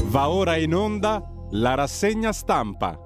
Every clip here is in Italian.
Va ora in onda la rassegna stampa.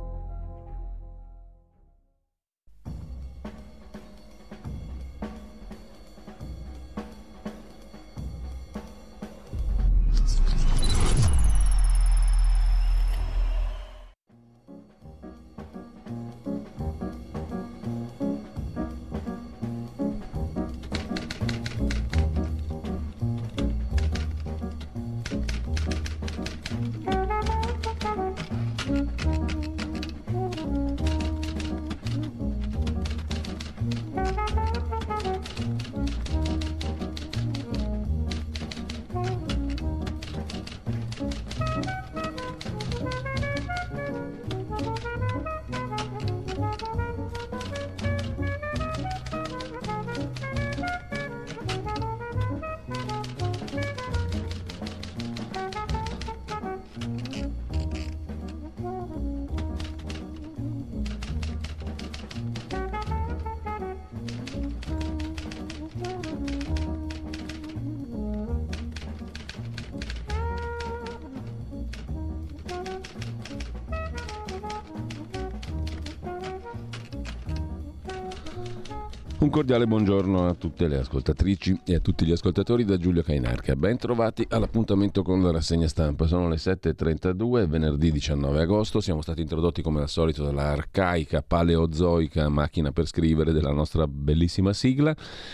Un cordiale buongiorno a tutte le ascoltatrici e a tutti gli ascoltatori da Giulio Cainarca. Ben trovati all'appuntamento con la rassegna stampa. Sono le 7.32, venerdì 19 agosto. Siamo stati introdotti come al solito dalla arcaica paleozoica macchina per scrivere della nostra bellissima sigla.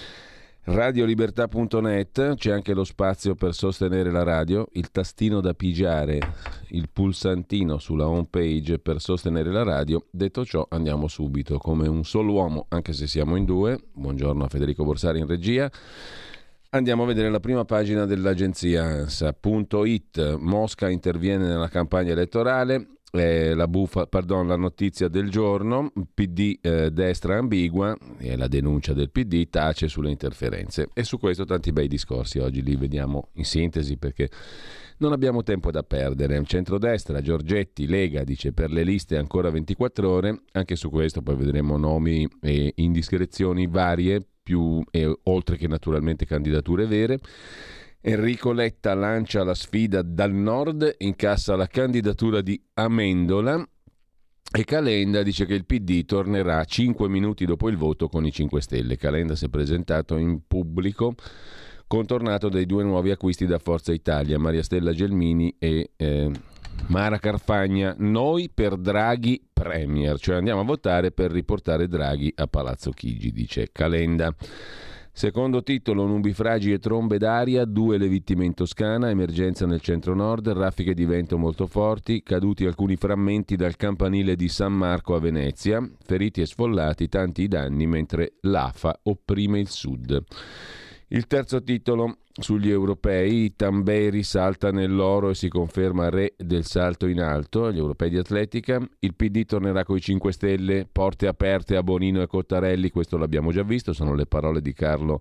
Radiolibertà.net, c'è anche lo spazio per sostenere la radio, il tastino da pigiare, il pulsantino sulla home page per sostenere la radio. Detto ciò, andiamo subito come un solo uomo, anche se siamo in due. Buongiorno a Federico Borsari in regia. Andiamo a vedere la prima pagina dell'agenzia ANSA.it. Mosca interviene nella campagna elettorale. La notizia del giorno, PD destra ambigua, e la denuncia del PD tace sulle interferenze, e su questo tanti bei discorsi oggi li vediamo in sintesi perché non abbiamo tempo da perdere. Centrodestra, Giorgetti, Lega dice per le liste ancora 24 ore, anche su questo poi vedremo nomi e indiscrezioni varie, oltre che naturalmente candidature vere. Enrico Letta lancia la sfida dal nord, incassa la candidatura di Amendola, e Calenda dice che il PD tornerà 5 minuti dopo il voto con i 5 Stelle. Calenda si è presentato in pubblico contornato dai due nuovi acquisti da Forza Italia, Maria Stella Gelmini e Mara Carfagna. Noi per Draghi Premier, cioè andiamo a votare per riportare Draghi a Palazzo Chigi, dice Calenda. Secondo titolo, nubifragi e trombe d'aria, 2 le vittime in Toscana, emergenza nel centro-nord, raffiche di vento molto forti, caduti alcuni frammenti dal campanile di San Marco a Venezia, feriti e sfollati, tanti i danni mentre l'AFA opprime il sud. Il terzo titolo, sugli europei, Tamberi salta nell'oro e si conferma re del salto in alto agli europei di atletica. Il PD tornerà coi 5 Stelle, porte aperte a Bonino e Cottarelli, questo l'abbiamo già visto, sono le parole di Carlo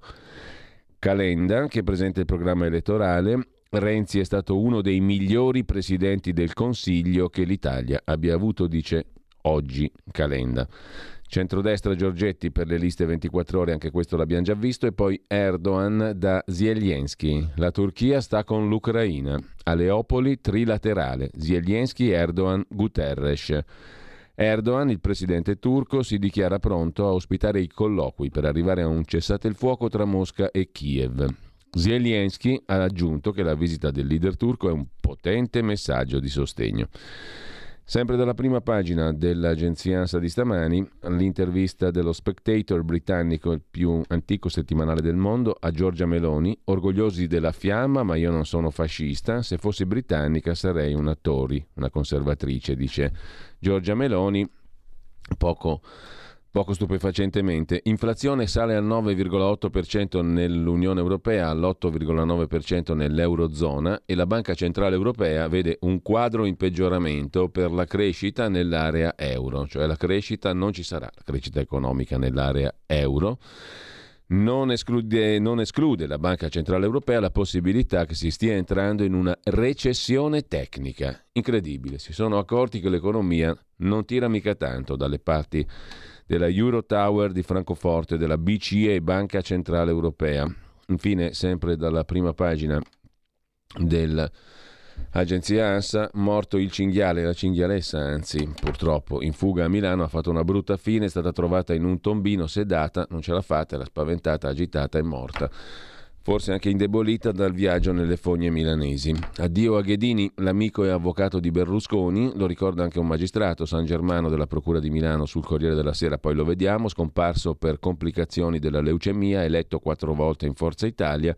Calenda che presenta il programma elettorale. Renzi è stato uno dei migliori presidenti del Consiglio che l'Italia abbia avuto, dice oggi Calenda. Centrodestra, Giorgetti per le liste 24 ore, anche questo l'abbiamo già visto, e poi Erdogan da Zelensky. La Turchia sta con l'Ucraina. A Leopoli trilaterale, Zelensky, Erdogan, Guterres. Erdogan, il presidente turco, si dichiara pronto a ospitare i colloqui per arrivare a un cessate il fuoco tra Mosca e Kiev. Zelensky ha aggiunto che la visita del leader turco è un potente messaggio di sostegno. Sempre dalla prima pagina dell'agenzia ANSA di stamani, l'intervista dello Spectator britannico, il più antico settimanale del mondo, a Giorgia Meloni. Orgogliosi della fiamma, ma io non sono fascista, se fossi britannica sarei una Tory, una conservatrice, dice Giorgia Meloni, poco stupefacentemente. Inflazione sale al 9,8% nell'Unione Europea, all'8,9% nell'Eurozona, e la Banca Centrale Europea vede un quadro in peggioramento per la crescita nell'area euro, cioè la crescita non ci sarà, la crescita economica nell'area euro. Non esclude la Banca Centrale Europea la possibilità che si stia entrando in una recessione tecnica. Incredibile, si sono accorti che l'economia non tira mica tanto dalle parti della Eurotower di Francoforte, della BCE, Banca Centrale Europea. Infine, sempre dalla prima pagina del Agenzia ANSA, morto il cinghiale, la cinghialessa anzi, purtroppo in fuga a Milano, ha fatto una brutta fine, è stata trovata in un tombino sedata, non ce l'ha fatta, era spaventata, agitata e morta. Forse anche indebolita dal viaggio nelle fogne milanesi. Addio a Ghedini, l'amico e avvocato di Berlusconi, lo ricorda anche un magistrato, San Germano della Procura di Milano, sul Corriere della Sera, poi lo vediamo, scomparso per complicazioni della leucemia, eletto 4 volte in Forza Italia.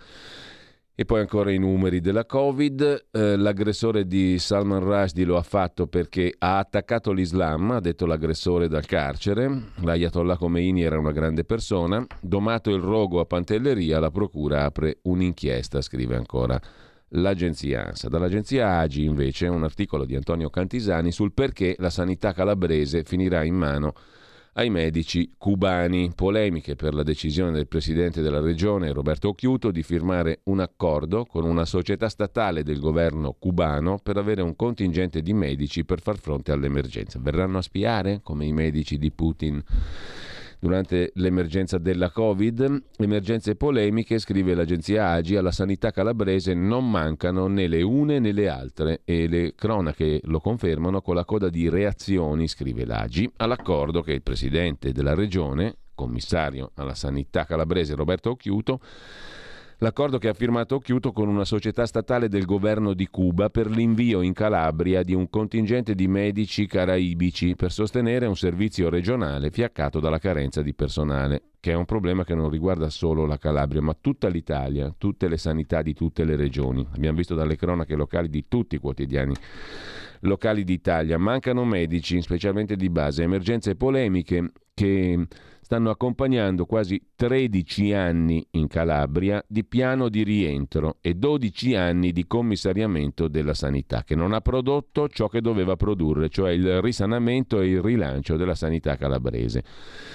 E poi ancora i numeri della Covid. L'aggressore di Salman Rushdie lo ha fatto perché ha attaccato l'Islam, ha detto l'aggressore dal carcere. L'Ayatollah Khomeini era una grande persona. Domato il rogo a Pantelleria, la procura apre un'inchiesta, scrive ancora l'agenzia ANSA. Dall'agenzia AGI invece un articolo di Antonio Cantisani sul perché la sanità calabrese finirà in mano ai medici cubani. Polemiche per la decisione del presidente della regione Roberto Occhiuto di firmare un accordo con una società statale del governo cubano per avere un contingente di medici per far fronte all'emergenza. Verranno a spiare come i medici di Putin durante l'emergenza della Covid. Emergenze polemiche, scrive l'agenzia AGI, alla sanità calabrese non mancano né le une né le altre e le cronache lo confermano con la coda di reazioni, scrive l'AGI, all'accordo che il presidente della regione, commissario alla sanità calabrese Roberto Occhiuto, l'accordo che ha firmato Occhiuto con una società statale del governo di Cuba per l'invio in Calabria di un contingente di medici caraibici per sostenere un servizio regionale fiaccato dalla carenza di personale, che è un problema che non riguarda solo la Calabria, ma tutta l'Italia, tutte le sanità di tutte le regioni. Abbiamo visto dalle cronache locali di tutti i quotidiani locali d'Italia. Mancano medici, specialmente di base, emergenze polemiche che stanno accompagnando quasi 13 anni in Calabria di piano di rientro e 12 anni di commissariamento della sanità, che non ha prodotto ciò che doveva produrre, cioè il risanamento e il rilancio della sanità calabrese.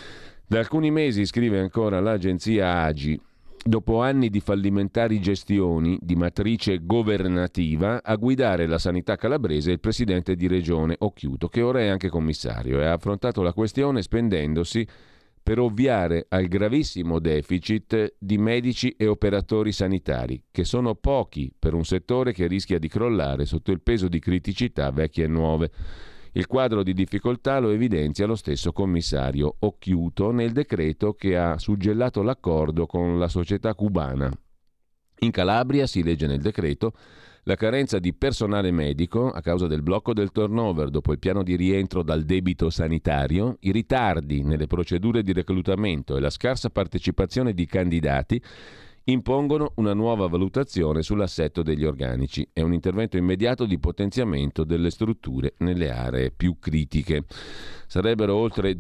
Da alcuni mesi, scrive ancora l'agenzia AGI, dopo anni di fallimentari gestioni di matrice governativa, a guidare la sanità calabrese il presidente di regione Occhiuto, che ora è anche commissario, e ha affrontato la questione spendendosi per ovviare al gravissimo deficit di medici e operatori sanitari, che sono pochi per un settore che rischia di crollare sotto il peso di criticità vecchie e nuove. Il quadro di difficoltà lo evidenzia lo stesso commissario Occhiuto nel decreto che ha suggellato l'accordo con la società cubana. In Calabria, si legge nel decreto, la carenza di personale medico a causa del blocco del turnover dopo il piano di rientro dal debito sanitario, i ritardi nelle procedure di reclutamento e la scarsa partecipazione di candidati impongono una nuova valutazione sull'assetto degli organici e un intervento immediato di potenziamento delle strutture nelle aree più critiche. Sarebbero oltre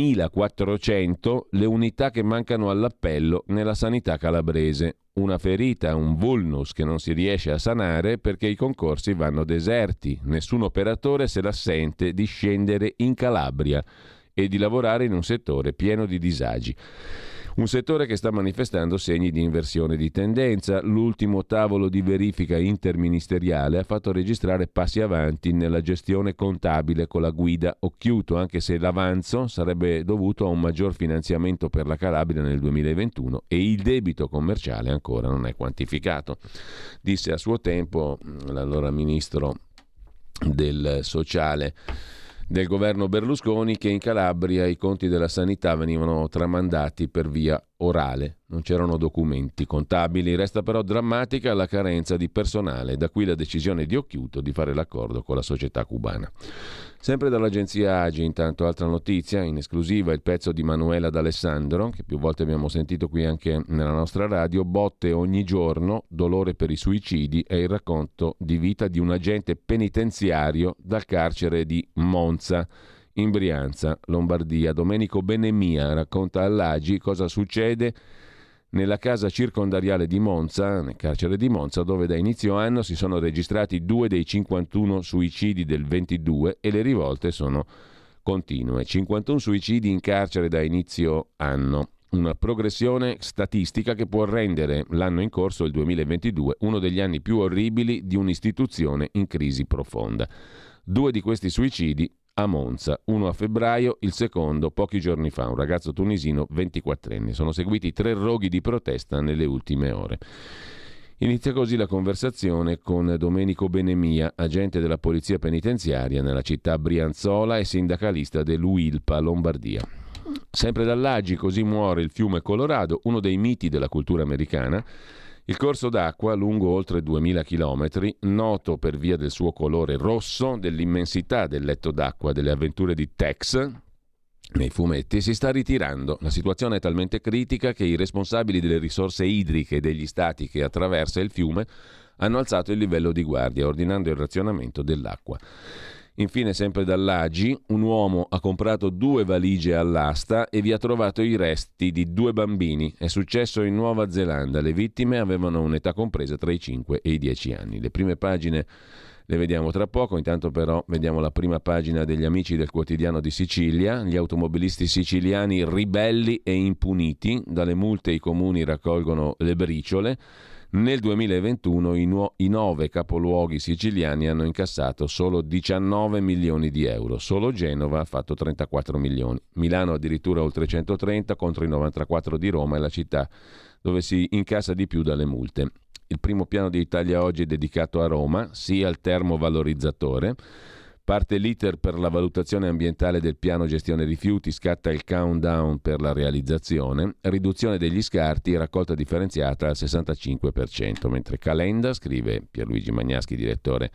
2.400 le unità che mancano all'appello nella sanità calabrese. Una ferita, un vulnus che non si riesce a sanare perché i concorsi vanno deserti. Nessun operatore se la sente di scendere in Calabria e di lavorare in un settore pieno di disagi. Un settore che sta manifestando segni di inversione di tendenza. L'ultimo tavolo di verifica interministeriale ha fatto registrare passi avanti nella gestione contabile con la guida Occhiuto, anche se l'avanzo sarebbe dovuto a un maggior finanziamento per la Calabria nel 2021 e il debito commerciale ancora non è quantificato. Disse a suo tempo l'allora ministro del sociale del governo Berlusconi che in Calabria i conti della sanità venivano tramandati per via orale, non c'erano documenti contabili. Resta però drammatica la carenza di personale, da qui la decisione di Occhiuto di fare l'accordo con la società cubana. Sempre dall'agenzia AGI, intanto, altra notizia, in esclusiva il pezzo di Manuela D'Alessandro, che più volte abbiamo sentito qui anche nella nostra radio, botte ogni giorno, dolore per i suicidi, è il racconto di vita di un agente penitenziario dal carcere di Monza, in Brianza, Lombardia. Domenico Benemia racconta all'AGI cosa succede nella casa circondariale di Monza, nel carcere di Monza, dove da inizio anno si sono registrati 2 dei 51 suicidi del 22 e le rivolte sono continue. 51 suicidi in carcere da inizio anno. Una progressione statistica che può rendere l'anno in corso, il 2022, uno degli anni più orribili di un'istituzione in crisi profonda. 2 di questi suicidi a Monza, uno a febbraio, il secondo pochi giorni fa, un ragazzo tunisino 24enne. Sono seguiti 3 roghi di protesta nelle ultime ore. Inizia così la conversazione con Domenico Benemia, agente della polizia penitenziaria nella città brianzola e sindacalista dell'UILPA Lombardia. Sempre dall'Agi così muore il fiume Colorado, uno dei miti della cultura americana. Il corso d'acqua, lungo oltre 2000 chilometri, noto per via del suo colore rosso, dell'immensità del letto d'acqua delle avventure di Tex nei fumetti, si sta ritirando. La situazione è talmente critica che i responsabili delle risorse idriche degli stati che attraversa il fiume hanno alzato il livello di guardia, ordinando il razionamento dell'acqua. Infine, sempre dall'Agi, un uomo ha comprato 2 valigie all'asta e vi ha trovato i resti di 2 bambini. È successo in Nuova Zelanda. Le vittime avevano un'età compresa tra i 5 e i 10 anni. Le prime pagine le vediamo tra poco, intanto però vediamo la prima pagina degli Amici del Quotidiano di Sicilia. Gli automobilisti siciliani ribelli e impuniti, dalle multe i comuni raccolgono le briciole. Nel 2021 i 9 capoluoghi siciliani hanno incassato solo 19 milioni di euro, solo Genova ha fatto 34 milioni, Milano addirittura oltre 130 contro i 94 di Roma, è la città dove si incassa di più dalle multe. Il primo piano di Italia Oggi è dedicato a Roma, sì al termovalorizzatore. Parte l'iter per la valutazione ambientale del piano gestione rifiuti, scatta il countdown per la realizzazione, riduzione degli scarti, raccolta differenziata al 65%, mentre Calenda, scrive Pierluigi Magnaschi, direttore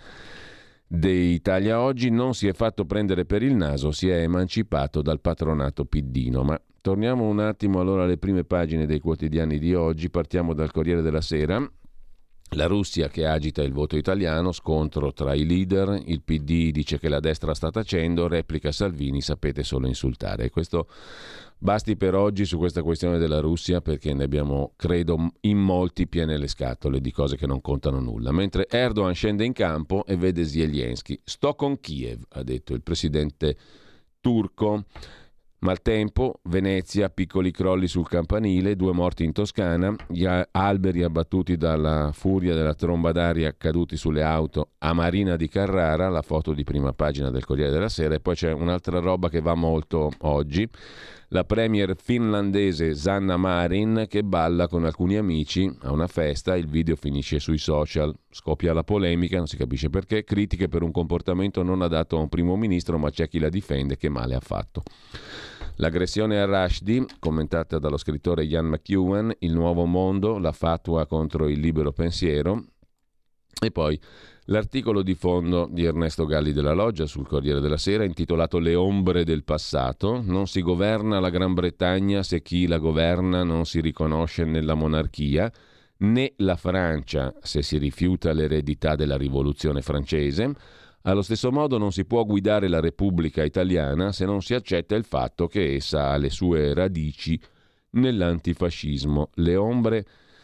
di Italia Oggi, non si è fatto prendere per il naso, si è emancipato dal patronato piddino. Ma torniamo un attimo allora alle prime pagine dei quotidiani di oggi, partiamo dal Corriere della Sera. La Russia che agita il voto italiano, scontro tra i leader, il PD dice che la destra sta tacendo, replica Salvini, sapete solo insultare. E questo basti per oggi su questa questione della Russia, perché ne abbiamo, credo, in molti piene le scatole di cose che non contano nulla. Mentre Erdogan scende in campo e vede Zelensky. Sto con Kiev, ha detto il presidente turco. Maltempo, Venezia, piccoli crolli sul campanile, 2 morti in Toscana, gli alberi abbattuti dalla furia della tromba d'aria caduti sulle auto a Marina di Carrara, la foto di prima pagina del Corriere della Sera. E poi c'è un'altra roba che va molto oggi, la premier finlandese Sanna Marin che balla con alcuni amici a una festa, il video finisce sui social, scoppia la polemica, non si capisce perché, critiche per un comportamento non adatto a un primo ministro, ma c'è chi la difende, che male ha fatto. L'aggressione a Rushdie, commentata dallo scrittore Ian McEwan, Il Nuovo Mondo, la fatua contro il libero pensiero, e poi l'articolo di fondo di Ernesto Galli della Loggia sul Corriere della Sera intitolato Le ombre del passato. Non si governa la Gran Bretagna se chi la governa non si riconosce nella monarchia, né la Francia se si rifiuta l'eredità della rivoluzione francese. Allo stesso modo non si può guidare la Repubblica italiana se non si accetta il fatto che essa ha le sue radici nell'antifascismo. Le ombre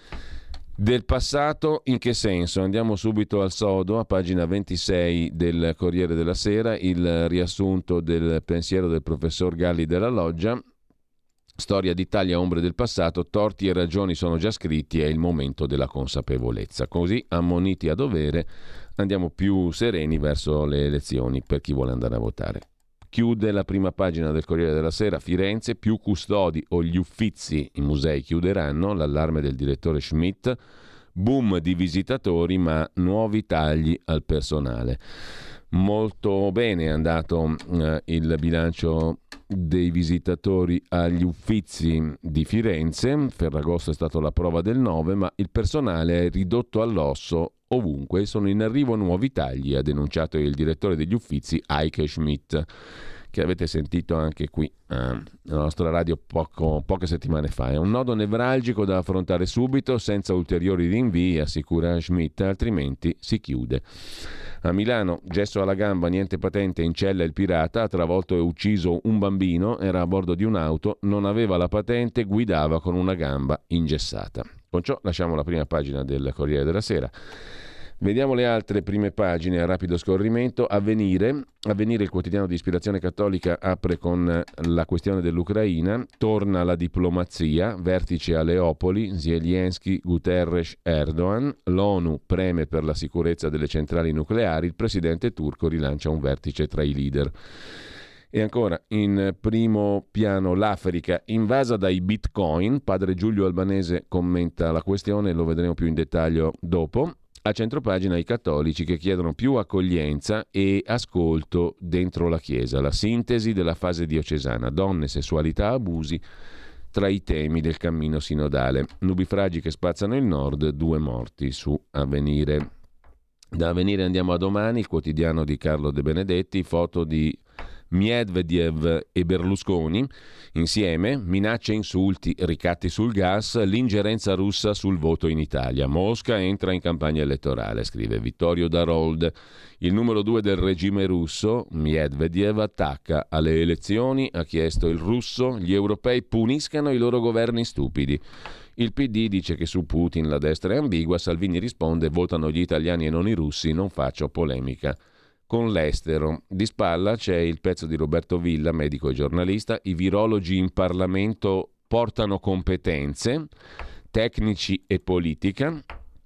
del passato in che senso? Andiamo subito al sodo, a pagina 26 del Corriere della Sera, il riassunto del pensiero del professor Galli della Loggia. Storia d'Italia, ombre del passato, torti e ragioni sono già scritti, è il momento della consapevolezza. Così, ammoniti a dovere, andiamo più sereni verso le elezioni per chi vuole andare a votare. Chiude la prima pagina del Corriere della Sera, Firenze, più custodi o gli Uffizi, i musei chiuderanno, l'allarme del direttore Schmidt, boom di visitatori ma nuovi tagli al personale. Molto bene è andato il bilancio dei visitatori agli Uffizi di Firenze, Ferragosto è stata la prova del 9, ma il personale è ridotto all'osso ovunque, sono in arrivo nuovi tagli, ha denunciato il direttore degli Uffizi Heike Schmidt, che avete sentito anche qui nella nostra radio poche settimane fa. È un nodo nevralgico da affrontare subito, senza ulteriori rinvii, assicura Schmidt, altrimenti si chiude. A Milano, gesso alla gamba, niente patente, in cella il pirata, ha travolto e ucciso un bambino, era a bordo di un'auto, non aveva la patente, guidava con una gamba ingessata. Con ciò lasciamo la prima pagina del Corriere della Sera. Vediamo le altre prime pagine a rapido scorrimento. Avvenire, il quotidiano di ispirazione cattolica, apre con la questione dell'Ucraina, torna la diplomazia, vertice a Leopoli, Zelensky, Guterres, Erdogan, l'ONU preme per la sicurezza delle centrali nucleari, il presidente turco rilancia un vertice tra i leader. E ancora, in primo piano l'Africa invasa dai bitcoin. Padre Giulio Albanese commenta la questione, lo vedremo più in dettaglio dopo. A centropagina i cattolici che chiedono più accoglienza e ascolto dentro la Chiesa. La sintesi della fase diocesana, donne, sessualità, abusi tra i temi del cammino sinodale. Nubifragi che spazzano il nord, 2 morti su Avvenire. Da Avvenire andiamo a Domani, il quotidiano di Carlo De Benedetti, foto di Medvedev e Berlusconi insieme, minacce, insulti, ricatti sul gas, l'ingerenza russa sul voto in Italia. Mosca entra in campagna elettorale, scrive Vittorio Darold. Il numero 2 del regime russo, Medvedev, attacca alle elezioni, ha chiesto il russo, gli europei puniscano i loro governi stupidi. Il PD dice che su Putin la destra è ambigua, Salvini risponde votano gli italiani e non i russi, non faccio polemica con l'estero. Di spalla c'è il pezzo di Roberto Villa, medico e giornalista. I virologi in Parlamento portano competenze, tecnici e politica.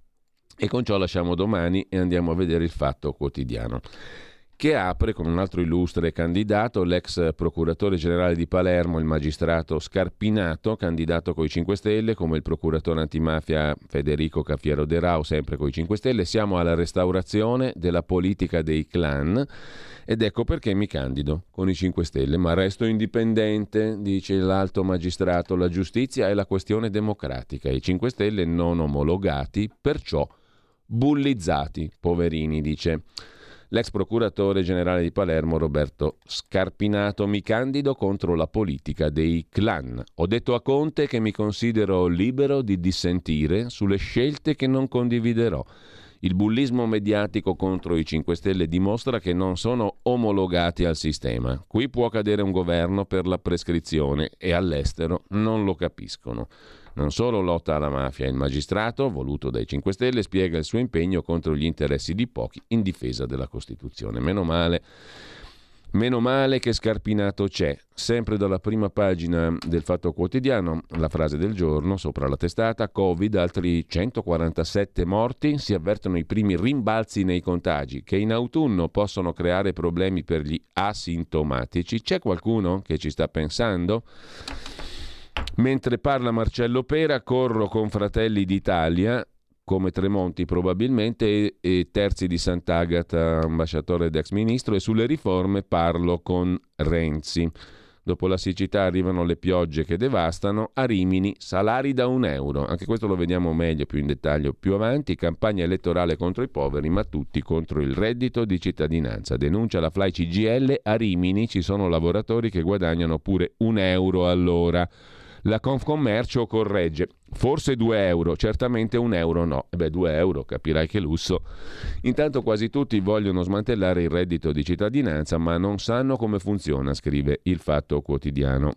E con ciò lasciamo Domani e andiamo a vedere il Fatto Quotidiano, che apre con un altro illustre candidato, l'ex procuratore generale di Palermo, il magistrato Scarpinato, candidato coi 5 Stelle, come il procuratore antimafia Federico Cafiero De Rao, sempre coi 5 Stelle. Siamo alla restaurazione della politica dei clan ed ecco perché mi candido con i 5 Stelle, ma resto indipendente, dice l'alto magistrato. La giustizia è la questione democratica, i 5 Stelle non omologati, perciò bullizzati, poverini, dice l'ex procuratore generale di Palermo Roberto Scarpinato. Mi candido contro la politica dei clan. Ho detto a Conte che mi considero libero di dissentire sulle scelte che non condividerò. Il bullismo mediatico contro i 5 Stelle dimostra che non sono omologati al sistema. Qui può cadere un governo per la prescrizione e all'estero non lo capiscono. Non solo lotta alla mafia, il magistrato, voluto dai 5 Stelle, spiega il suo impegno contro gli interessi di pochi in difesa della Costituzione. Meno male che Scarpinato c'è. Sempre dalla prima pagina del Fatto Quotidiano, la frase del giorno sopra la testata: Covid, altri 147 morti, si avvertono i primi rimbalzi nei contagi che in autunno possono creare problemi per gli asintomatici. C'è qualcuno che ci sta pensando? Mentre parla Marcello Pera, corro con Fratelli d'Italia, come Tremonti probabilmente, e Terzi di Sant'Agata, ambasciatore ed ex ministro, e sulle riforme parlo con Renzi. Dopo la siccità arrivano le piogge che devastano. A Rimini salari da €1. Anche questo lo vediamo meglio, più in dettaglio più avanti. Campagna elettorale contro i poveri, ma tutti contro il reddito di cittadinanza. Denuncia la Fly CGIL, a Rimini ci sono lavoratori che guadagnano pure €1 all'ora. La Confcommercio corregge, forse €2, certamente €1 no. E beh, €2, capirai che lusso. Intanto quasi tutti vogliono smantellare il reddito di cittadinanza, ma non sanno come funziona, scrive il Fatto Quotidiano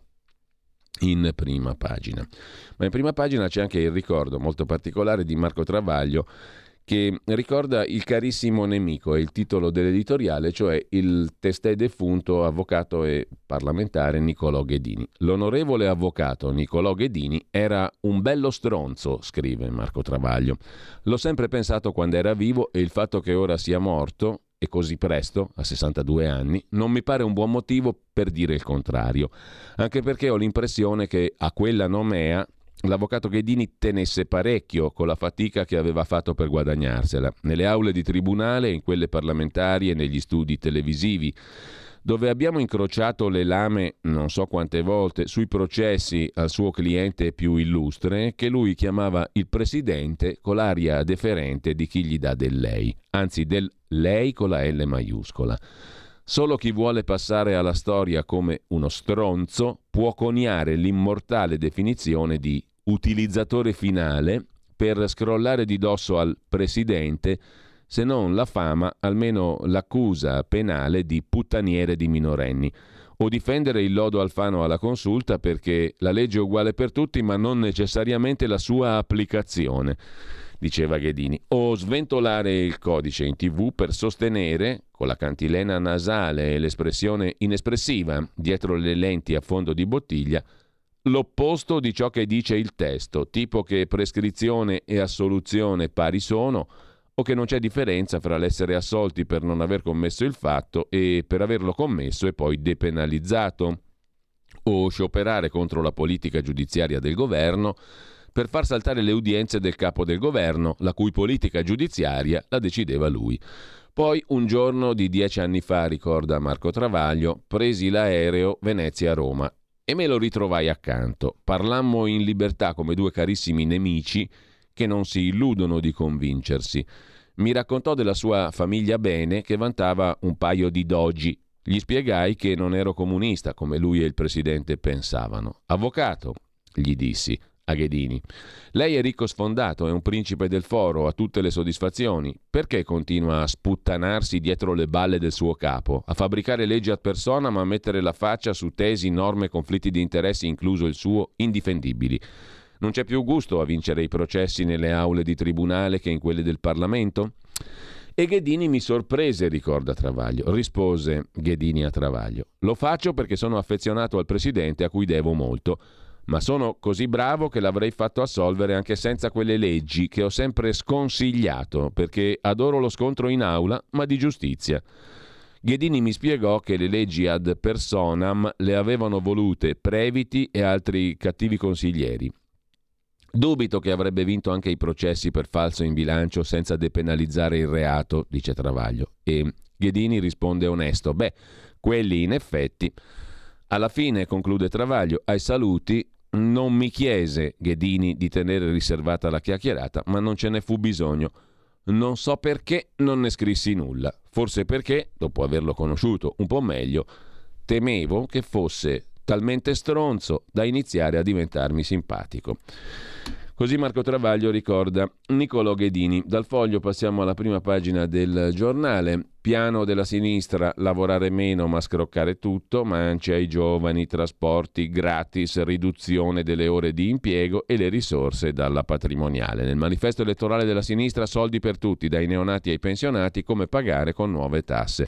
in prima pagina. Ma in prima pagina c'è anche il ricordo molto particolare di Marco Travaglio, che ricorda il carissimo nemico, è il titolo dell'editoriale, cioè il testè defunto avvocato e parlamentare Nicolò Ghedini. L'onorevole avvocato Nicolò Ghedini era un bello stronzo, scrive Marco Travaglio. L'ho sempre pensato quando era vivo e il fatto che ora sia morto, e così presto, a 62 anni, non mi pare un buon motivo per dire il contrario, anche perché ho l'impressione che a quella nomea l'avvocato Ghedini tenesse parecchio con la fatica che aveva fatto per guadagnarsela, nelle aule di tribunale, in quelle parlamentari e negli studi televisivi, dove abbiamo incrociato le lame non so quante volte sui processi al suo cliente più illustre, che lui chiamava il presidente con l'aria deferente di chi gli dà del lei, anzi del lei con la L maiuscola. Solo chi vuole passare alla storia come uno stronzo può coniare l'immortale definizione di utilizzatore finale per scrollare di dosso al presidente, se non la fama, almeno l'accusa penale di puttaniere di minorenni, o difendere il lodo Alfano alla Consulta perché la legge è uguale per tutti ma non necessariamente la sua applicazione, diceva Ghedini, o sventolare il codice in TV per sostenere, con la cantilena nasale e l'espressione inespressiva dietro le lenti a fondo di bottiglia, l'opposto di ciò che dice il testo, tipo che prescrizione e assoluzione pari sono, o che non c'è differenza fra l'essere assolti per non aver commesso il fatto e per averlo commesso e poi depenalizzato, o scioperare contro la politica giudiziaria del governo per far saltare le udienze del capo del governo, la cui politica giudiziaria la decideva lui. Poi un giorno di 10 anni fa, ricorda Marco Travaglio, presi l'aereo Venezia-Roma e me lo ritrovai accanto. Parlammo in libertà come due carissimi nemici che non si illudono di convincersi. Mi raccontò della sua famiglia bene che vantava un paio di dogi. Gli spiegai che non ero comunista come lui e il presidente pensavano. Avvocato, gli dissi a Ghedini, lei è ricco sfondato, è un principe del foro, ha tutte le soddisfazioni. Perché continua a sputtanarsi dietro le balle del suo capo, a fabbricare leggi ad personam, a mettere la faccia su tesi, norme, conflitti di interessi, incluso il suo, indifendibili? Non c'è più gusto a vincere i processi nelle aule di tribunale che in quelle del Parlamento? E Ghedini mi sorprese, ricorda Travaglio. Rispose Ghedini a Travaglio: lo faccio perché sono affezionato al presidente a cui devo molto, ma sono così bravo che l'avrei fatto assolvere anche senza quelle leggi che ho sempre sconsigliato, perché adoro lo scontro in aula, ma di giustizia. Ghedini mi spiegò che le leggi ad personam le avevano volute Previti e altri cattivi consiglieri. Dubito che avrebbe vinto anche i processi per falso in bilancio senza depenalizzare il reato, dice Travaglio. E Ghedini risponde onesto: beh, quelli in effetti. Alla fine, conclude Travaglio, ai saluti non mi chiese Ghedini di tenere riservata la chiacchierata, ma non ce ne fu bisogno. Non so perché non ne scrissi nulla. Forse perché, dopo averlo conosciuto un po' meglio, temevo che fosse talmente stronzo da iniziare a diventarmi simpatico. Così Marco Travaglio ricorda Niccolò Ghedini. Dal Foglio passiamo alla prima pagina del Giornale. Piano della sinistra: lavorare meno ma scroccare tutto, mance ai giovani, trasporti gratis, riduzione delle ore di impiego e le risorse dalla patrimoniale. Nel manifesto elettorale della sinistra: soldi per tutti, dai neonati ai pensionati, come pagare con nuove tasse.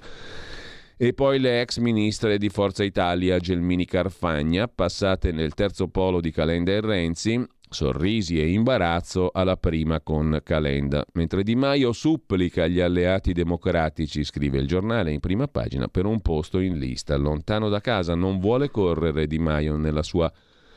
E poi le ex ministre di Forza Italia, Gelmini Carfagna, passate nel terzo polo di Calenda e Renzi, sorrisi e imbarazzo alla prima con Calenda, mentre Di Maio supplica gli alleati democratici, scrive il Giornale in prima pagina, per un posto in lista. Lontano da casa non vuole correre Di Maio nella sua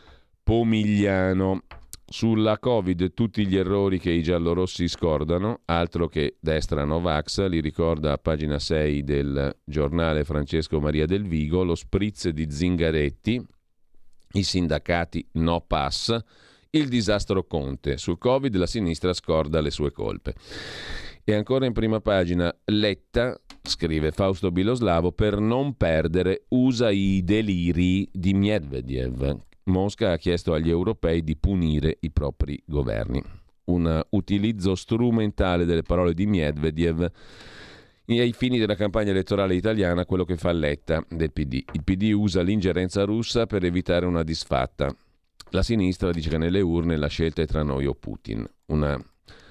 Pomigliano. Sulla Covid tutti gli errori che i giallorossi scordano, altro che destra Novax, li ricorda a pagina 6 del Giornale Francesco Maria Del Vigo, lo spritz di Zingaretti, i sindacati no pass, il disastro Conte. Sul Covid la sinistra scorda le sue colpe. E ancora in prima pagina Letta, scrive Fausto Biloslavo, per non perdere usa i deliri di Medvedev. Mosca ha chiesto agli europei di punire i propri governi. Un utilizzo strumentale delle parole di Medvedev e ai fini della campagna elettorale italiana, quello che fa Letta del PD. Il PD usa l'ingerenza russa per evitare una disfatta. La sinistra dice che nelle urne la scelta è tra noi o Putin. Una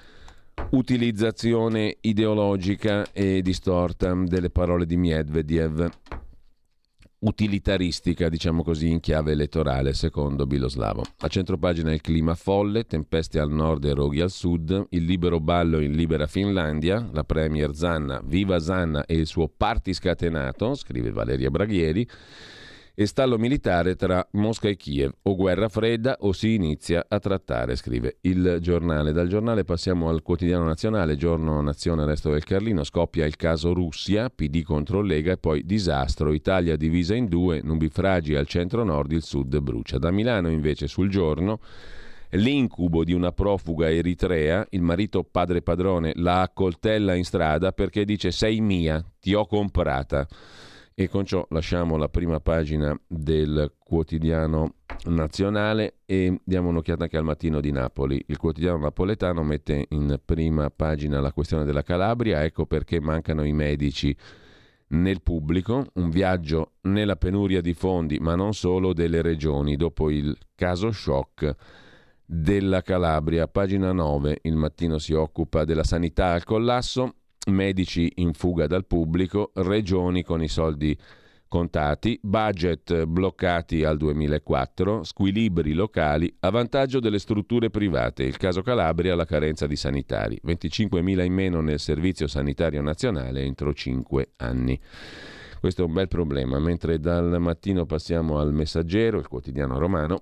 utilizzazione ideologica e distorta delle parole di Medvedev, utilitaristica, diciamo così, in chiave elettorale, secondo Biloslavo. A centropagina il clima folle, tempeste al nord e roghi al sud, il libero ballo in libera Finlandia, la premier Zanna, viva Zanna e il suo party scatenato, scrive Valeria Braghieri, e stallo militare tra Mosca e Kiev, o guerra fredda o si inizia a trattare, scrive il Giornale. Dal Giornale passiamo al Quotidiano Nazionale, Giorno, Nazione, Resto del Carlino. Scoppia il caso Russia, PD contro Lega e poi disastro, Italia divisa in due, nubifragi al centro-nord, il sud brucia. Da Milano invece sul Giorno l'incubo di una profuga eritrea, il marito padre padrone la accoltella in strada perché dice sei mia, ti ho comprata. E con ciò lasciamo la prima pagina del Quotidiano Nazionale e diamo un'occhiata anche al Mattino di Napoli. Il quotidiano napoletano mette in prima pagina la questione della Calabria, ecco perché mancano i medici nel pubblico, un viaggio nella penuria di fondi, ma non solo, delle regioni, dopo il caso shock della Calabria. Pagina 9, il Mattino si occupa della sanità al collasso, medici in fuga dal pubblico, regioni con i soldi contati, budget bloccati al 2004, squilibri locali a vantaggio delle strutture private. Il caso Calabria, la carenza di sanitari. 25.000 in meno nel Servizio Sanitario Nazionale entro 5 anni. Questo è un bel problema. Mentre dal Mattino passiamo al Messaggero, il quotidiano romano,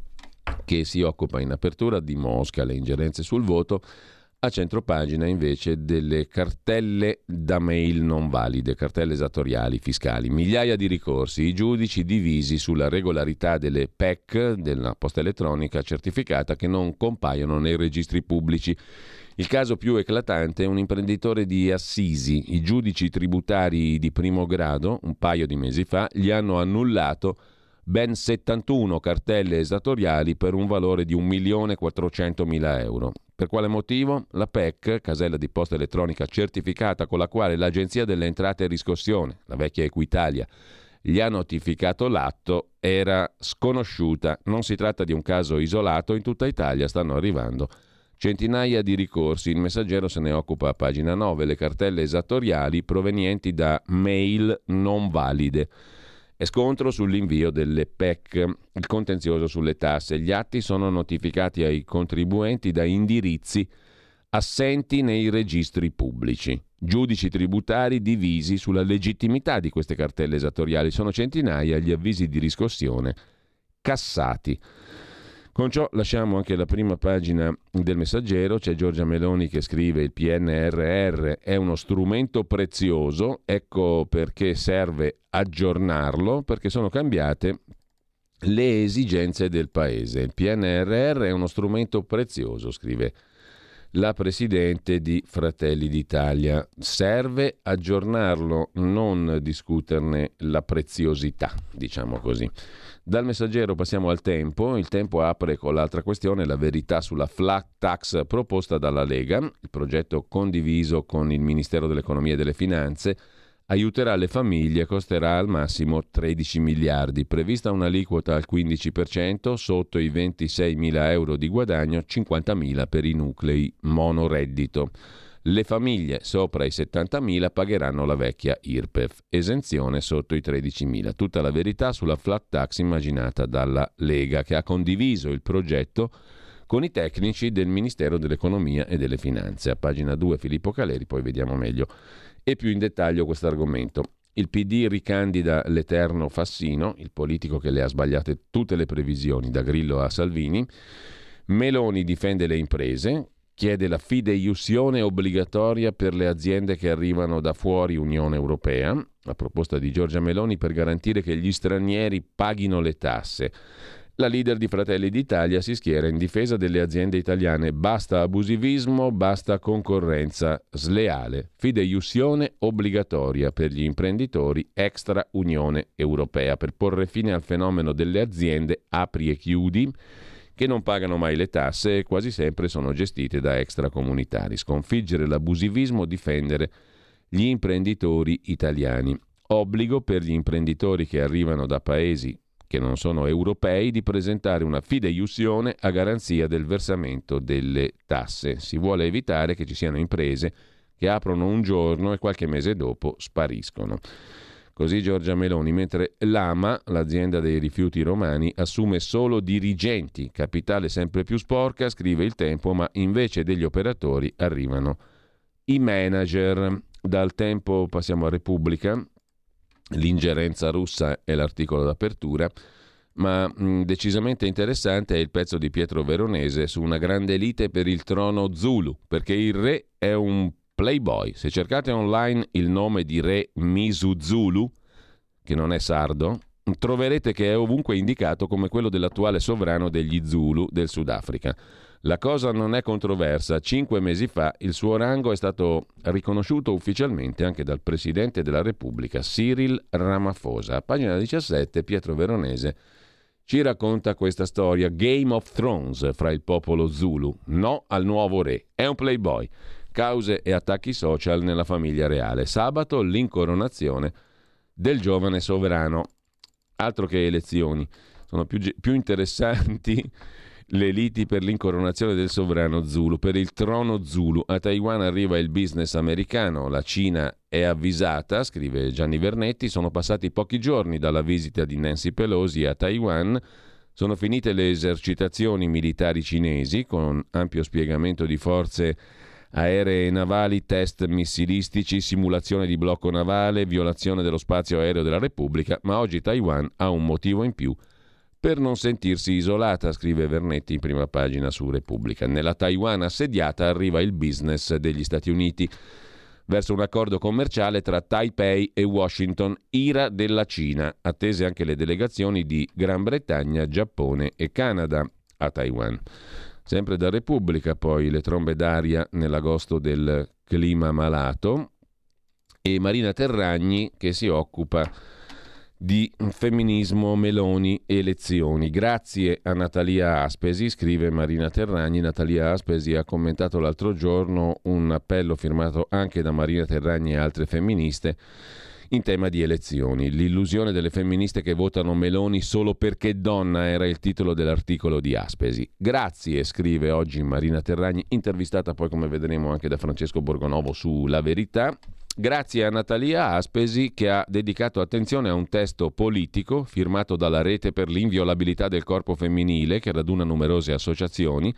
che si occupa in apertura di Mosca, le ingerenze sul voto. A centropagina invece delle cartelle da mail non valide, cartelle esattoriali fiscali, migliaia di ricorsi, i giudici divisi sulla regolarità delle PEC, della posta elettronica certificata, che non compaiono nei registri pubblici. Il caso più eclatante è un imprenditore di Assisi. I giudici tributari di primo grado, un paio di mesi fa, gli hanno annullato ben 71 cartelle esattoriali per un valore di 1.400.000 euro. Per quale motivo? La PEC, casella di posta elettronica certificata con la quale l'Agenzia delle Entrate e Riscossione, la vecchia Equitalia, gli ha notificato l'atto, era sconosciuta. Non si tratta di un caso isolato, in tutta Italia stanno arrivando centinaia di ricorsi. Il Messaggero se ne occupa a pagina 9, le cartelle esattoriali provenienti da mail non valide. E scontro sull'invio delle PEC, il contenzioso sulle tasse. Gli atti sono notificati ai contribuenti da indirizzi assenti nei registri pubblici. Giudici tributari divisi sulla legittimità di queste cartelle esattoriali. Sono centinaia gli avvisi di riscossione cassati. Con ciò lasciamo anche la prima pagina del Messaggero. C'è Giorgia Meloni che scrive: il PNRR è uno strumento prezioso, ecco perché serve aggiornarlo, perché sono cambiate le esigenze del Paese. Il PNRR è uno strumento prezioso, scrive la Presidente di Fratelli d'Italia. Serve aggiornarlo, non discuterne la preziosità, diciamo così. Dal Messaggero passiamo al Tempo. Il Tempo apre con l'altra questione, la verità sulla flat tax proposta dalla Lega. Il progetto condiviso con il Ministero dell'Economia e delle Finanze aiuterà le famiglie, costerà al massimo 13 miliardi. Prevista un'aliquota al 15%, sotto i 26.000 euro di guadagno, 50.000 per i nuclei monoreddito. Le famiglie sopra i 70.000 pagheranno la vecchia IRPEF, esenzione sotto i 13.000. Tutta la verità sulla flat tax immaginata dalla Lega, che ha condiviso il progetto con i tecnici del Ministero dell'Economia e delle Finanze. A pagina 2 Filippo Caleri, poi vediamo meglio e più in dettaglio questo argomento. Il PD ricandida l'eterno Fassino, il politico che le ha sbagliate tutte le previsioni, da Grillo a Salvini. Meloni difende le imprese, chiede la fideiussione obbligatoria per le aziende che arrivano da fuori Unione Europea, la proposta di Giorgia Meloni per garantire che gli stranieri paghino le tasse. La leader di Fratelli d'Italia si schiera in difesa delle aziende italiane. Basta abusivismo, basta concorrenza sleale. Fideiussione obbligatoria per gli imprenditori extra Unione Europea per porre fine al fenomeno delle aziende apri e chiudi che non pagano mai le tasse e quasi sempre sono gestite da extracomunitari. Sconfiggere l'abusivismo, difendere gli imprenditori italiani. Obbligo per gli imprenditori che arrivano da paesi che non sono europei di presentare una fideiussione a garanzia del versamento delle tasse. Si vuole evitare che ci siano imprese che aprono un giorno e qualche mese dopo spariscono. Così Giorgia Meloni, mentre l'AMA, l'azienda dei rifiuti romani, assume solo dirigenti, capitale sempre più sporca, scrive il Tempo, ma invece degli operatori arrivano i manager. Dal Tempo passiamo a Repubblica. L'ingerenza russa è l'articolo d'apertura, ma decisamente interessante è il pezzo di Pietro Veronese su una grande lite per il trono Zulu, perché il re è un playboy. Se cercate online il nome di re Misuzulu, che non è sardo, troverete che è ovunque indicato come quello dell'attuale sovrano degli Zulu del Sudafrica. La cosa non è controversa. 5 mesi fa il suo rango è stato riconosciuto ufficialmente anche dal Presidente della Repubblica, Cyril Ramaphosa. A pagina 17 Pietro Veronese ci racconta questa storia. Game of Thrones fra il popolo Zulu. No al nuovo re. È un playboy. Cause e attacchi social nella famiglia reale. Sabato l'incoronazione del giovane sovrano. Altro che elezioni. Sono più interessanti le liti per l'incoronazione del sovrano Zulu, per il trono Zulu. A Taiwan arriva il business americano, la Cina è avvisata, scrive Gianni Vernetti, sono passati pochi giorni dalla visita di Nancy Pelosi a Taiwan, sono finite le esercitazioni militari cinesi con ampio spiegamento di forze aeree e navali, test missilistici, simulazione di blocco navale, violazione dello spazio aereo della Repubblica, ma oggi Taiwan ha un motivo in più per non sentirsi isolata, scrive Vernetti in prima pagina su Repubblica. Nella Taiwan assediata arriva il business degli Stati Uniti verso un accordo commerciale tra Taipei e Washington, ira della Cina, attese anche le delegazioni di Gran Bretagna, Giappone e Canada a Taiwan. Sempre da Repubblica, poi le trombe d'aria nell'agosto del clima malato e Marina Terragni che si occupa di femminismo, Meloni, elezioni. Grazie a Natalia Aspesi, scrive Marina Terragni. Natalia Aspesi ha commentato l'altro giorno un appello firmato anche da Marina Terragni e altre femministe in tema di elezioni. L'illusione delle femministe che votano Meloni solo perché donna era il titolo dell'articolo di Aspesi. Grazie, scrive oggi Marina Terragni, intervistata poi come vedremo anche da Francesco Borgonovo su La Verità. Grazie a Natalia Aspesi che ha dedicato attenzione a un testo politico firmato dalla Rete per l'inviolabilità del corpo femminile che raduna numerose associazioni,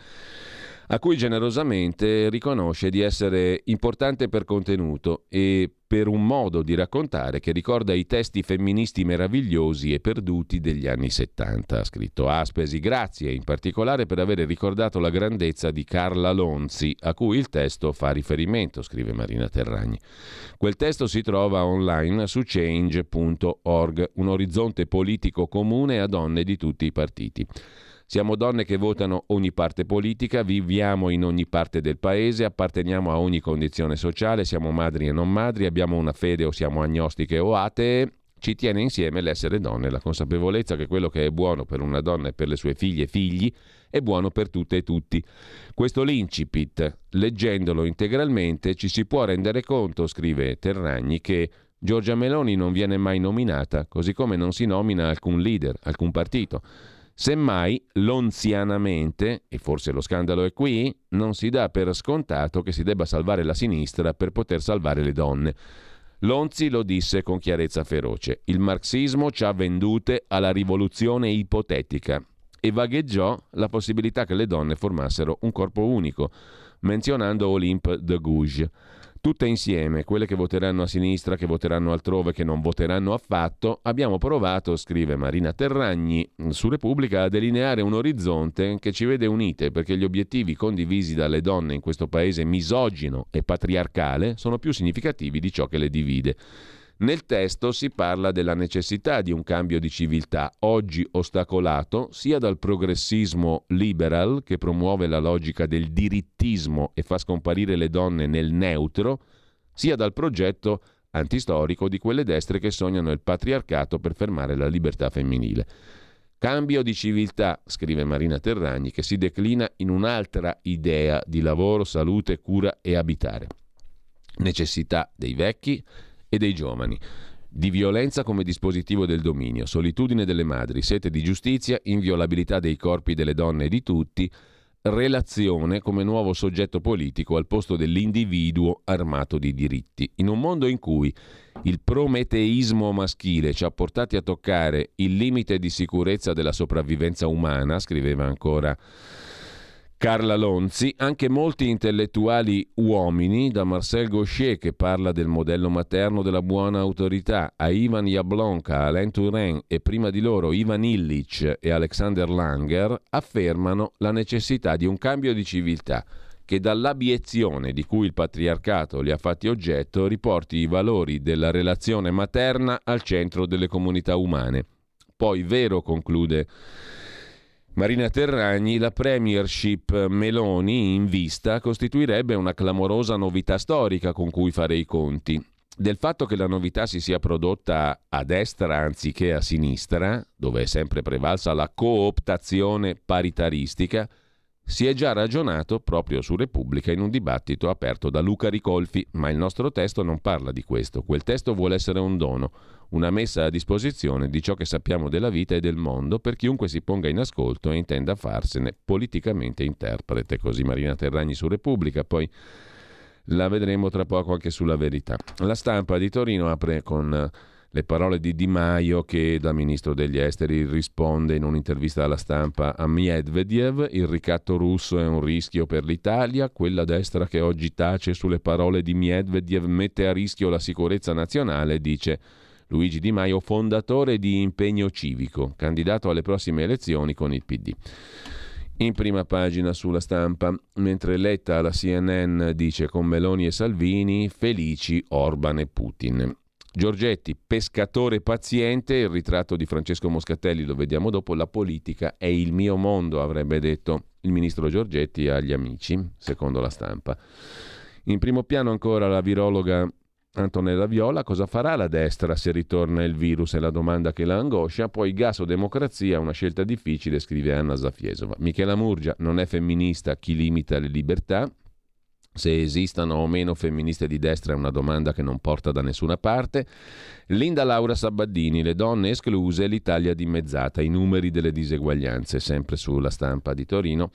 a cui generosamente riconosce di essere importante per contenuto e per un modo di raccontare che ricorda i testi femministi meravigliosi e perduti degli anni 70, ha scritto Aspesi. Grazie in particolare per aver ricordato la grandezza di Carla Lonzi, a cui il testo fa riferimento, scrive Marina Terragni. Quel testo si trova online su change.org, un orizzonte politico comune a donne di tutti i partiti. Siamo donne che votano ogni parte politica, viviamo in ogni parte del paese, apparteniamo a ogni condizione sociale, siamo madri e non madri, abbiamo una fede o siamo agnostiche o atee. Ci tiene insieme l'essere donne, la consapevolezza che quello che è buono per una donna e per le sue figlie e figli è buono per tutte e tutti. Questo l'incipit, leggendolo integralmente, ci si può rendere conto, scrive Terragni, che Giorgia Meloni non viene mai nominata, così come non si nomina alcun leader, alcun partito. Semmai, lonzianamente, e forse lo scandalo è qui, non si dà per scontato che si debba salvare la sinistra per poter salvare le donne. Lonzi lo disse con chiarezza feroce: il marxismo ci ha vendute alla rivoluzione ipotetica, e vagheggiò la possibilità che le donne formassero un corpo unico, menzionando Olympe de Gouges. Tutte insieme, quelle che voteranno a sinistra, che voteranno altrove, che non voteranno affatto, abbiamo provato, scrive Marina Terragni su Repubblica, a delineare un orizzonte che ci vede unite, perché gli obiettivi condivisi dalle donne in questo paese misogino e patriarcale sono più significativi di ciò che le divide. Nel testo si parla della necessità di un cambio di civiltà, oggi ostacolato sia dal progressismo liberal, che promuove la logica del dirittismo e fa scomparire le donne nel neutro, sia dal progetto antistorico di quelle destre che sognano il patriarcato per fermare la libertà femminile. Cambio di civiltà, scrive Marina Terragni, che si declina in un'altra idea di lavoro, salute, cura e abitare. Necessità dei vecchi e dei giovani, di violenza come dispositivo del dominio, solitudine delle madri, sete di giustizia, inviolabilità dei corpi delle donne e di tutti, relazione come nuovo soggetto politico al posto dell'individuo armato di diritti. In un mondo in cui il prometeismo maschile ci ha portati a toccare il limite di sicurezza della sopravvivenza umana, scriveva ancora Carla Lonzi, anche molti intellettuali uomini, da Marcel Gauchet che parla del modello materno della buona autorità, a Ivan Jablonka, Alain Touraine e prima di loro Ivan Illich e Alexander Langer, affermano la necessità di un cambio di civiltà che dall'abiezione di cui il patriarcato li ha fatti oggetto riporti i valori della relazione materna al centro delle comunità umane. Poi, vero, conclude Marina Terragni, la premiership Meloni in vista costituirebbe una clamorosa novità storica con cui fare i conti. Del fatto che la novità si sia prodotta a destra anziché a sinistra, dove è sempre prevalsa la cooptazione paritaristica, Si è già ragionato proprio su Repubblica in un dibattito aperto da Luca Ricolfi, ma il nostro testo non parla di questo. Quel testo vuole essere un dono, una messa a disposizione di ciò che sappiamo della vita e del mondo per chiunque si ponga in ascolto e intenda farsene politicamente interprete. Così Marina Terragni su Repubblica, poi la vedremo tra poco anche sulla Verità. La Stampa di Torino apre con le parole di Di Maio che da ministro degli esteri risponde in un'intervista alla Stampa a Medvedev: il ricatto russo è un rischio per l'Italia, quella destra che oggi tace sulle parole di Medvedev mette a rischio la sicurezza nazionale, dice Luigi Di Maio, fondatore di Impegno Civico, candidato alle prossime elezioni con il PD. In prima pagina sulla Stampa, mentre Letta alla CNN dice con Meloni e Salvini felici Orban e Putin. Giorgetti, pescatore paziente, il ritratto di Francesco Moscatelli lo vediamo dopo, la politica è il mio mondo, avrebbe detto il ministro Giorgetti agli amici, secondo la Stampa. In primo piano ancora la virologa Antonella Viola, cosa farà la destra se ritorna il virus? È la domanda che la angoscia. Poi gas o democrazia, una scelta difficile, scrive Anna Zafiesova. Michela Murgia, non è femminista chi limita le libertà. Se esistano o meno femministe di destra è una domanda che non porta da nessuna parte. Linda Laura Sabbadini, le donne escluse, l'Italia dimezzata, i numeri delle diseguaglianze, sempre sulla Stampa di Torino.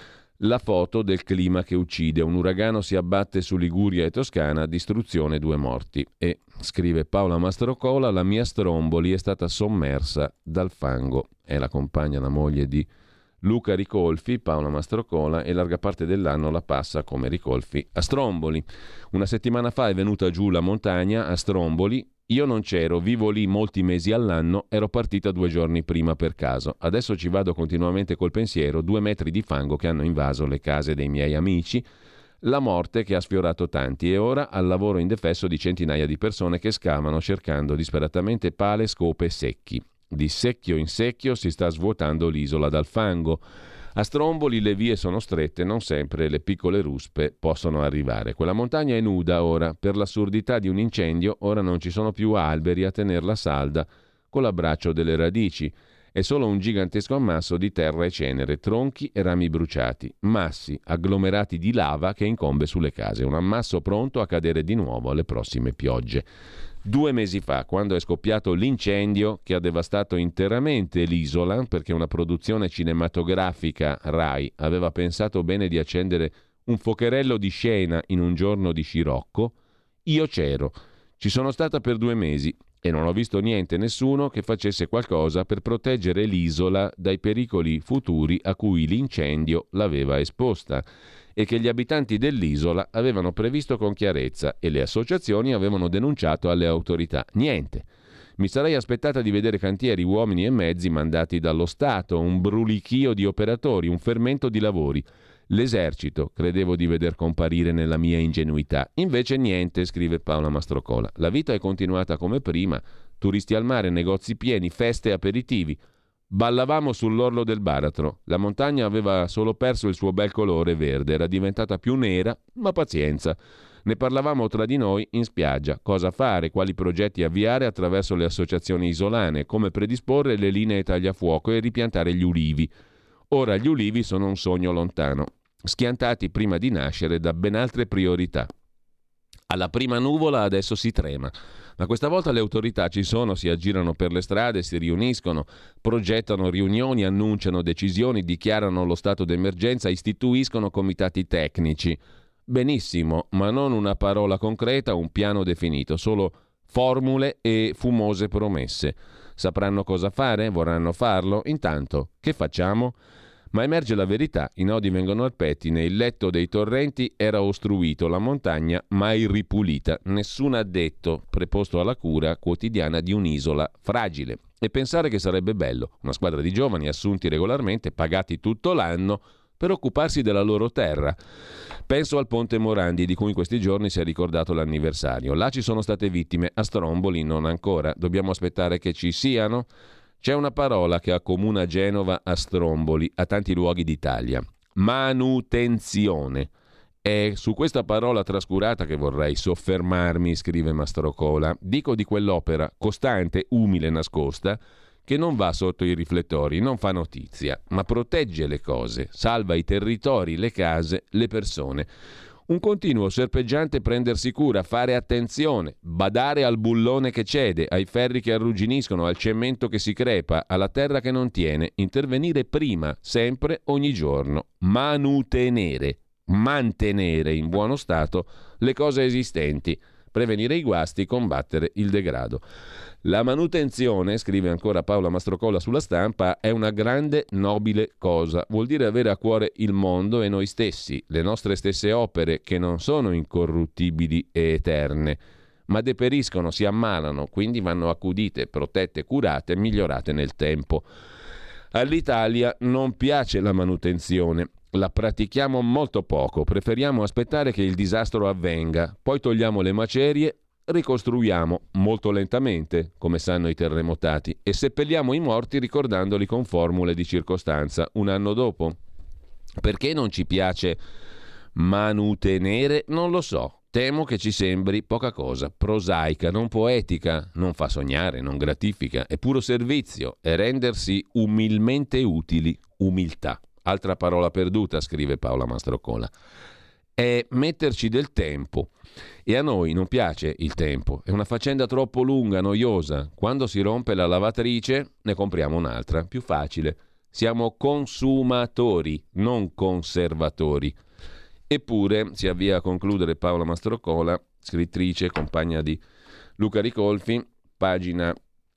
La foto del clima che uccide, un uragano si abbatte su Liguria e Toscana, distruzione, 2 morti. E scrive Paola Mastrocola, la mia Stromboli è stata sommersa dal fango. È la compagna, la moglie di Luca Ricolfi, Paola Mastrocola, e larga parte dell'anno la passa come Ricolfi a Stromboli. Una settimana fa è venuta giù la montagna a Stromboli. Io non c'ero, vivo lì molti mesi all'anno, ero partita 2 giorni prima per caso. Adesso ci vado continuamente col pensiero, 2 metri di fango che hanno invaso le case dei miei amici, la morte che ha sfiorato tanti e ora al lavoro indefesso di centinaia di persone che scavano cercando disperatamente pale, scope e secchi. Di secchio in secchio si sta svuotando l'isola dal fango. A Stromboli le vie sono strette, non sempre le piccole ruspe possono arrivare. Quella montagna è nuda ora. Per l'assurdità di un incendio, ora non ci sono più alberi a tenerla salda con l'abbraccio delle radici. È solo un gigantesco ammasso di terra e cenere, tronchi e rami bruciati, massi, agglomerati di lava che incombe sulle case. Un ammasso pronto a cadere di nuovo alle prossime piogge. 2 mesi fa, quando è scoppiato l'incendio che ha devastato interamente l'isola, perché una produzione cinematografica Rai aveva pensato bene di accendere un fuocherello di scena in un giorno di scirocco, io c'ero. Ci sono stata per 2 mesi e non ho visto niente, nessuno che facesse qualcosa per proteggere l'isola dai pericoli futuri a cui l'incendio l'aveva esposta e che gli abitanti dell'isola avevano previsto con chiarezza e le associazioni avevano denunciato alle autorità. Niente. Mi sarei aspettata di vedere cantieri, uomini e mezzi mandati dallo Stato, un brulichio di operatori, un fermento di lavori. L'esercito credevo di veder comparire nella mia ingenuità. Invece niente, scrive Paola Mastrocola. La vita è continuata come prima, turisti al mare, negozi pieni, feste e aperitivi. Ballavamo sull'orlo del baratro. La montagna aveva solo perso il suo bel colore verde, era diventata più nera, ma pazienza. Ne parlavamo tra di noi in spiaggia. Cosa fare, quali progetti avviare attraverso le associazioni isolane, come predisporre le linee tagliafuoco e ripiantare gli ulivi. Ora gli ulivi sono un sogno lontano, schiantati prima di nascere da ben altre priorità. Alla prima nuvola adesso si trema. Ma questa volta le autorità ci sono, si aggirano per le strade, si riuniscono, progettano riunioni, annunciano decisioni, dichiarano lo stato d'emergenza, istituiscono comitati tecnici. Benissimo, ma non una parola concreta, un piano definito, solo formule e fumose promesse. Sapranno cosa fare? Vorranno farlo? Intanto, che facciamo? Ma emerge la verità, i nodi vengono al pettine, il letto dei torrenti era ostruito, la montagna mai ripulita, nessun addetto preposto alla cura quotidiana di un'isola fragile. E pensare che sarebbe bello, una squadra di giovani assunti regolarmente, pagati tutto l'anno, per occuparsi della loro terra. Penso al Ponte Morandi, di cui in questi giorni si è ricordato l'anniversario. Là ci sono state vittime, a Stromboli non ancora, dobbiamo aspettare che ci siano? C'è una parola che accomuna Genova a Stromboli, a tanti luoghi d'Italia. Manutenzione. È su questa parola trascurata che vorrei soffermarmi, scrive Mastrocola. Dico di quell'opera costante, umile, nascosta, che non va sotto i riflettori, non fa notizia, ma protegge le cose, salva i territori, le case, le persone. Un continuo serpeggiante prendersi cura, fare attenzione, badare al bullone che cede, ai ferri che arrugginiscono, al cemento che si crepa, alla terra che non tiene, intervenire prima, sempre, ogni giorno, mantenere in buono stato le cose esistenti, prevenire i guasti, combattere il degrado. La manutenzione, scrive ancora Paola Mastrocola sulla Stampa, è una grande, nobile cosa. Vuol dire avere a cuore il mondo e noi stessi, le nostre stesse opere, che non sono incorruttibili e eterne, ma deperiscono, si ammalano, quindi vanno accudite, protette, curate, migliorate nel tempo. All'Italia non piace la manutenzione. La pratichiamo molto poco, preferiamo aspettare che il disastro avvenga, poi togliamo le macerie, ricostruiamo molto lentamente, come sanno i terremotati, e seppelliamo i morti ricordandoli con formule di circostanza un anno dopo. Perché non ci piace manutenere? Non lo so. Temo che ci sembri poca cosa, prosaica, non poetica, non fa sognare, non gratifica, è puro servizio, è rendersi umilmente utili, umiltà. Altra parola perduta, scrive Paola Mastrocola. È metterci del tempo. E a noi non piace il tempo, è una faccenda troppo lunga, noiosa. Quando si rompe la lavatrice ne compriamo un'altra, più facile. Siamo consumatori, non conservatori. Eppure, si avvia a concludere Paola Mastrocola, scrittrice, compagna di Luca Ricolfi, pagina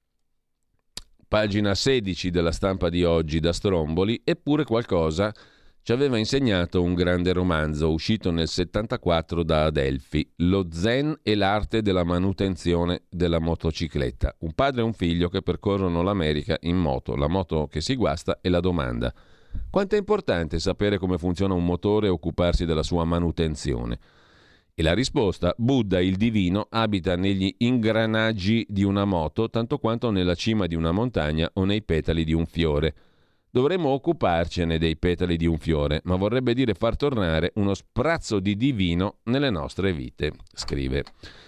16 della Stampa di oggi da Stromboli, eppure qualcosa ci aveva insegnato un grande romanzo uscito nel 1974 da Adelphi, Lo zen e l'arte della manutenzione della motocicletta. Un padre e un figlio che percorrono l'America in moto, la moto che si guasta e la domanda: quanto è importante sapere come funziona un motore e occuparsi della sua manutenzione? E la risposta: Buddha, il divino, abita negli ingranaggi di una moto tanto quanto nella cima di una montagna o nei petali di un fiore. Dovremmo occuparcene dei petali di un fiore, ma vorrebbe dire far tornare uno sprazzo di divino nelle nostre vite, scrive.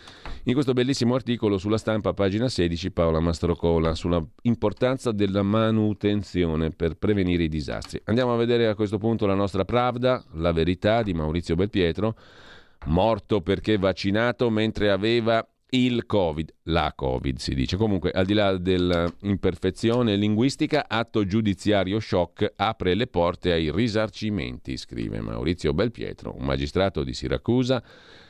In questo bellissimo articolo sulla Stampa, pagina 16, Paola Mastrocola, sulla importanza della manutenzione per prevenire i disastri. Andiamo a vedere a questo punto la nostra Pravda, La verità di Maurizio Belpietro, morto perché vaccinato mentre aveva il Covid, la Covid si dice. Comunque, al di là dell'imperfezione linguistica, atto giudiziario shock apre le porte ai risarcimenti, scrive Maurizio Belpietro. Un magistrato di Siracusa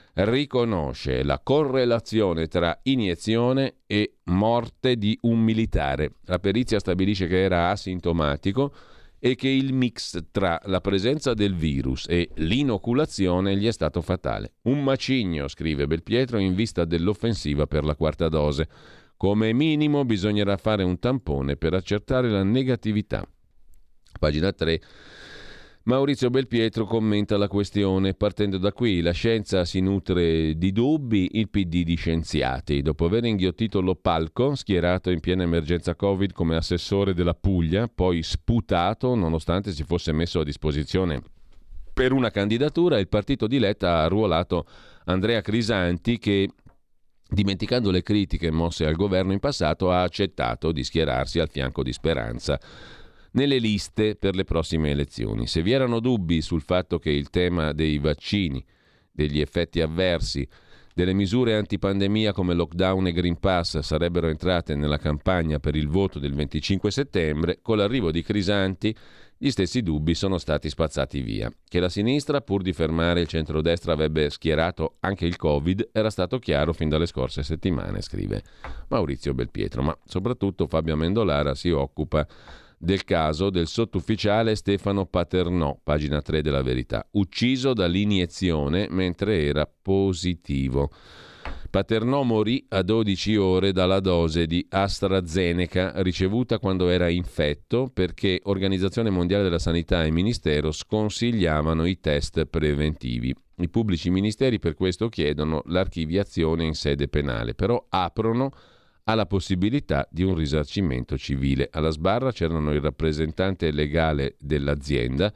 riconosce la correlazione tra iniezione e morte di un militare. La perizia stabilisce che era asintomatico e che il mix tra la presenza del virus e l'inoculazione gli è stato fatale. Un macigno, scrive Belpietro, in vista dell'offensiva per la quarta dose. Come minimo bisognerà fare un tampone per accertare la negatività. Pagina 3. Maurizio Belpietro commenta la questione. Partendo da qui, la scienza si nutre di dubbi, il PD di scienziati. Dopo aver inghiottito Lopalco, schierato in piena emergenza Covid come assessore della Puglia, poi sputato nonostante si fosse messo a disposizione per una candidatura, il partito di Letta ha arruolato Andrea Crisanti che, dimenticando le critiche mosse al governo in passato, ha accettato di schierarsi al fianco di Speranza nelle liste per le prossime elezioni. Se vi erano dubbi sul fatto che il tema dei vaccini, degli effetti avversi, delle misure antipandemia come lockdown e Green Pass sarebbero entrate nella campagna per il voto del 25 settembre, con l'arrivo di Crisanti gli stessi dubbi sono stati spazzati via. Che la sinistra, pur di fermare il centrodestra, avrebbe schierato anche il Covid era stato chiaro fin dalle scorse settimane, scrive Maurizio Belpietro. Ma soprattutto Fabio Amendolara si occupa del caso del sottufficiale Stefano Paternò, pagina 3 della Verità, ucciso dall'iniezione mentre era positivo. Paternò morì a 12 ore dalla dose di AstraZeneca ricevuta quando era infetto, perché Organizzazione Mondiale della Sanità e Ministero sconsigliavano i test preventivi. I pubblici ministeri per questo chiedono l'archiviazione in sede penale, però aprono alla possibilità di un risarcimento civile. Alla sbarra c'erano il rappresentante legale dell'azienda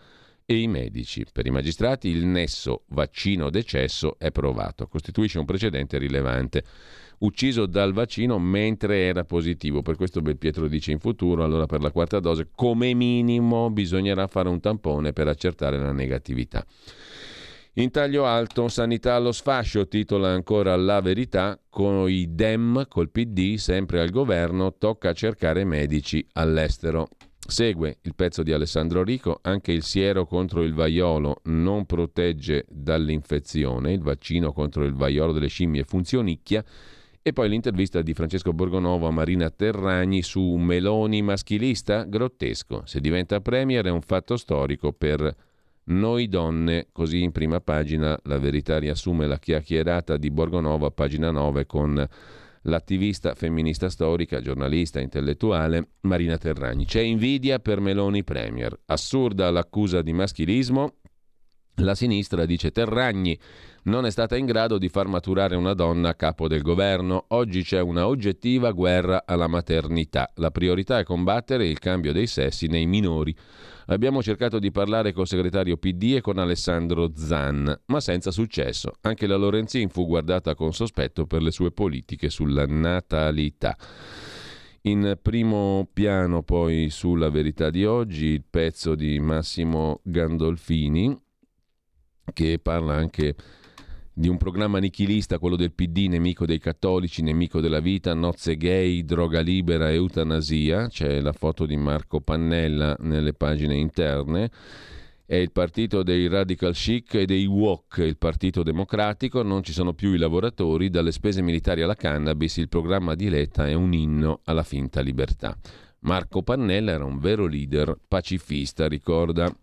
e i medici. Per i magistrati il nesso vaccino-decesso è provato, costituisce un precedente rilevante. Ucciso dal vaccino mentre era positivo. Per questo Belpietro dice in futuro, allora per la quarta dose, come minimo bisognerà fare un tampone per accertare la negatività. In taglio alto, sanità allo sfascio, titola ancora La Verità, con i Dem, col PD, sempre al governo, tocca cercare medici all'estero. Segue il pezzo di Alessandro Rico, anche il siero contro il vaiolo non protegge dall'infezione, il vaccino contro il vaiolo delle scimmie funzionicchia. E poi l'intervista di Francesco Borgonovo a Marina Terragni su Meloni maschilista, grottesco. Se diventa premier è un fatto storico per noi donne, così in prima pagina La Verità riassume la chiacchierata di Borgonovo a pagina 9 con l'attivista femminista storica, giornalista, intellettuale Marina Terragni. C'è invidia per Meloni premier. Assurda l'accusa di maschilismo. La sinistra, dice Terragni, non è stata in grado di far maturare una donna a capo del governo. Oggi c'è una oggettiva guerra alla maternità. La priorità è combattere il cambio dei sessi nei minori. Abbiamo cercato di parlare col segretario PD e con Alessandro Zan, ma senza successo. Anche la Lorenzin fu guardata con sospetto per le sue politiche sulla natalità. In primo piano poi sulla Verità di oggi il pezzo di Massimo Gandolfini, che parla anche di un programma nichilista, quello del PD, nemico dei cattolici, nemico della vita, nozze gay, droga libera, eutanasia. C'è la foto di Marco Pannella nelle pagine interne. È il partito dei radical chic e dei woke, il partito democratico, non ci sono più i lavoratori, dalle spese militari alla cannabis, il programma di Letta è un inno alla finta libertà. Marco Pannella era un vero leader pacifista, ricorda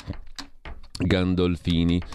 Gandolfini.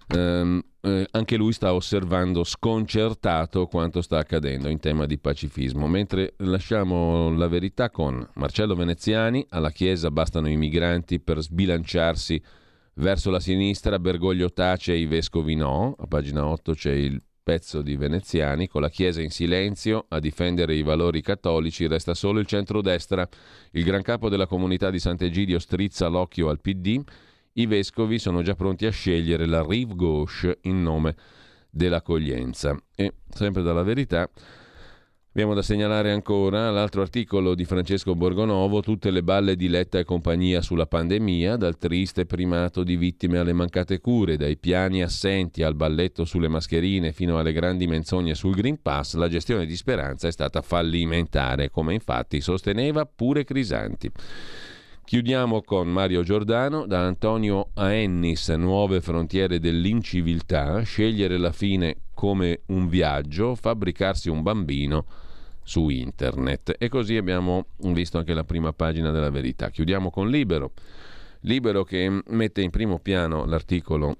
Anche lui sta osservando sconcertato quanto sta accadendo in tema di pacifismo, mentre lasciamo La Verità con Marcello Veneziani. Alla Chiesa bastano i migranti per sbilanciarsi verso la sinistra, Bergoglio tace e i vescovi no. A pagina 8 c'è il pezzo di Veneziani: con la Chiesa in silenzio a difendere i valori cattolici resta solo il centrodestra. Il gran capo della comunità di Sant'Egidio strizza l'occhio al PD. I vescovi sono già pronti a scegliere la rive gauche in nome dell'accoglienza. E sempre dalla Verità abbiamo da segnalare ancora l'altro articolo di Francesco Borgonovo, tutte le balle di Letta e compagnia sulla pandemia, dal triste primato di vittime alle mancate cure, dai piani assenti al balletto sulle mascherine fino alle grandi menzogne sul Green Pass. La gestione di Speranza è stata fallimentare, come infatti sosteneva pure Crisanti. Chiudiamo con Mario Giordano, da Antonio a Ennis, nuove frontiere dell'inciviltà, scegliere la fine come un viaggio, fabbricarsi un bambino su internet. E così abbiamo visto anche la prima pagina della Verità. Chiudiamo con Libero. Libero che mette in primo piano l'articolo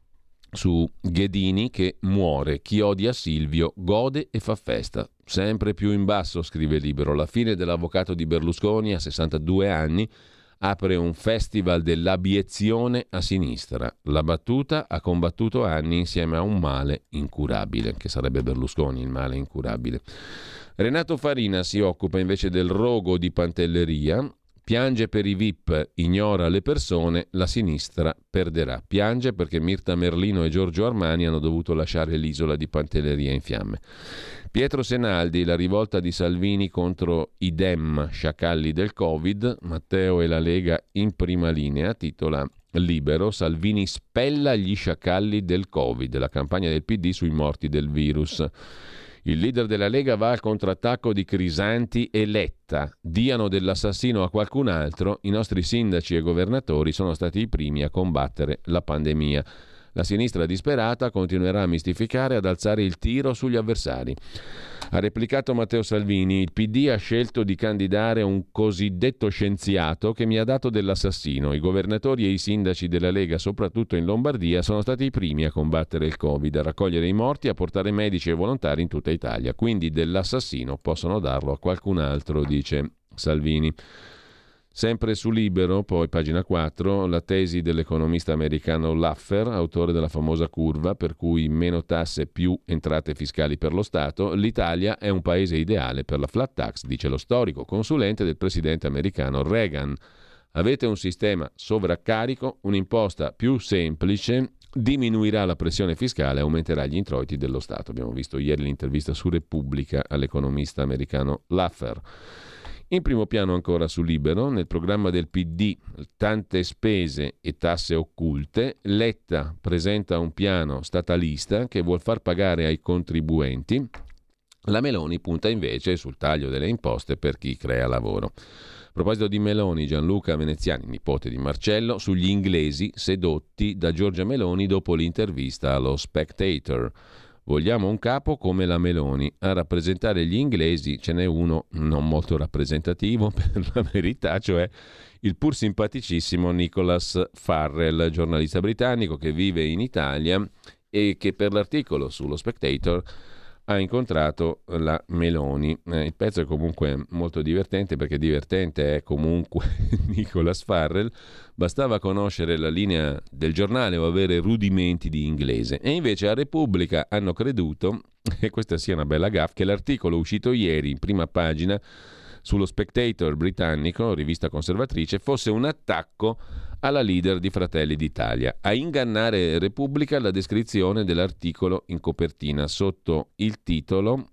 su Ghedini che muore, chi odia Silvio gode e fa festa. Sempre più in basso, scrive Libero, la fine dell'avvocato di Berlusconi a 62 anni apre un festival dell'abiezione a sinistra. La battuta ha combattuto anni insieme a un male incurabile, che sarebbe Berlusconi, il male incurabile. Renato Farina si occupa invece del rogo di Pantelleria. Piange per i VIP, ignora le persone, la sinistra perderà. Piange perché Mirta Merlino e Giorgio Armani hanno dovuto lasciare l'isola di Pantelleria in fiamme. Pietro Senaldi, la rivolta di Salvini contro i Dem, sciacalli del Covid. Matteo e la Lega in prima linea, titola Libero. Salvini spella gli sciacalli del Covid, la campagna del PD sui morti del virus. Il leader della Lega va al contrattacco di Crisanti e Letta. Diano dell'assassino a qualcun altro, i nostri sindaci e governatori sono stati i primi a combattere la pandemia. La sinistra disperata continuerà a mistificare e ad alzare il tiro sugli avversari. Ha replicato Matteo Salvini: il PD ha scelto di candidare un cosiddetto scienziato che mi ha dato dell'assassino. I governatori e i sindaci della Lega, soprattutto in Lombardia, sono stati i primi a combattere il Covid, a raccogliere i morti e a portare medici e volontari in tutta Italia. Quindi dell'assassino possono darlo a qualcun altro, dice Salvini. Sempre su Libero, poi pagina 4, la tesi dell'economista americano Laffer, autore della famosa curva per cui meno tasse più entrate fiscali per lo Stato. L'Italia è un paese ideale per la flat tax, dice lo storico consulente del presidente americano Reagan. Avete un sistema sovraccarico, un'imposta più semplice diminuirà la pressione fiscale e aumenterà gli introiti dello Stato. Abbiamo visto ieri l'intervista su Repubblica all'economista americano Laffer. In primo piano ancora su Libero, nel programma del PD, tante spese e tasse occulte, Letta presenta un piano statalista che vuol far pagare ai contribuenti. La Meloni punta invece sul taglio delle imposte per chi crea lavoro. A proposito di Meloni, Gianluca Veneziani, nipote di Marcello, sugli inglesi sedotti da Giorgia Meloni dopo l'intervista allo Spectator. Vogliamo un capo come la Meloni. A rappresentare gli inglesi ce n'è uno non molto rappresentativo, per la verità, cioè il pur simpaticissimo Nicholas Farrell, giornalista britannico che vive in Italia e che per l'articolo sullo Spectator ha incontrato la Meloni. Il pezzo è comunque molto divertente, perché divertente è comunque Nicholas Farrell. Bastava conoscere la linea del giornale o avere rudimenti di inglese. E invece a Repubblica hanno creduto, e questa sia una bella gaffe, che l'articolo uscito ieri in prima pagina sullo Spectator britannico, rivista conservatrice, fosse un attacco alla leader di Fratelli d'Italia. A ingannare Repubblica la descrizione dell'articolo in copertina sotto il titolo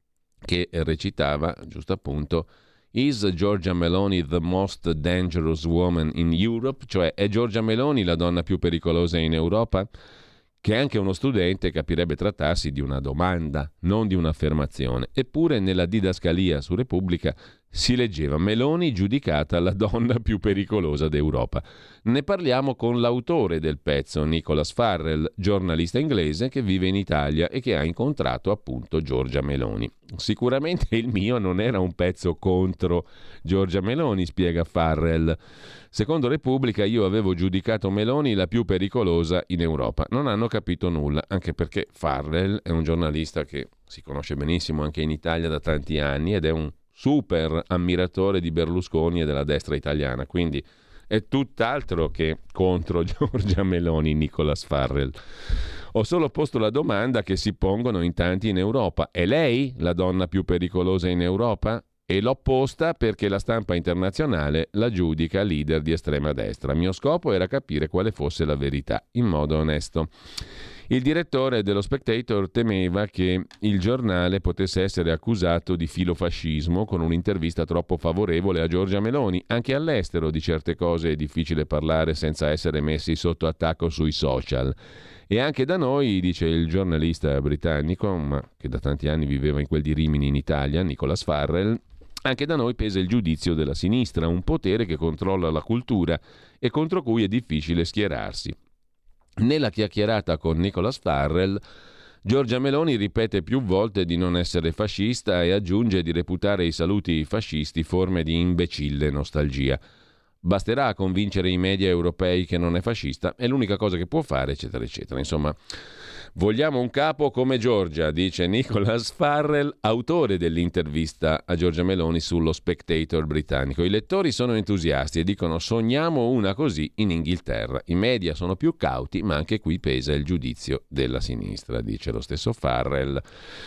che recitava, giusto appunto, Is Giorgia Meloni the most dangerous woman in Europe? Cioè, è Giorgia Meloni la donna più pericolosa in Europa? Che anche uno studente capirebbe trattarsi di una domanda, non di un'affermazione. Eppure nella didascalia su Repubblica si leggeva Meloni giudicata la donna più pericolosa d'Europa. Ne parliamo con l'autore del pezzo, Nicholas Farrell, giornalista inglese che vive in Italia e che ha incontrato appunto Giorgia Meloni. Sicuramente il mio non era un pezzo contro Giorgia Meloni, spiega Farrell. Secondo Repubblica io avevo giudicato Meloni la più pericolosa in Europa. Non hanno capito nulla, anche perché Farrell è un giornalista che si conosce benissimo anche in Italia da tanti anni ed è un super ammiratore di Berlusconi e della destra italiana, quindi è tutt'altro che contro Giorgia Meloni, Nicholas Farrell. Ho solo posto la domanda che si pongono in tanti in Europa: è lei la donna più pericolosa in Europa? E l'ho posta perché la stampa internazionale la giudica leader di estrema destra. Mio scopo era capire quale fosse la verità, in modo onesto. Il direttore dello Spectator temeva che il giornale potesse essere accusato di filofascismo con un'intervista troppo favorevole a Giorgia Meloni. Anche all'estero di certe cose è difficile parlare senza essere messi sotto attacco sui social. E anche da noi, dice il giornalista britannico, ma che da tanti anni viveva in quel di Rimini in Italia, Nicholas Farrell, anche da noi pesa il giudizio della sinistra, un potere che controlla la cultura e contro cui è difficile schierarsi. Nella chiacchierata con Nicholas Farrell, Giorgia Meloni ripete più volte di non essere fascista e aggiunge di reputare i saluti fascisti forme di imbecille nostalgia. Basterà convincere i media europei che non è fascista, è l'unica cosa che può fare, eccetera, eccetera. Insomma, vogliamo un capo come Giorgia, dice Nicholas Farrell, autore dell'intervista a Giorgia Meloni sullo Spectator britannico. I lettori sono entusiasti e dicono sogniamo una così in Inghilterra. I media sono più cauti, ma anche qui pesa il giudizio della sinistra, dice lo stesso Farrell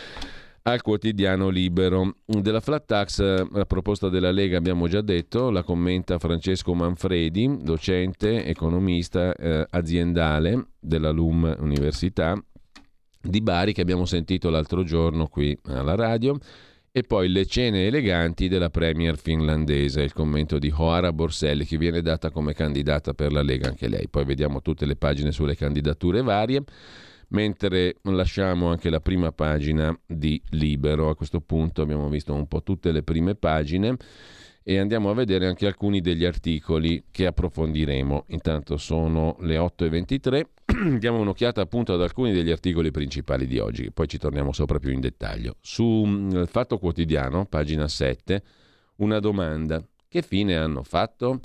al quotidiano Libero. Della flat tax, la proposta della Lega abbiamo già detto, la commenta Francesco Manfredi, docente, economista aziendale della LUM Università di Bari, che abbiamo sentito l'altro giorno qui alla radio, e poi le cene eleganti della premier finlandese, il commento di Joara Borselli, che viene data come candidata per la Lega anche lei. Poi vediamo tutte le pagine sulle candidature varie, mentre lasciamo anche la prima pagina di Libero. A questo punto abbiamo visto un po' tutte le prime pagine e andiamo a vedere anche alcuni degli articoli che approfondiremo. Intanto sono le 8:23, diamo un'occhiata appunto ad alcuni degli articoli principali di oggi, che poi ci torniamo sopra più in dettaglio. Su Fatto Quotidiano, pagina 7, una domanda: che fine hanno fatto?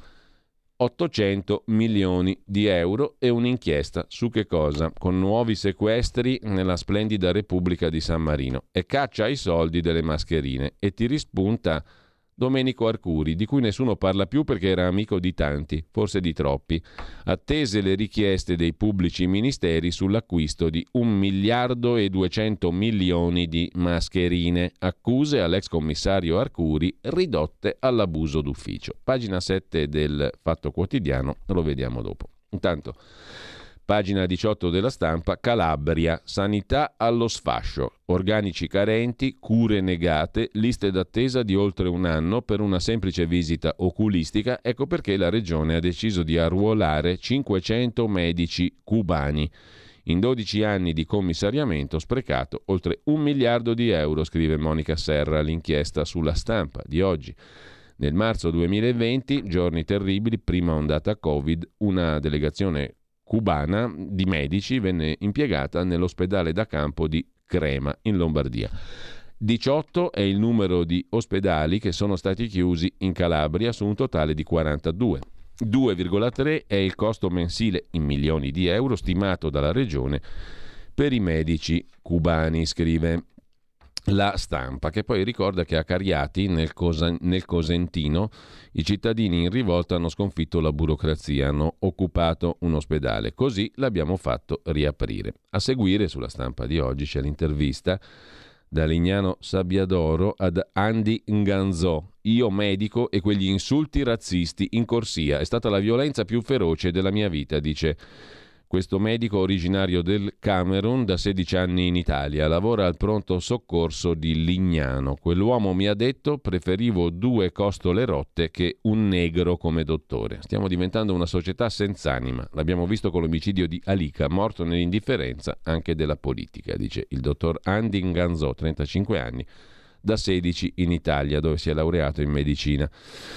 800 milioni di euro e un'inchiesta su che cosa? Con nuovi sequestri nella splendida Repubblica di San Marino e caccia ai soldi delle mascherine, e ti rispunta Domenico Arcuri, di cui nessuno parla più perché era amico di tanti, forse di troppi, attese le richieste dei pubblici ministeri sull'acquisto di 1.200.000.000 di mascherine, accuse all'ex commissario Arcuri ridotte all'abuso d'ufficio. Pagina 7 del Fatto Quotidiano, lo vediamo dopo. Intanto, pagina 18 della Stampa, Calabria, sanità allo sfascio, organici carenti, cure negate, liste d'attesa di oltre un anno per una semplice visita oculistica, ecco perché la regione ha deciso di arruolare 500 medici cubani. In 12 anni di commissariamento sprecato oltre 1 miliardo di euro, scrive Monica Serra, l'inchiesta sulla Stampa di oggi. Nel marzo 2020, giorni terribili, prima ondata Covid, una delegazione cubana di medici venne impiegata nell'ospedale da campo di Crema, in Lombardia. 18 è il numero di ospedali che sono stati chiusi in Calabria su un totale di 42. 2,3 è il costo mensile in milioni di euro stimato dalla regione per i medici cubani, scrive la Stampa, che poi ricorda che a Cariati, nel Cosentino, i cittadini in rivolta hanno sconfitto la burocrazia, hanno occupato un ospedale. Così l'abbiamo fatto riaprire. A seguire, sulla Stampa di oggi, c'è l'intervista da Lignano Sabbiadoro ad Andy Nganzò. Io medico e quegli insulti razzisti in corsia. È stata la violenza più feroce della mia vita, dice questo medico originario del Camerun, da 16 anni in Italia, lavora al pronto soccorso di Lignano. Quell'uomo mi ha detto: preferivo 2 costole rotte che un negro come dottore. Stiamo diventando una società senza anima. L'abbiamo visto con l'omicidio di Alica, morto nell'indifferenza anche della politica, dice il dottor Andy Nganzò, 35 anni, da 16 in Italia, dove si è laureato in medicina.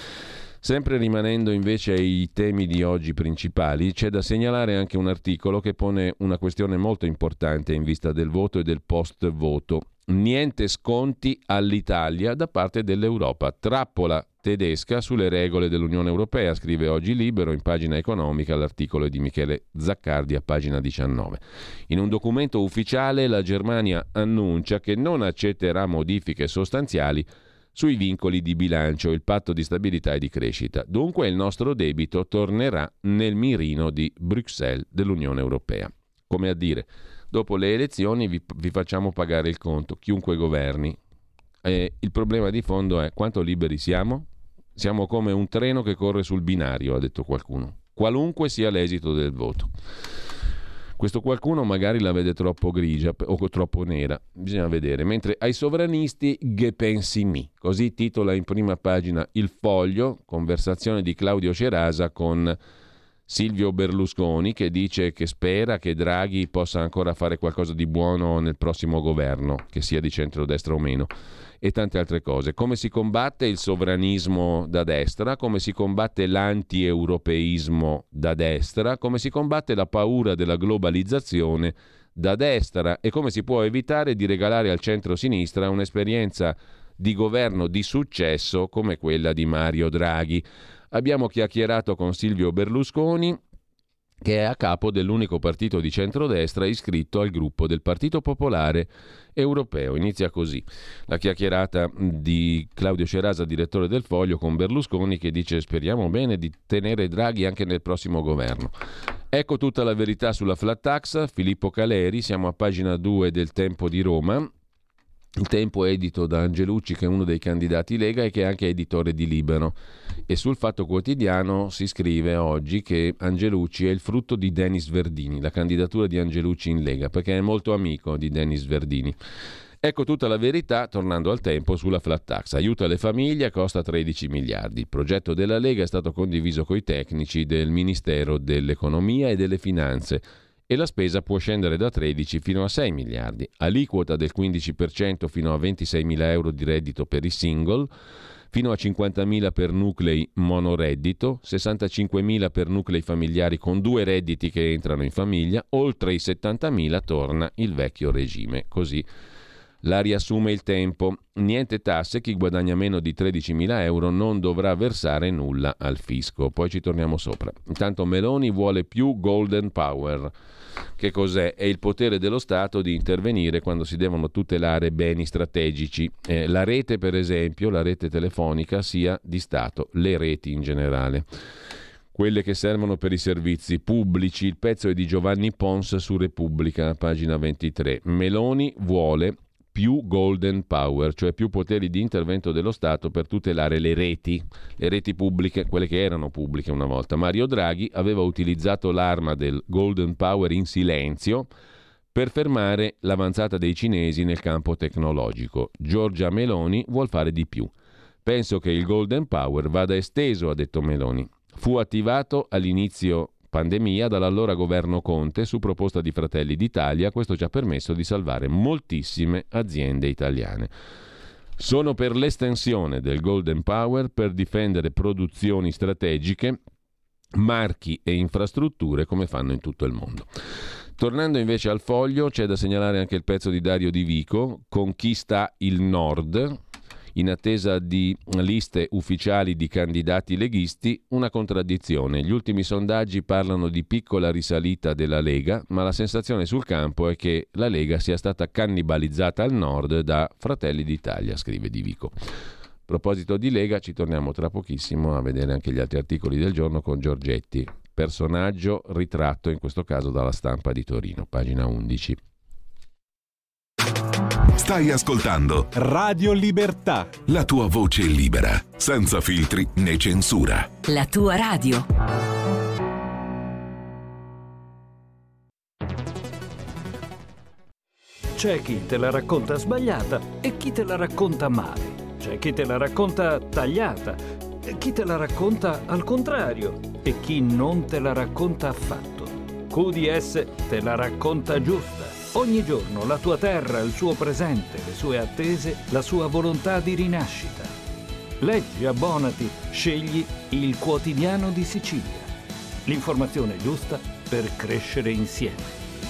Sempre rimanendo invece ai temi di oggi principali, c'è da segnalare anche un articolo che pone una questione molto importante in vista del voto e del post-voto. Niente sconti all'Italia da parte dell'Europa. Trappola tedesca sulle regole dell'Unione Europea, scrive oggi Libero in pagina economica, l'articolo è di Michele Zaccardi a pagina 19. In un documento ufficiale la Germania annuncia che non accetterà modifiche sostanziali sui vincoli di bilancio, il patto di stabilità e di crescita. Dunque il nostro debito tornerà nel mirino di Bruxelles dell'Unione Europea. Come a dire, dopo le elezioni vi facciamo pagare il conto, chiunque governi. Il problema di fondo è: quanto liberi siamo? Siamo come un treno che corre sul binario, ha detto qualcuno, qualunque sia l'esito del voto. Questo qualcuno magari la vede troppo grigia o troppo nera, bisogna vedere. Mentre ai sovranisti, che pensi mi? Così titola in prima pagina Il Foglio, conversazione di Claudio Cerasa con Silvio Berlusconi, che dice che spera che Draghi possa ancora fare qualcosa di buono nel prossimo governo, che sia di centrodestra o meno, e tante altre cose. Come si combatte il sovranismo da destra, come si combatte l'anti-europeismo da destra, come si combatte la paura della globalizzazione da destra e come si può evitare di regalare al centro-sinistra un'esperienza di governo di successo come quella di Mario Draghi. Abbiamo chiacchierato con Silvio Berlusconi, che è a capo dell'unico partito di centrodestra iscritto al gruppo del Partito Popolare Europeo. Inizia così la chiacchierata di Claudio Cerasa, direttore del Foglio, con Berlusconi, che dice: speriamo bene di tenere Draghi anche nel prossimo governo. Ecco tutta la verità sulla flat tax. Filippo Caleri, siamo a pagina 2 del Tempo di Roma. Il Tempo è edito da Angelucci, che è uno dei candidati Lega e che è anche editore di Libero. E sul Fatto Quotidiano si scrive oggi che Angelucci è il frutto di Denis Verdini, la candidatura di Angelucci in Lega, perché è molto amico di Denis Verdini. Ecco tutta la verità, tornando al Tempo, sulla flat tax. Aiuta le famiglie, costa 13 miliardi. Il progetto della Lega è stato condiviso coi tecnici del Ministero dell'Economia e delle Finanze, e la spesa può scendere da 13 fino a 6 miliardi. Aliquota del 15% fino a 26.000 euro di reddito per i single, fino a 50.000 per nuclei monoreddito, 65.000 per nuclei familiari con 2 redditi che entrano in famiglia, oltre i 70.000 torna il vecchio regime. Così La riassume Il Tempo. Niente tasse, chi guadagna meno di 13.000 euro non dovrà versare nulla al fisco. Poi ci torniamo sopra. Intanto Meloni vuole più Golden Power. Che cos'è? È il potere dello Stato di intervenire quando si devono tutelare beni strategici. La rete, per esempio, la rete telefonica sia di Stato, le reti in generale. Quelle che servono per i servizi pubblici. Il pezzo è di Giovanni Pons su Repubblica, pagina 23. Meloni vuole più Golden Power, cioè più poteri di intervento dello Stato per tutelare le reti pubbliche, quelle che erano pubbliche una volta. Mario Draghi aveva utilizzato l'arma del Golden Power in silenzio per fermare l'avanzata dei cinesi nel campo tecnologico. Giorgia Meloni vuol fare di più. Penso che il Golden Power vada esteso, ha detto Meloni. Fu attivato all'inizio pandemia dall'allora governo Conte su proposta di Fratelli d'Italia. Questo ci ha permesso di salvare moltissime aziende italiane. Sono per l'estensione del Golden Power per difendere produzioni strategiche, marchi e infrastrutture come fanno in tutto il mondo. Tornando invece al Foglio, c'è da segnalare anche il pezzo di Dario Di Vico, con chi sta il Nord. In attesa di liste ufficiali di candidati leghisti, una contraddizione. Gli ultimi sondaggi parlano di piccola risalita della Lega, ma la sensazione sul campo è che la Lega sia stata cannibalizzata al nord da Fratelli d'Italia, scrive Di Vico. A proposito di Lega, ci torniamo tra pochissimo a vedere anche gli altri articoli del giorno con Giorgetti, personaggio ritratto in questo caso dalla Stampa di Torino, pagina 11. Stai ascoltando Radio Libertà. la tua voce libera, senza filtri né censura. La tua radio. C'è chi te la racconta sbagliata e chi te la racconta male. C'è chi te la racconta tagliata e chi te la racconta al contrario e chi non te la racconta affatto. QDS te la racconta giusta. Ogni giorno la tua terra, il suo presente, le sue attese, la sua volontà di rinascita. Leggi, abbonati, scegli il Quotidiano di Sicilia. L'informazione giusta per crescere insieme.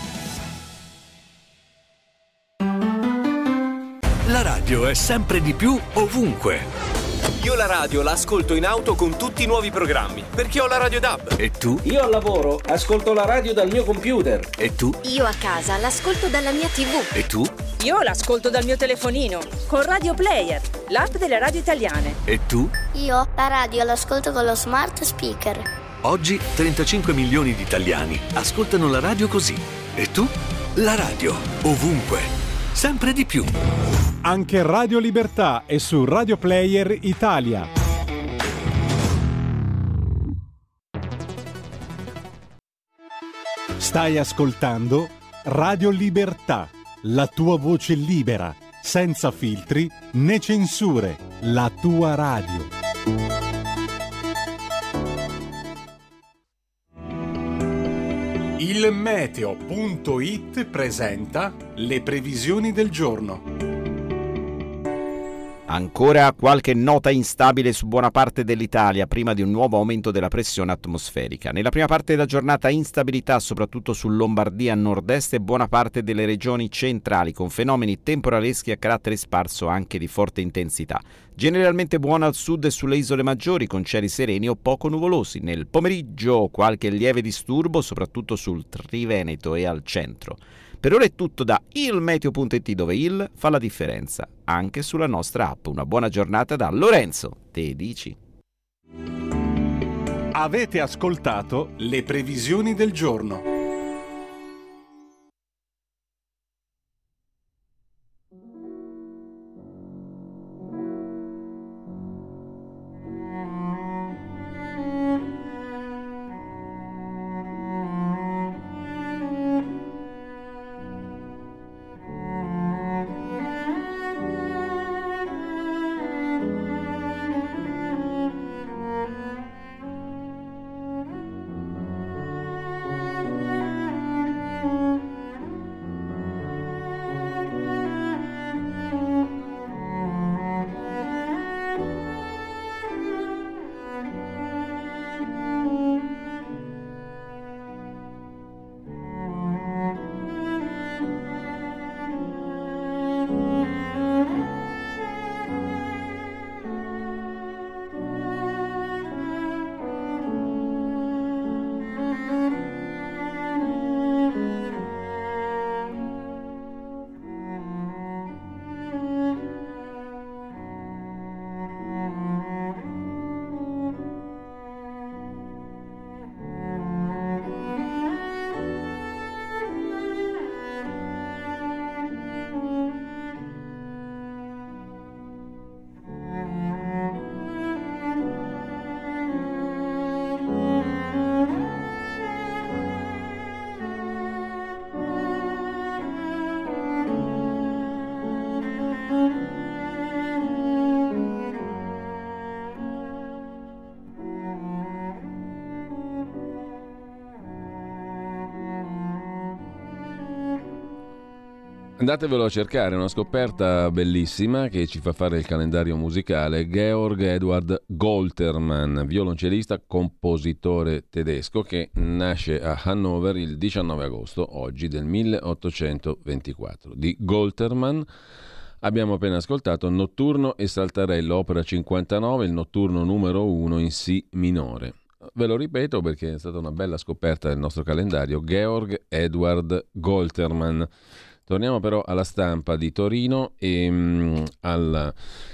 La radio è sempre di più ovunque. Io la radio la ascolto in auto con tutti i nuovi programmi, perché ho la radio DAB. E tu? Io al lavoro ascolto la radio dal mio computer. E tu? Io a casa l'ascolto dalla mia TV. E tu? Io l'ascolto dal mio telefonino, con Radio Player, l'app delle radio italiane. E tu? Io la radio l'ascolto con lo smart speaker. Oggi 35 milioni di italiani ascoltano la radio così. E tu? La radio, ovunque, sempre di più. Anche Radio Libertà è su Radio Player Italia. Stai ascoltando Radio Libertà, la tua voce libera, senza filtri né censure, la tua radio. Il meteo.it presenta le previsioni del giorno. Ancora qualche nota instabile su buona parte dell'Italia prima di un nuovo aumento della pressione atmosferica. Nella prima parte della giornata instabilità soprattutto su Lombardia, nord-est e buona parte delle regioni centrali con fenomeni temporaleschi a carattere sparso anche di forte intensità. Generalmente buona al sud e sulle isole maggiori con cieli sereni o poco nuvolosi. Nel pomeriggio qualche lieve disturbo soprattutto sul Triveneto e al centro. Per ora è tutto da ilmeteo.it, dove il fa la differenza anche sulla nostra app. Una buona giornata da Lorenzo, te dici. Avete ascoltato le previsioni del giorno. Andatevelo a cercare, è una scoperta bellissima che ci fa fare il calendario musicale. Georg Eduard Goltermann, violoncellista, compositore tedesco che nasce a Hannover il 19 agosto, oggi, del 1824. Di Goltermann abbiamo appena ascoltato Notturno e Saltarello, opera 59, il notturno numero 1 in Si minore. Ve lo ripeto perché è stata una bella scoperta del nostro calendario. Georg Eduard Goltermann. Torniamo però alla stampa di Torino e al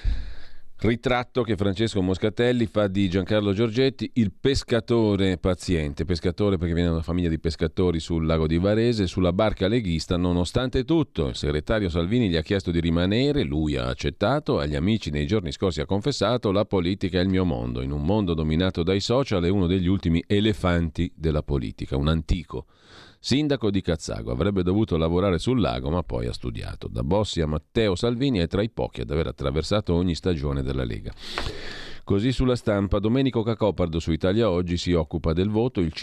ritratto che Francesco Moscatelli fa di Giancarlo Giorgetti, il pescatore paziente, pescatore perché viene da una famiglia di pescatori sul lago di Varese, sulla barca leghista. Nonostante tutto, il segretario Salvini gli ha chiesto di rimanere, lui ha accettato, agli amici nei giorni scorsi ha confessato: la politica è il mio mondo, in un mondo dominato dai social è uno degli ultimi elefanti della politica, un antico. Sindaco di Cazzago, avrebbe dovuto lavorare sul lago ma poi ha studiato. Da Bossi a Matteo Salvini è tra i pochi ad aver attraversato ogni stagione della Lega. Così sulla stampa, Domenico Cacopardo su Italia Oggi si occupa del voto, il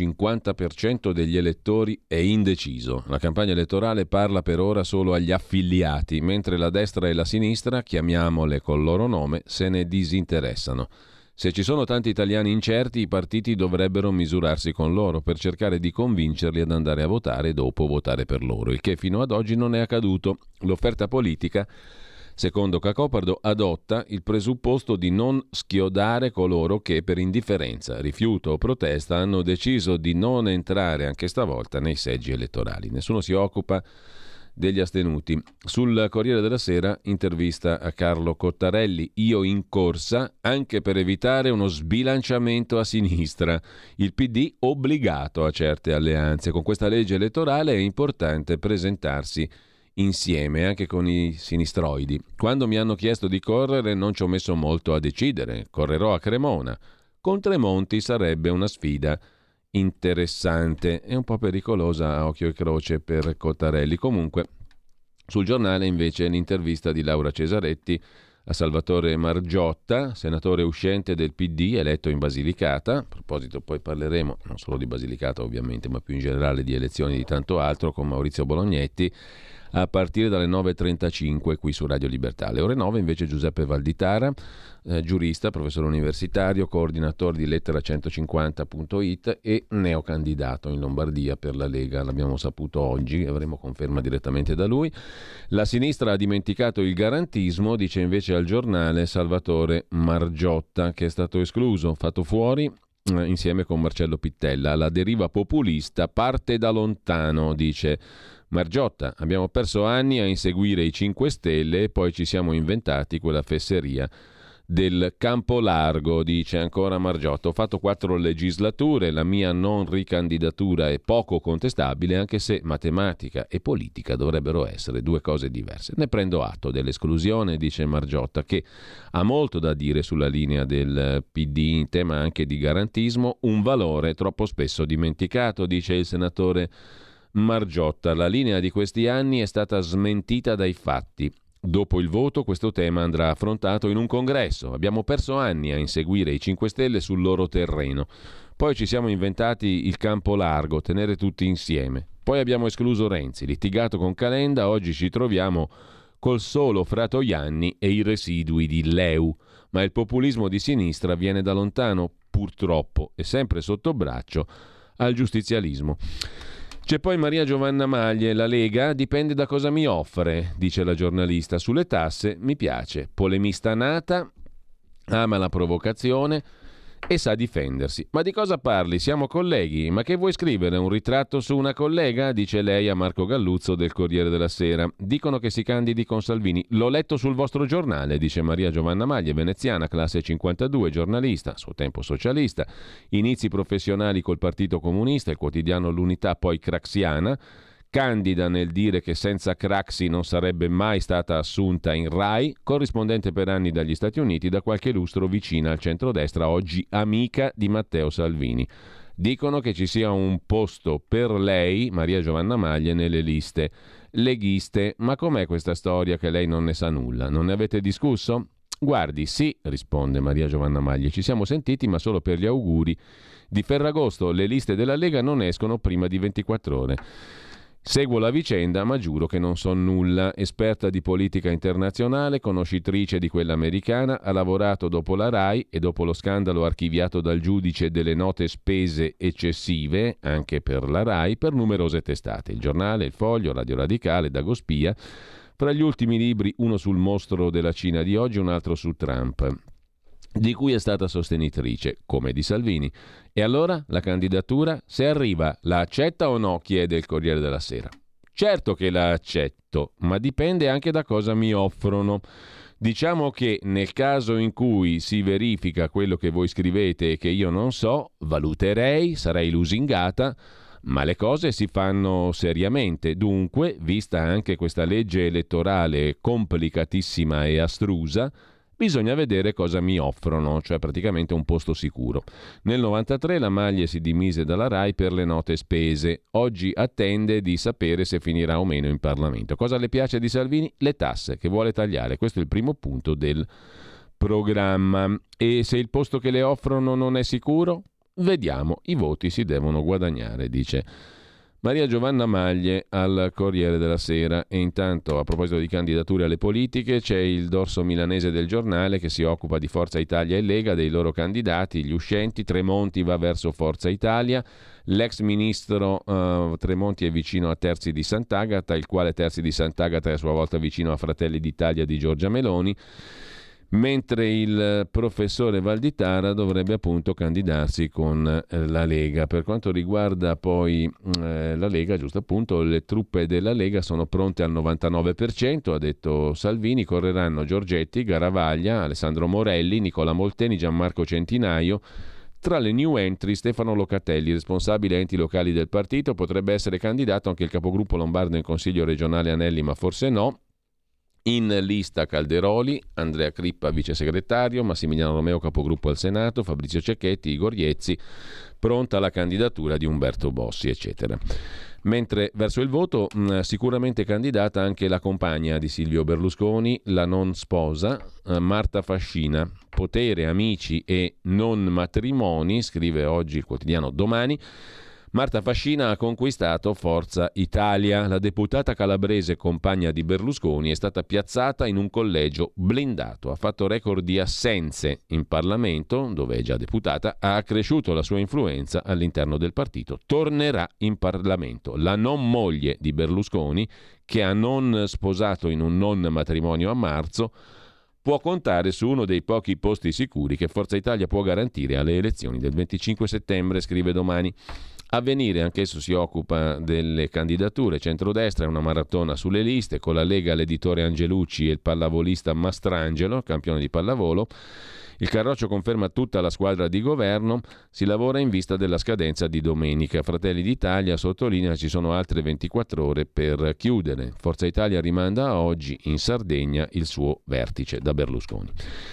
50% degli elettori è indeciso. La campagna elettorale parla per ora solo agli affiliati, mentre la destra e la sinistra, chiamiamole col loro nome, se ne disinteressano. Se ci sono tanti italiani incerti, i partiti dovrebbero misurarsi con loro per cercare di convincerli ad andare a votare e dopo votare per loro, il che fino ad oggi non è accaduto. L'offerta politica, secondo Cacopardo, adotta il presupposto di non schiodare coloro che per indifferenza, rifiuto o protesta hanno deciso di non entrare anche stavolta nei seggi elettorali. Nessuno si occupa degli astenuti. Sul Corriere della Sera, intervista a Carlo Cottarelli, io in corsa anche per evitare uno sbilanciamento a sinistra. Il PD obbligato a certe alleanze. Con questa legge elettorale è importante presentarsi insieme anche con i sinistroidi. Quando mi hanno chiesto di correre non ci ho messo molto a decidere. Correrò a Cremona. Con Tremonti sarebbe una sfida interessante e un po' pericolosa a occhio e croce per Cottarelli. Comunque sul Giornale invece l'intervista di Laura Cesaretti a Salvatore Margiotta, senatore uscente del PD eletto in Basilicata. A proposito, poi parleremo non solo di Basilicata ovviamente, ma più in generale di elezioni e di tanto altro con Maurizio Bolognetti a partire dalle 9.35 qui su Radio Libertà. Alle ore 9 invece Giuseppe Valditara, giurista, professore universitario, coordinatore di lettera150.it e neocandidato in Lombardia per la Lega. L'abbiamo saputo oggi, avremo conferma direttamente da lui. La sinistra ha dimenticato il garantismo, dice invece al Giornale Salvatore Margiotta, che è stato escluso, fatto fuori insieme con Marcello Pittella. La deriva populista parte da lontano, dice Margiotta. Abbiamo perso anni a inseguire i 5 Stelle e poi ci siamo inventati quella fesseria del campo largo, dice ancora Margiotta. Ho fatto 4 legislature, la mia non ricandidatura è poco contestabile, anche se matematica e politica dovrebbero essere 2 cose diverse. Ne prendo atto dell'esclusione, dice Margiotta, che ha molto da dire sulla linea del PD in tema anche di garantismo, un valore troppo spesso dimenticato, dice il senatore Margiotta. La linea di questi anni è stata smentita dai fatti. Dopo il voto questo tema andrà affrontato in un congresso. Abbiamo perso anni a inseguire i 5 Stelle sul loro terreno. Poi ci siamo inventati il campo largo, tenere tutti insieme. Poi abbiamo escluso Renzi, litigato con Calenda, oggi ci troviamo col solo Fratoianni e i residui di Leu. Ma il populismo di sinistra viene da lontano, purtroppo, e sempre sotto braccio al giustizialismo. C'è poi Maria Giovanna Maglie, la Lega dipende da cosa mi offre, dice la giornalista. Sulle tasse mi piace, polemista nata, ama la provocazione e sa difendersi. Ma di cosa parli? Siamo colleghi, ma che vuoi scrivere? Un ritratto su una collega? Dice lei a Marco Galluzzo del Corriere della Sera. Dicono che si candidi con Salvini. L'ho letto sul vostro giornale, dice Maria Giovanna Maglie, veneziana, classe 52, giornalista, a suo tempo socialista, inizi professionali col Partito Comunista, il quotidiano L'Unità, poi craxiana. Candida nel dire che senza Craxi non sarebbe mai stata assunta in Rai, corrispondente per anni dagli Stati Uniti, da qualche lustro vicina al centrodestra, oggi amica di Matteo Salvini. Dicono che ci sia un posto per lei, Maria Giovanna Maglie, nelle liste leghiste. Ma com'è questa storia che lei non ne sa nulla? Non ne avete discusso? Guardi, sì, risponde Maria Giovanna Maglie, ci siamo sentiti ma solo per gli auguri. Di Ferragosto le liste della Lega non escono prima di 24 ore. Seguo la vicenda, ma giuro che non so nulla. Esperta di politica internazionale, conoscitrice di quella americana, ha lavorato dopo la RAI e dopo lo scandalo archiviato dal giudice delle note spese eccessive, anche per la RAI, per numerose testate. Il Giornale, Il Foglio, Radio Radicale, Dagospia. Fra gli ultimi libri, uno sul mostro della Cina di oggi, un altro su Trump, di cui è stata sostenitrice, come di Salvini. E allora la candidatura, se arriva, la accetta o no? Chiede il Corriere della Sera. Certo che la accetto, ma dipende anche da cosa mi offrono. Diciamo che nel caso in cui si verifica quello che voi scrivete e che io non so, valuterei, sarei lusingata, ma le cose si fanno seriamente. Dunque, vista anche questa legge elettorale complicatissima e astrusa, bisogna vedere cosa mi offrono, cioè praticamente un posto sicuro. Nel 93 la Maglie si dimise dalla RAI per le note spese. Oggi attende di sapere se finirà o meno in Parlamento. Cosa le piace di Salvini? Le tasse che vuole tagliare. Questo è il primo punto del programma. E se il posto che le offrono non è sicuro? Vediamo, i voti si devono guadagnare, dice Maria Giovanna Maglie al Corriere della Sera. E intanto, a proposito di candidature alle politiche, c'è il dorso milanese del Giornale che si occupa di Forza Italia e Lega, dei loro candidati, gli uscenti. Tremonti va verso Forza Italia, l'ex ministro Tremonti è vicino a Terzi di Sant'Agata, il quale Terzi di Sant'Agata è a sua volta vicino a Fratelli d'Italia di Giorgia Meloni, mentre il professore Valditara dovrebbe appunto candidarsi con la Lega. Per quanto riguarda poi la Lega, giusto appunto, le truppe della Lega sono pronte al 99%, ha detto Salvini. Correranno Giorgetti, Garavaglia, Alessandro Morelli, Nicola Molteni, Gianmarco Centinaio. Tra le new entry Stefano Locatelli, responsabile enti locali del partito. Potrebbe essere candidato anche il capogruppo lombardo in Consiglio regionale Anelli, ma forse no. In lista Calderoli, Andrea Crippa vice segretario, Massimiliano Romeo capogruppo al Senato, Fabrizio Cecchetti, Igor Iezzi, pronta la candidatura di Umberto Bossi, eccetera. Mentre verso il voto sicuramente candidata anche la compagna di Silvio Berlusconi, la non sposa, Marta Fascina. Potere, amici e non matrimoni, scrive oggi il quotidiano Domani. Marta Fascina ha conquistato Forza Italia. La deputata calabrese compagna di Berlusconi è stata piazzata in un collegio blindato. Ha fatto record di assenze in Parlamento, dove è già deputata, ha accresciuto la sua influenza all'interno del partito. Tornerà in Parlamento. La non moglie di Berlusconi, che ha non sposato in un non matrimonio a marzo, può contare su uno dei pochi posti sicuri che Forza Italia può garantire alle elezioni del 25 settembre, scrive Domani. Avvenire anch'esso si occupa delle candidature. Centrodestra è una maratona sulle liste, con la Lega l'editore Angelucci e il pallavolista Mastrangelo, campione di pallavolo. Il Carroccio conferma tutta la squadra di governo, si lavora in vista della scadenza di domenica. Fratelli d'Italia sottolinea che ci sono altre 24 ore per chiudere. Forza Italia rimanda a oggi in Sardegna il suo vertice da Berlusconi.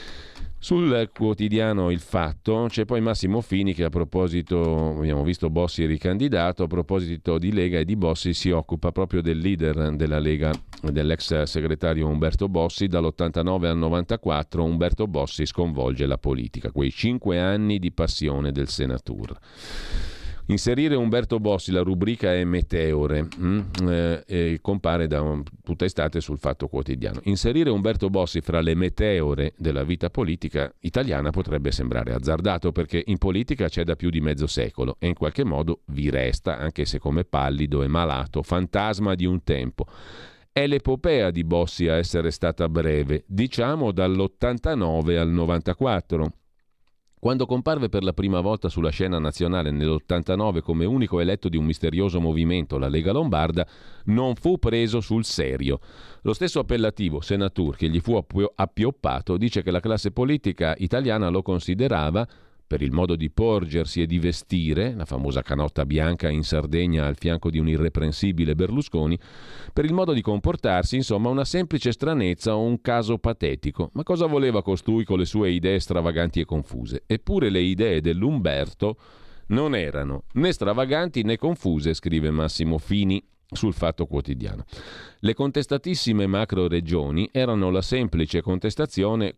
Sul quotidiano Il Fatto c'è poi Massimo Fini che, a proposito, abbiamo visto Bossi ricandidato, a proposito di Lega e di Bossi si occupa proprio del leader della Lega, dell'ex segretario Umberto Bossi. Dall'89 al 94 Umberto Bossi sconvolge la politica, quei 5 anni di passione del Senatur. Inserire Umberto Bossi, la rubrica è Meteore, compare da tutta estate sul Fatto Quotidiano. Inserire Umberto Bossi fra le meteore della vita politica italiana potrebbe sembrare azzardato, perché in politica c'è da più di mezzo secolo e in qualche modo vi resta, anche se come pallido e malato, fantasma di un tempo. È l'epopea di Bossi a essere stata breve, diciamo dall'89 al 94. Quando comparve per la prima volta sulla scena nazionale nell'89 come unico eletto di un misterioso movimento, la Lega Lombarda, non fu preso sul serio. Lo stesso appellativo, Senatur, che gli fu appioppato, dice che la classe politica italiana lo considerava, per il modo di porgersi e di vestire, la famosa canotta bianca in Sardegna al fianco di un irreprensibile Berlusconi, per il modo di comportarsi, insomma, una semplice stranezza o un caso patetico. Ma cosa voleva costui con le sue idee stravaganti e confuse? Eppure le idee dell'Umberto non erano né stravaganti né confuse, scrive Massimo Fini sul Fatto Quotidiano. Le contestatissime macro regioni erano la semplice constatazione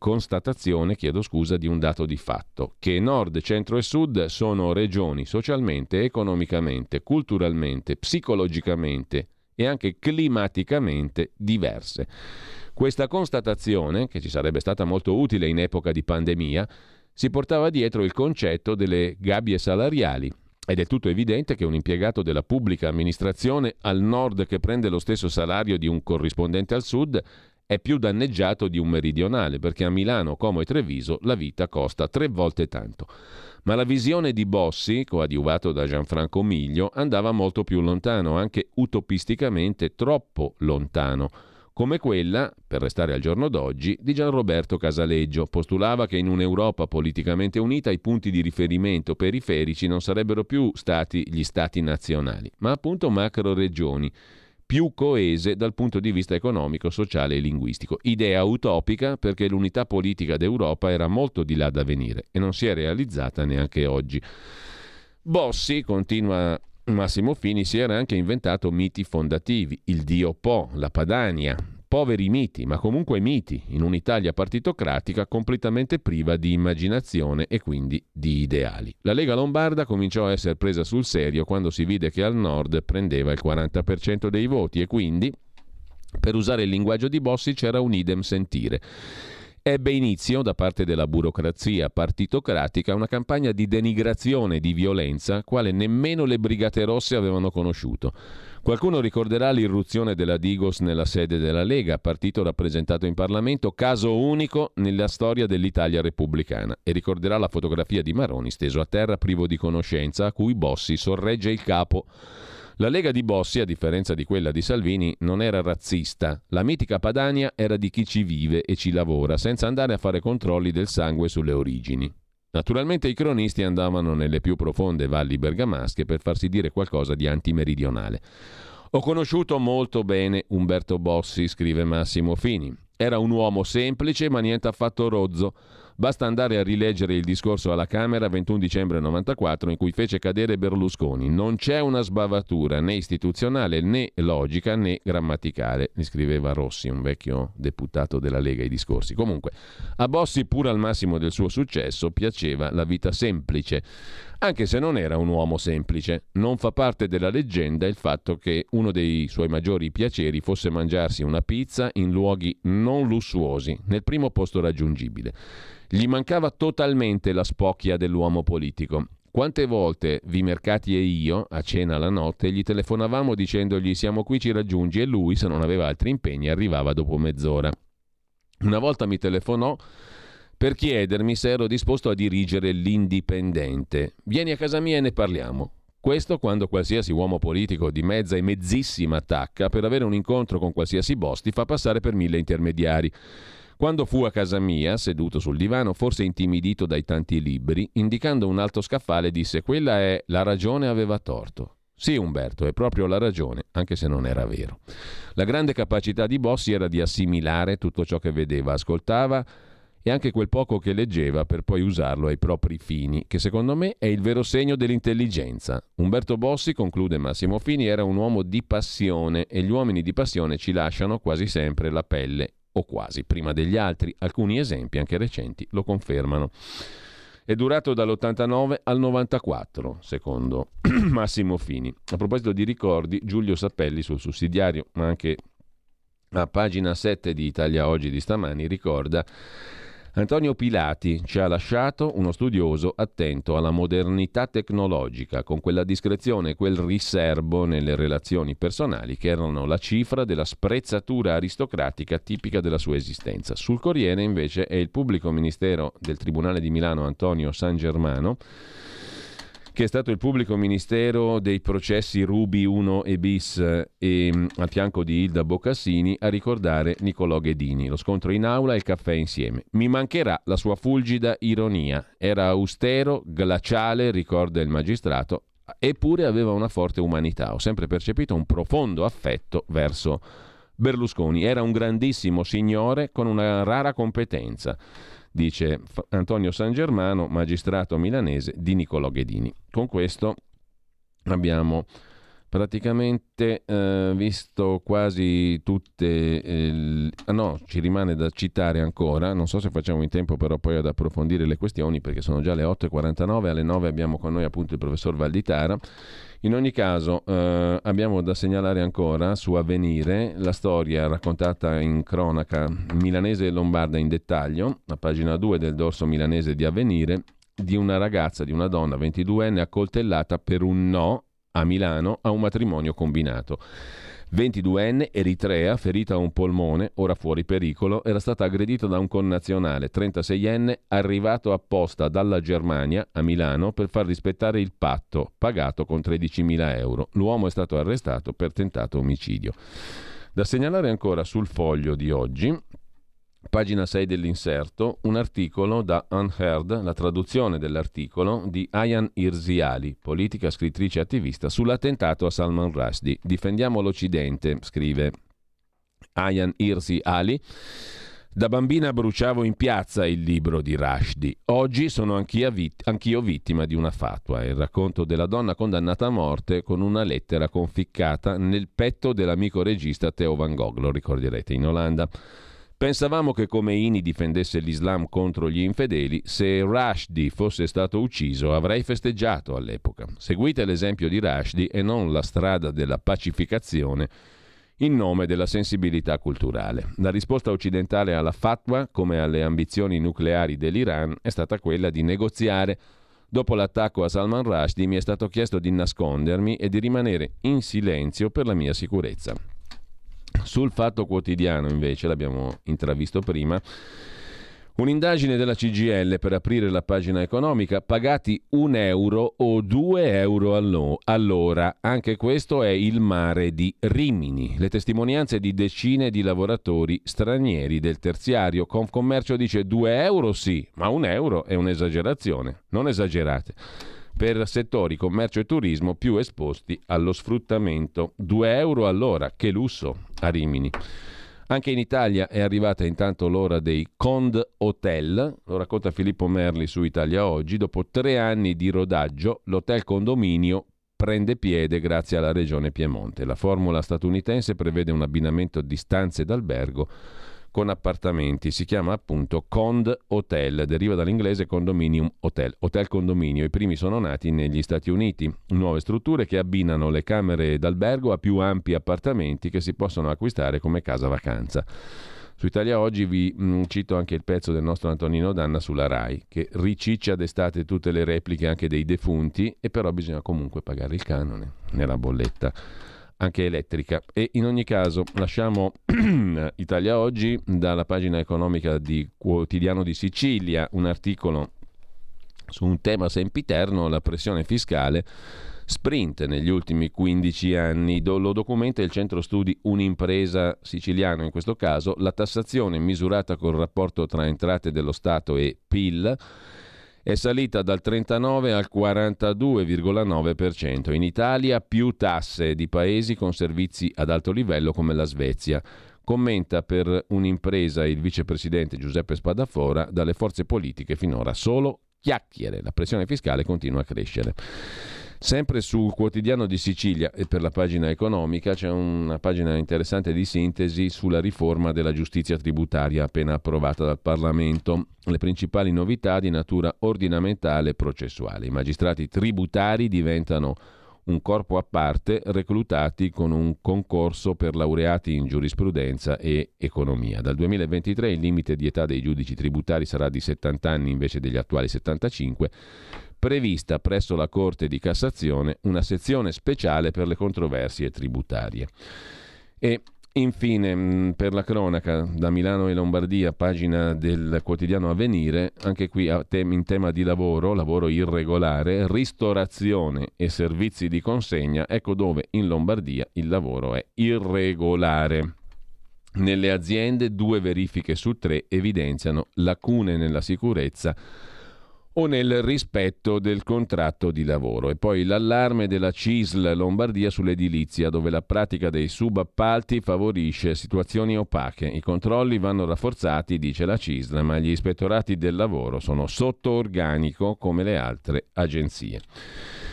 di un dato di fatto, che nord, centro e sud sono regioni socialmente, economicamente, culturalmente, psicologicamente e anche climaticamente diverse. Questa constatazione, che ci sarebbe stata molto utile in epoca di pandemia, si portava dietro il concetto delle gabbie salariali. È del tutto evidente che un impiegato della pubblica amministrazione al nord che prende lo stesso salario di un corrispondente al sud è più danneggiato di un meridionale, perché a Milano, Como e Treviso la vita costa 3 volte tanto. Ma la visione di Bossi, coadiuvato da Gianfranco Miglio, andava molto più lontano, anche utopisticamente troppo lontano, come quella, per restare al giorno d'oggi, di Gianroberto Casaleggio. Postulava che in un'Europa politicamente unita i punti di riferimento periferici non sarebbero più stati gli stati nazionali, ma appunto macro-regioni, più coese dal punto di vista economico, sociale e linguistico. Idea utopica perché l'unità politica d'Europa era molto di là da venire e non si è realizzata neanche oggi. Bossi, continua Massimo Fini, si era anche inventato miti fondativi, il dio Po, la Padania, poveri miti, ma comunque miti, in un'Italia partitocratica completamente priva di immaginazione e quindi di ideali. La Lega Lombarda cominciò a essere presa sul serio quando si vide che al nord prendeva il 40% dei voti e quindi, per usare il linguaggio di Bossi, c'era un idem sentire. Ebbe inizio da parte della burocrazia partitocratica una campagna di denigrazione e di violenza quale nemmeno le Brigate Rosse avevano conosciuto. Qualcuno ricorderà l'irruzione della Digos nella sede della Lega, partito rappresentato in Parlamento, caso unico nella storia dell'Italia repubblicana, e ricorderà la fotografia di Maroni steso a terra privo di conoscenza a cui Bossi sorregge il capo. La Lega di Bossi, a differenza di quella di Salvini, non era razzista. La mitica Padania era di chi ci vive e ci lavora, senza andare a fare controlli del sangue sulle origini. Naturalmente i cronisti andavano nelle più profonde valli bergamasche per farsi dire qualcosa di antimeridionale. Ho conosciuto molto bene Umberto Bossi, scrive Massimo Fini. Era un uomo semplice ma niente affatto rozzo. Basta andare a rileggere il discorso alla Camera 21 dicembre 94 in cui fece cadere Berlusconi. Non c'è una sbavatura né istituzionale né logica né grammaticale, ne scriveva Rossi, un vecchio deputato della Lega ai discorsi. Comunque, a Bossi, pur al massimo del suo successo, piaceva la vita semplice, anche se non era un uomo semplice. Non fa parte della leggenda il fatto che uno dei suoi maggiori piaceri fosse mangiarsi una pizza in luoghi non lussuosi, nel primo posto raggiungibile. Gli mancava totalmente la spocchia dell'uomo politico. Quante volte Vimercati e io, a cena la notte, gli telefonavamo dicendogli siamo qui, ci raggiungi, e lui, se non aveva altri impegni, arrivava dopo mezz'ora. Una volta mi telefonò per chiedermi se ero disposto a dirigere l'Indipendente. Vieni a casa mia e ne parliamo. Questo quando qualsiasi uomo politico di mezza e mezzissima tacca, per avere un incontro con qualsiasi boss, ti fa passare per 1000 intermediari. Quando fu a casa mia, seduto sul divano, forse intimidito dai tanti libri, indicando un alto scaffale disse «Quella è la ragione, aveva torto». Sì, Umberto, è proprio la ragione, anche se non era vero. La grande capacità di Bossi era di assimilare tutto ciò che vedeva, ascoltava e anche quel poco che leggeva per poi usarlo ai propri fini, che secondo me è il vero segno dell'intelligenza. Umberto Bossi, conclude Massimo Fini, era un uomo di passione e gli uomini di passione ci lasciano quasi sempre la pelle, o quasi, prima degli altri. Alcuni esempi, anche recenti, lo confermano. È durato dall'89 al 94, secondo Massimo Fini. A proposito di ricordi, Giulio Sappelli sul Sussidiario, ma anche a pagina 7 di Italia Oggi di stamani, ricorda Antonio Pilati ci ha lasciato uno studioso attento alla modernità tecnologica, con quella discrezione e quel riserbo nelle relazioni personali che erano la cifra della sprezzatura aristocratica tipica della sua esistenza. Sul Corriere invece è il pubblico ministero del Tribunale di Milano Antonio San Germano, che è stato il pubblico ministero dei processi Ruby 1 e bis e a fianco di Ilda Boccassini a ricordare Niccolò Ghedini. Lo scontro in aula e il caffè insieme. Mi mancherà la sua fulgida ironia. Era austero, glaciale, ricorda il magistrato, eppure aveva una forte umanità. Ho sempre percepito un profondo affetto verso Berlusconi. Era un grandissimo signore con una rara competenza, dice Antonio San Germano, magistrato milanese di Niccolò Ghedini. Con questo abbiamo praticamente visto quasi tutte... ci rimane da citare ancora, non so se facciamo in tempo però poi ad approfondire le questioni perché sono già le 8.49, alle 9 abbiamo con noi appunto il professor Valditara. In ogni caso abbiamo da segnalare ancora su Avvenire la storia raccontata in cronaca milanese e lombarda in dettaglio, a pagina 2 del dorso milanese di Avvenire, di una ragazza, di una donna 22enne accoltellata per un no a Milano a un matrimonio combinato. 22enne, eritrea, ferita a un polmone, ora fuori pericolo, era stata aggredita da un connazionale 36enne arrivato apposta dalla Germania a Milano per far rispettare il patto, pagato con 13.000 euro. L'uomo è stato arrestato per tentato omicidio. Da segnalare ancora sul Foglio di oggi, pagina 6 dell'inserto, un articolo da Unheard, la traduzione dell'articolo di Ayaan Hirsi Ali, politica, scrittrice e attivista, sull'attentato a Salman Rushdie. Difendiamo l'Occidente, scrive Ayaan Hirsi Ali. Da bambina bruciavo in piazza il libro di Rushdie. Oggi sono anch'io vittima di una fatwa. È il racconto della donna condannata a morte con una lettera conficcata nel petto dell'amico regista Theo van Gogh, lo ricorderete, in Olanda. Pensavamo che Khomeini difendesse l'Islam contro gli infedeli. Se Rushdie fosse stato ucciso avrei festeggiato all'epoca. Seguite l'esempio di Rushdie e non la strada della pacificazione in nome della sensibilità culturale. La risposta occidentale alla fatwa, come alle ambizioni nucleari dell'Iran, è stata quella di negoziare. Dopo l'attacco a Salman Rushdie mi è stato chiesto di nascondermi e di rimanere in silenzio per la mia sicurezza. Sul Fatto Quotidiano, invece, l'abbiamo intravisto prima, un'indagine della CGIL per aprire la pagina economica, pagati 1 euro o 2 euro all'ora. Anche questo è il mare di Rimini. Le testimonianze di decine di lavoratori stranieri del terziario. Confcommercio dice 2 euro sì, ma 1 euro è un'esagerazione. Non esagerate. Per settori commercio e turismo più esposti allo sfruttamento. 2 euro all'ora, che lusso a Rimini. Anche in Italia è arrivata intanto l'ora dei Cond Hotel, lo racconta Filippo Merli su Italia Oggi. Dopo 3 anni di rodaggio, l'hotel condominio prende piede grazie alla regione Piemonte. La formula statunitense prevede un abbinamento di stanze d'albergo con appartamenti, si chiama appunto Cond Hotel, deriva dall'inglese condominium hotel, hotel condominio. I primi sono nati negli Stati Uniti, nuove strutture che abbinano le camere d'albergo a più ampi appartamenti che si possono acquistare come casa vacanza. Su Italia Oggi vi cito anche il pezzo del nostro Antonino Danna sulla Rai, che riciccia d'estate tutte le repliche anche dei defunti, e però bisogna comunque pagare il canone nella bolletta anche elettrica. E in ogni caso lasciamo Italia Oggi, dalla pagina economica di Quotidiano di Sicilia un articolo su un tema sempiterno, la pressione fiscale sprint negli ultimi 15 anni. Lo documenta il centro studi Un'impresa siciliano, in questo caso. La tassazione misurata col rapporto tra entrate dello Stato e PIL è salita dal 39 al 42,9%. In Italia più tasse di paesi con servizi ad alto livello come la Svezia. Commenta per Un'impresa il vicepresidente Giuseppe Spadafora: dalle forze politiche finora solo chiacchiere, la pressione fiscale continua a crescere. Sempre sul Quotidiano di Sicilia e per la pagina economica c'è una pagina interessante di sintesi sulla riforma della giustizia tributaria appena approvata dal Parlamento. Le principali novità di natura ordinamentale e processuale. I magistrati tributari diventano un corpo a parte, reclutati con un concorso per laureati in giurisprudenza e economia. Dal 2023 il limite di età dei giudici tributari sarà di 70 anni invece degli attuali 75. Prevista presso la Corte di Cassazione una sezione speciale per le controversie tributarie. E infine, per la cronaca, da Milano e Lombardia, pagina del quotidiano Avvenire, anche qui in tema di lavoro irregolare, ristorazione e servizi di consegna, ecco dove in Lombardia il lavoro è irregolare. Nelle aziende 2 verifiche su 3 evidenziano lacune nella sicurezza o nel rispetto del contratto di lavoro. E poi l'allarme della CISL Lombardia sull'edilizia, dove la pratica dei subappalti favorisce situazioni opache. I controlli vanno rafforzati, dice la CISL, ma gli ispettorati del lavoro sono sotto organico come le altre agenzie.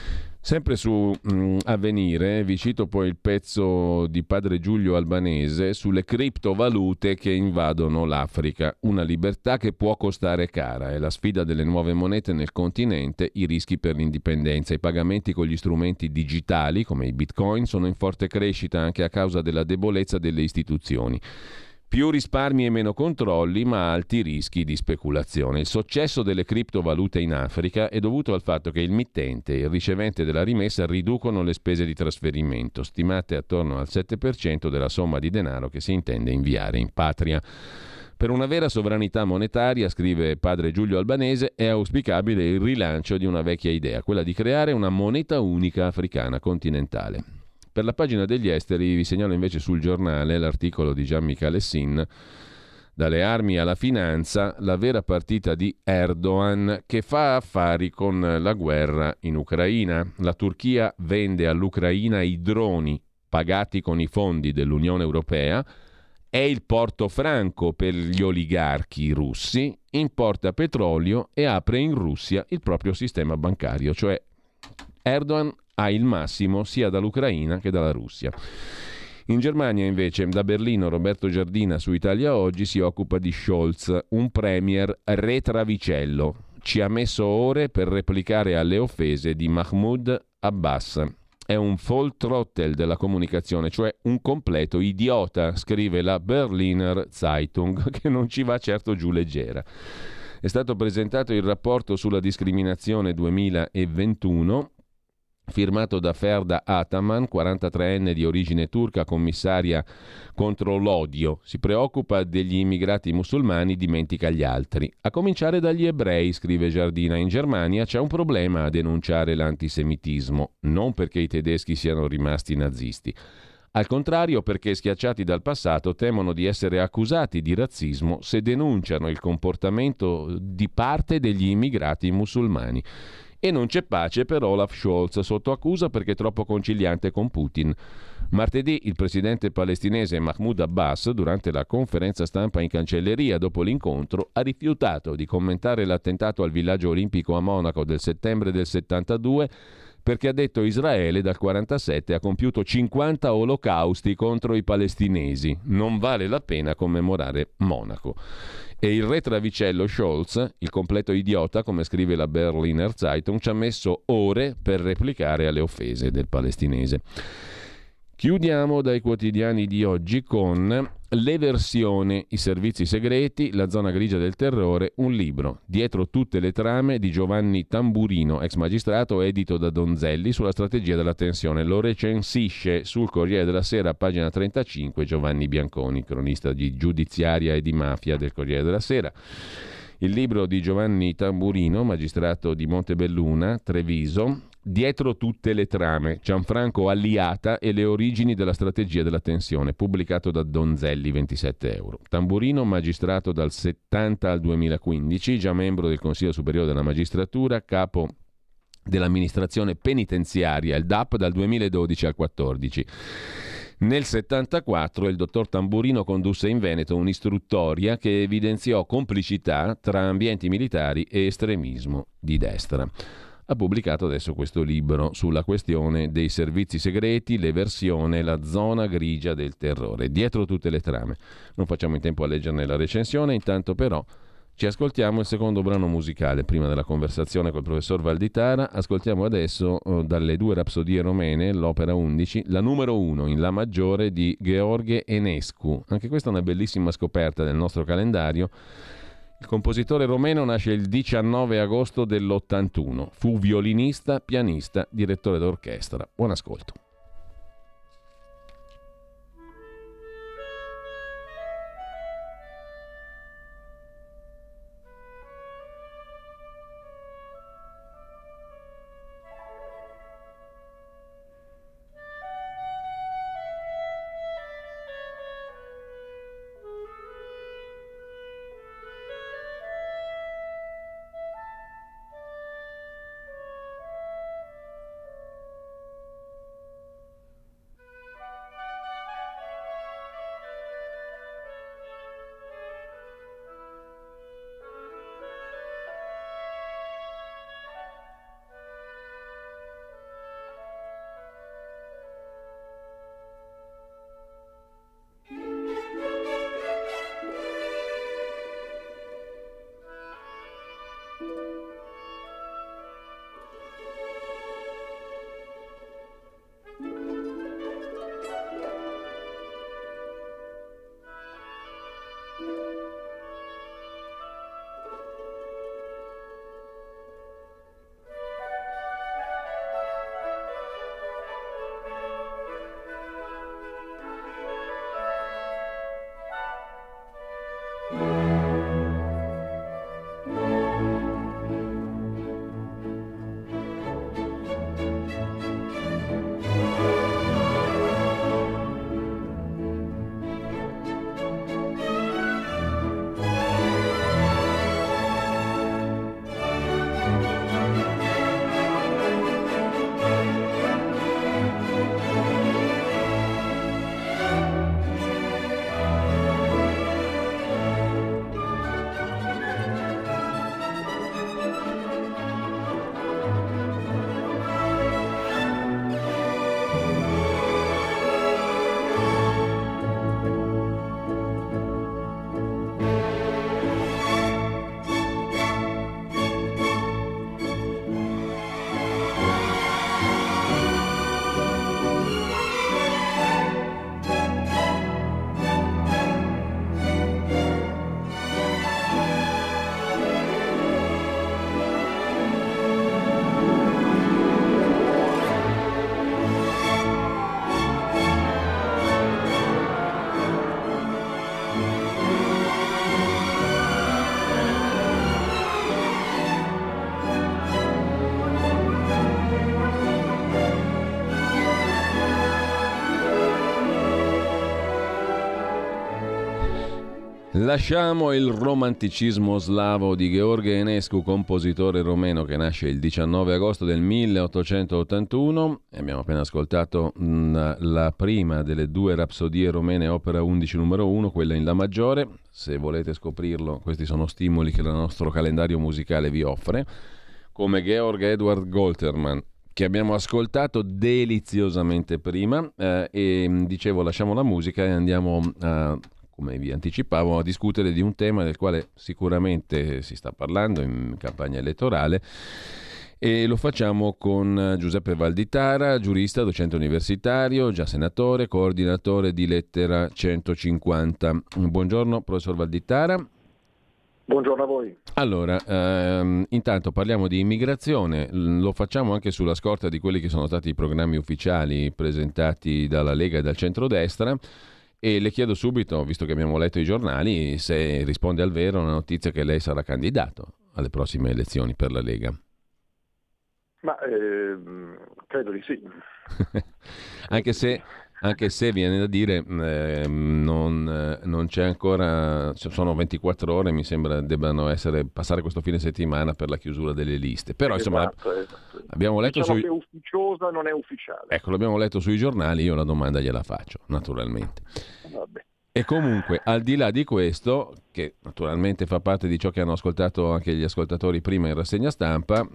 Sempre su Avvenire vi cito poi il pezzo di padre Giulio Albanese sulle criptovalute che invadono l'Africa. Una libertà che può costare cara. È la sfida delle nuove monete nel continente, i rischi per l'indipendenza. I pagamenti con gli strumenti digitali, come i bitcoin, sono in forte crescita anche a causa della debolezza delle istituzioni. Più risparmi e meno controlli, ma alti rischi di speculazione. Il successo delle criptovalute in Africa è dovuto al fatto che il mittente e il ricevente della rimessa riducono le spese di trasferimento, stimate attorno al 7% della somma di denaro che si intende inviare in patria. Per una vera sovranità monetaria, scrive padre Giulio Albanese, è auspicabile il rilancio di una vecchia idea, quella di creare una moneta unica africana continentale. Per la pagina degli esteri vi segnalo invece sul Giornale l'articolo di Gianmichele Lessin, dalle armi alla finanza, la vera partita di Erdogan che fa affari con la guerra in Ucraina. La Turchia vende all'Ucraina i droni pagati con i fondi dell'Unione Europea, è il porto franco per gli oligarchi russi, importa petrolio e apre in Russia il proprio sistema bancario, cioè Erdogan ha il massimo sia dall'Ucraina che dalla Russia. In Germania invece, da Berlino, Roberto Giardina su Italia Oggi si occupa di Scholz, un premier retravicello. Ci ha messo ore per replicare alle offese di Mahmoud Abbas. È un full throttle della comunicazione, cioè un completo idiota, scrive la Berliner Zeitung, che non ci va certo giù leggera. È stato presentato il rapporto sulla discriminazione 2021, firmato da Ferda Ataman, 43enne di origine turca, commissaria contro l'odio. Si preoccupa degli immigrati musulmani, dimentica gli altri. A cominciare dagli ebrei, scrive Giardina. In Germania c'è un problema a denunciare l'antisemitismo, non perché i tedeschi siano rimasti nazisti. Al contrario, perché schiacciati dal passato temono di essere accusati di razzismo se denunciano il comportamento di parte degli immigrati musulmani. E non c'è pace per Olaf Scholz, sotto accusa perché troppo conciliante con Putin. Martedì il presidente palestinese Mahmoud Abbas, durante la conferenza stampa in cancelleria dopo l'incontro, ha rifiutato di commentare l'attentato al villaggio olimpico a Monaco del settembre del 72 perché ha detto Israele dal 47 ha compiuto 50 olocausti contro i palestinesi. Non vale la pena commemorare Monaco. E il retravicello Scholz, il completo idiota, come scrive la Berliner Zeitung, ci ha messo ore per replicare alle offese del palestinese. Chiudiamo dai quotidiani di oggi con L'Eversione, i servizi segreti, la zona grigia del terrore, un libro, dietro tutte le trame di Giovanni Tamburino, ex magistrato, edito da Donzelli, sulla strategia della tensione. Lo recensisce sul Corriere della Sera, pagina 35, Giovanni Bianconi, cronista di giudiziaria e di mafia del Corriere della Sera. Il libro di Giovanni Tamburino, magistrato di Montebelluna, Treviso, Dietro tutte le trame, Gianfranco Alliata e le origini della strategia della tensione, pubblicato da Donzelli, 27 euro. Tamburino, magistrato dal 70 al 2015, già membro del Consiglio Superiore della Magistratura, capo dell'amministrazione penitenziaria, il DAP, dal 2012 al 14. Nel 1974 il dottor Tamburino condusse in Veneto un'istruttoria che evidenziò complicità tra ambienti militari e estremismo di destra. Ha pubblicato adesso questo libro sulla questione dei servizi segreti, l'eversione, la zona grigia del terrore, dietro tutte le trame. Non facciamo in tempo a leggerne la recensione, intanto però ci ascoltiamo il secondo brano musicale prima della conversazione col professor Valditara. Ascoltiamo adesso dalle due rapsodie romene, l'opera 11, la numero 1 in La maggiore di Gheorghe Enescu. Anche questa è una bellissima scoperta del nostro calendario. Il compositore romeno nasce il 19 agosto dell'81. Fu violinista, pianista, direttore d'orchestra. Buon ascolto. Lasciamo il romanticismo slavo di Gheorghe Enescu, compositore romeno che nasce il 19 agosto del 1881. Abbiamo appena ascoltato la prima delle due rapsodie romene, opera 11 numero 1, quella in La maggiore. Se volete scoprirlo, questi sono stimoli che il nostro calendario musicale vi offre, come Georg Eduard Goltermann, che abbiamo ascoltato deliziosamente prima, e dicevo, lasciamo la musica e andiamo a, come vi anticipavo, a discutere di un tema del quale sicuramente si sta parlando in campagna elettorale, e lo facciamo con Giuseppe Valditara, giurista, docente universitario, già senatore, coordinatore di Lettera 150. Buongiorno professor Valditara. Buongiorno a voi. Allora, intanto parliamo di immigrazione, lo facciamo anche sulla scorta di quelli che sono stati i programmi ufficiali presentati dalla Lega e dal centrodestra, e le chiedo subito, visto che abbiamo letto i giornali, se risponde al vero una notizia che lei sarà candidato alle prossime elezioni per la Lega. Ma credo di sì. Anche se viene da dire non c'è ancora, sono 24 ore, mi sembra debbano passare questo fine settimana per la chiusura delle liste. Però insomma abbiamo letto che è ufficiosa, non è ufficiale. Ecco, l'abbiamo letto sui giornali, io la domanda gliela faccio, naturalmente. Vabbè. E comunque, al di là di questo, che naturalmente fa parte di ciò che hanno ascoltato anche gli ascoltatori prima in rassegna stampa,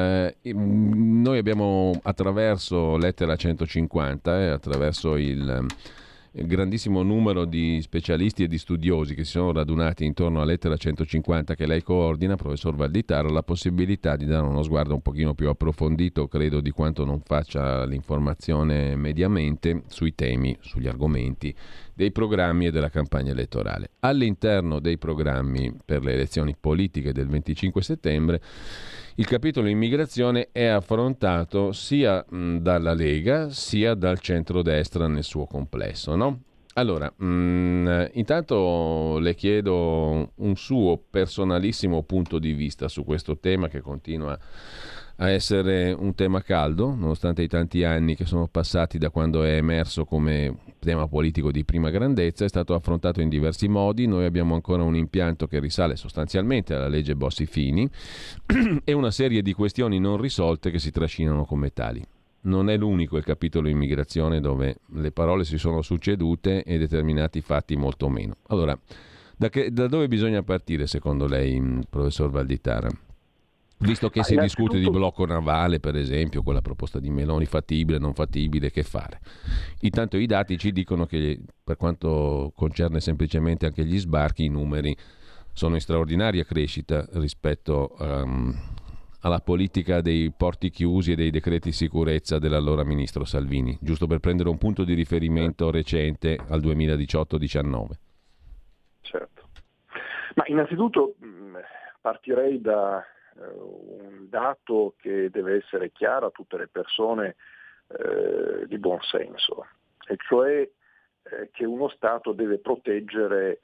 noi abbiamo, attraverso Lettera 150, attraverso il grandissimo numero di specialisti e di studiosi che si sono radunati intorno a Lettera 150 che lei coordina, professor Valditara, la possibilità di dare uno sguardo un pochino più approfondito, credo, di quanto non faccia l'informazione mediamente, sui temi, sugli argomenti dei programmi e della campagna elettorale. All'interno dei programmi per le elezioni politiche del 25 settembre il capitolo immigrazione è affrontato sia dalla Lega sia dal centrodestra nel suo complesso, no? Allora, intanto le chiedo un suo personalissimo punto di vista su questo tema che continua a essere un tema caldo, nonostante i tanti anni che sono passati da quando è emerso come tema politico di prima grandezza. È stato affrontato in diversi modi. Noi abbiamo ancora un impianto che risale sostanzialmente alla legge Bossi-Fini e una serie di questioni non risolte che si trascinano come tali. Non è l'unico il capitolo immigrazione dove le parole si sono succedute e determinati fatti molto meno. Allora, da dove bisogna partire secondo lei, professor Valditara? Visto che si discute di blocco navale, per esempio, quella proposta di Meloni, fattibile, non fattibile, che fare? Intanto i dati ci dicono che, per quanto concerne semplicemente anche gli sbarchi, i numeri sono in straordinaria crescita rispetto alla politica dei porti chiusi e dei decreti sicurezza dell'allora ministro Salvini, giusto per prendere un punto di riferimento recente al 2018-19. Certo. Ma innanzitutto partirei da un dato che deve essere chiaro a tutte le persone di buon senso, e cioè che uno Stato deve proteggere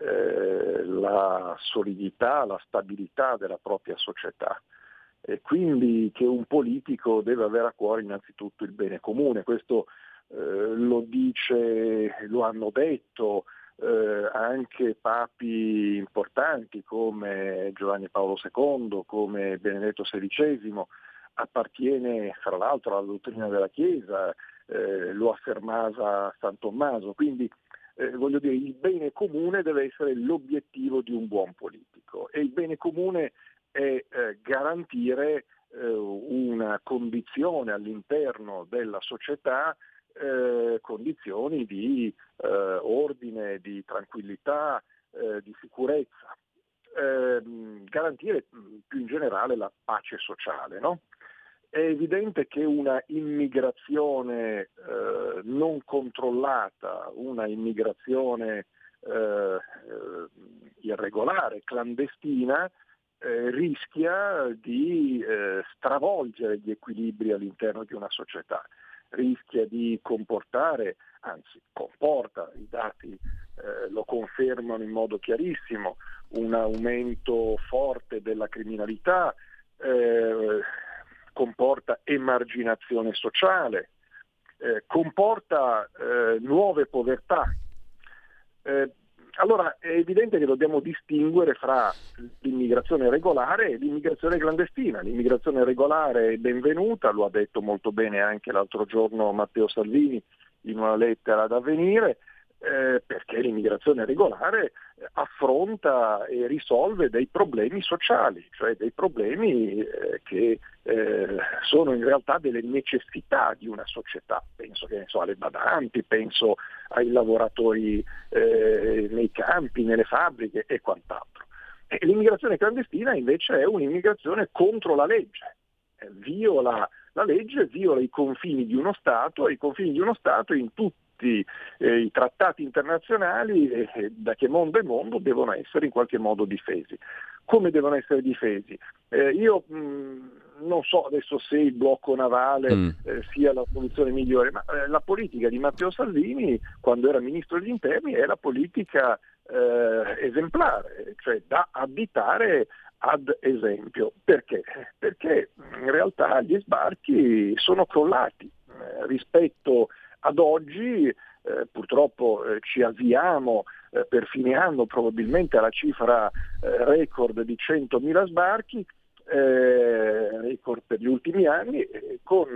la solidità, la stabilità della propria società, e quindi che un politico deve avere a cuore innanzitutto il bene comune. Questo lo hanno detto anche papi importanti come Giovanni Paolo II, come Benedetto XVI, appartiene fra l'altro alla dottrina della Chiesa, lo affermava San Tommaso, quindi voglio dire, il bene comune deve essere l'obiettivo di un buon politico, e il bene comune è garantire una condizione all'interno della società, condizioni di ordine, di tranquillità, di sicurezza, garantire più in generale la pace sociale, no? È evidente che una immigrazione non controllata, una immigrazione irregolare, clandestina, rischia di stravolgere gli equilibri all'interno di una società, rischia di comportare, anzi comporta, i dati lo confermano in modo chiarissimo, un aumento forte della criminalità, comporta emarginazione sociale, comporta nuove povertà. Allora è evidente che dobbiamo distinguere fra l'immigrazione regolare e l'immigrazione clandestina. L'immigrazione regolare è benvenuta, lo ha detto molto bene anche l'altro giorno Matteo Salvini in una lettera ad Avvenire, perché l'immigrazione regolare affronta e risolve dei problemi sociali, cioè dei problemi che sono in realtà delle necessità di una società. Penso alle badanti, penso ai lavoratori nei campi, nelle fabbriche e quant'altro. E l'immigrazione clandestina invece è un'immigrazione contro la legge, viola la legge, viola i confini di uno Stato, e i confini di uno Stato in tutti i trattati internazionali da che mondo è mondo devono essere in qualche modo difesi. Come devono essere difesi? Io non so adesso se il blocco navale sia la soluzione migliore, ma la politica di Matteo Salvini quando era ministro degli interni è la politica esemplare, cioè da additare ad esempio. Perché? Perché in realtà gli sbarchi sono crollati rispetto ad oggi. Purtroppo ci avviamo per fine anno probabilmente alla cifra record di 100.000 sbarchi, record per gli ultimi anni, con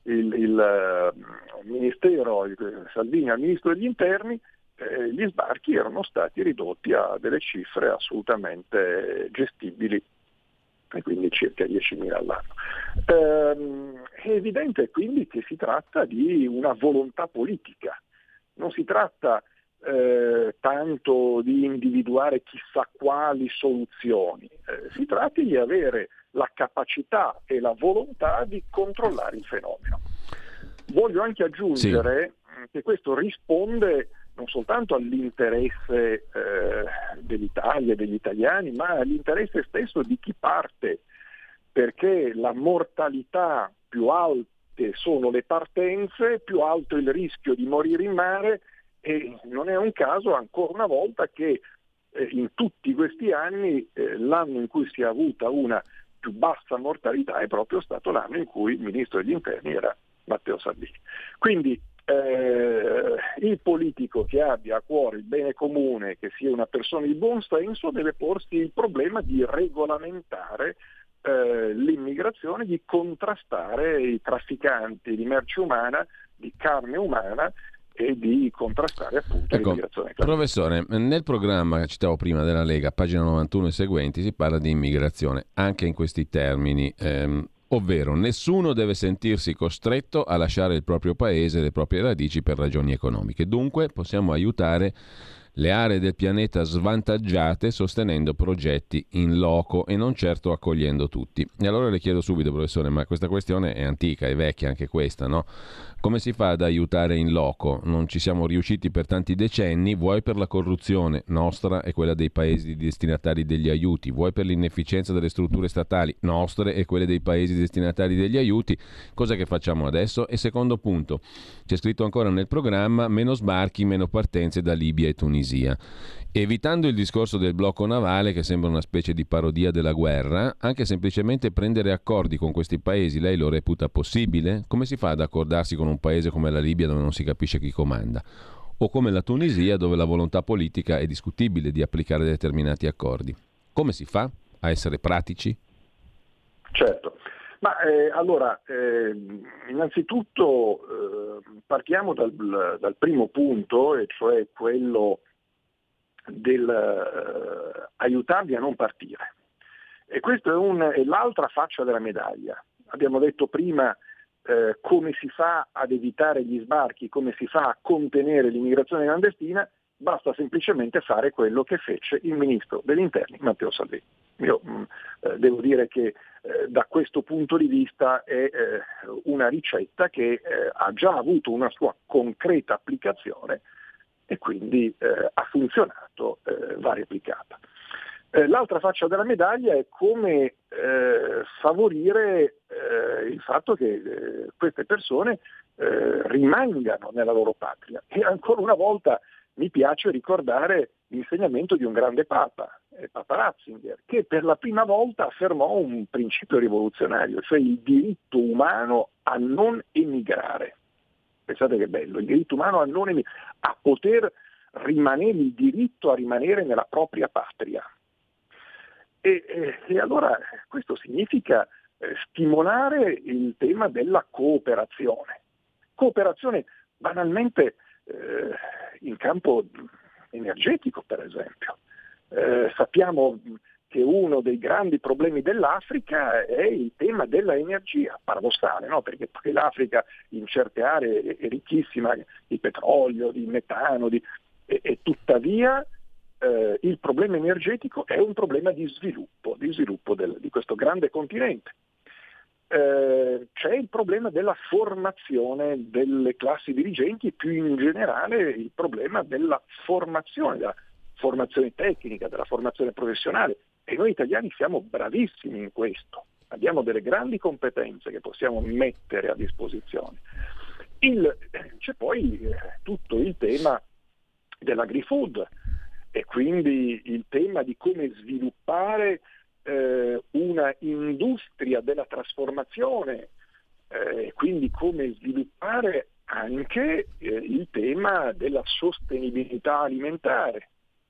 il Ministero Salvini al Ministro degli Interni. Gli sbarchi erano stati ridotti a delle cifre assolutamente gestibili, e quindi circa 10.000 all'anno. È evidente quindi che si tratta di una volontà politica, non si tratta tanto di individuare chissà quali soluzioni, si tratta di avere la capacità e la volontà di controllare il fenomeno. Voglio anche aggiungere che questo risponde non soltanto all'interesse dell'Italia e degli italiani, ma all'interesse stesso di chi parte, perché la mortalità più alte sono le partenze, più alto il rischio di morire in mare, e non è un caso ancora una volta che in tutti questi anni l'anno in cui si è avuta una più bassa mortalità è proprio stato l'anno in cui il ministro degli interni era Matteo Salvini. Quindi il politico che abbia a cuore il bene comune, che sia una persona di buon senso, deve porsi il problema di regolamentare l'immigrazione, di contrastare i trafficanti di merce umana, di carne umana, e di contrastare appunto l'immigrazione. Professore, nel programma che citavo prima della Lega, pagina 91 e seguenti, si parla di immigrazione anche in questi termini, ovvero nessuno deve sentirsi costretto a lasciare il proprio paese e le proprie radici per ragioni economiche. Dunque possiamo aiutare le aree del pianeta svantaggiate sostenendo progetti in loco e non certo accogliendo tutti. E allora le chiedo subito, professore, ma questa questione è antica, è vecchia anche questa, no? Come si fa ad aiutare in loco? Non ci siamo riusciti per tanti decenni, vuoi per la corruzione nostra e quella dei paesi destinatari degli aiuti, vuoi per l'inefficienza delle strutture statali nostre e quelle dei paesi destinatari degli aiuti. Cos'è che facciamo adesso? E secondo punto, c'è scritto ancora nel programma: meno sbarchi, meno partenze da Libia e Tunisia. Evitando il discorso del blocco navale, che sembra una specie di parodia della guerra, anche semplicemente prendere accordi con questi paesi, lei lo reputa possibile? Come si fa ad accordarsi con un paese come la Libia, dove non si capisce chi comanda? O come la Tunisia, dove la volontà politica è discutibile di applicare determinati accordi? Come si fa a essere pratici? Certo, ma allora innanzitutto partiamo dal primo punto, e cioè quello del aiutarli a non partire. E questa è l'altra faccia della medaglia. Abbiamo detto prima come si fa ad evitare gli sbarchi, come si fa a contenere l'immigrazione clandestina. Basta semplicemente fare quello che fece il ministro degli interni Matteo Salvini. Io devo dire che da questo punto di vista è una ricetta che ha già avuto una sua concreta applicazione, e quindi ha funzionato, va replicata. L'altra faccia della medaglia è come favorire il fatto che queste persone rimangano nella loro patria. E ancora una volta mi piace ricordare l'insegnamento di un grande Papa, Papa Ratzinger, che per la prima volta affermò un principio rivoluzionario, cioè il diritto umano a non emigrare. Pensate che bello, il diritto umano a non emigrare, a poter il diritto a rimanere nella propria patria. E allora questo significa stimolare il tema della cooperazione. Cooperazione banalmente in campo energetico, per esempio. Sappiamo che uno dei grandi problemi dell'Africa è il tema della energia, paradossale, no? Perché poi l'Africa in certe aree è ricchissima di petrolio, di metano, e tuttavia il problema energetico è un problema di sviluppo di questo grande continente. C'è il problema della formazione delle classi dirigenti e più in generale il problema della formazione tecnica, della formazione professionale, e noi italiani siamo bravissimi in questo, abbiamo delle grandi competenze che possiamo mettere a disposizione. C'è poi tutto il tema dell'agri-food e quindi il tema di come sviluppare una industria della trasformazione, quindi come sviluppare anche il tema della sostenibilità alimentare.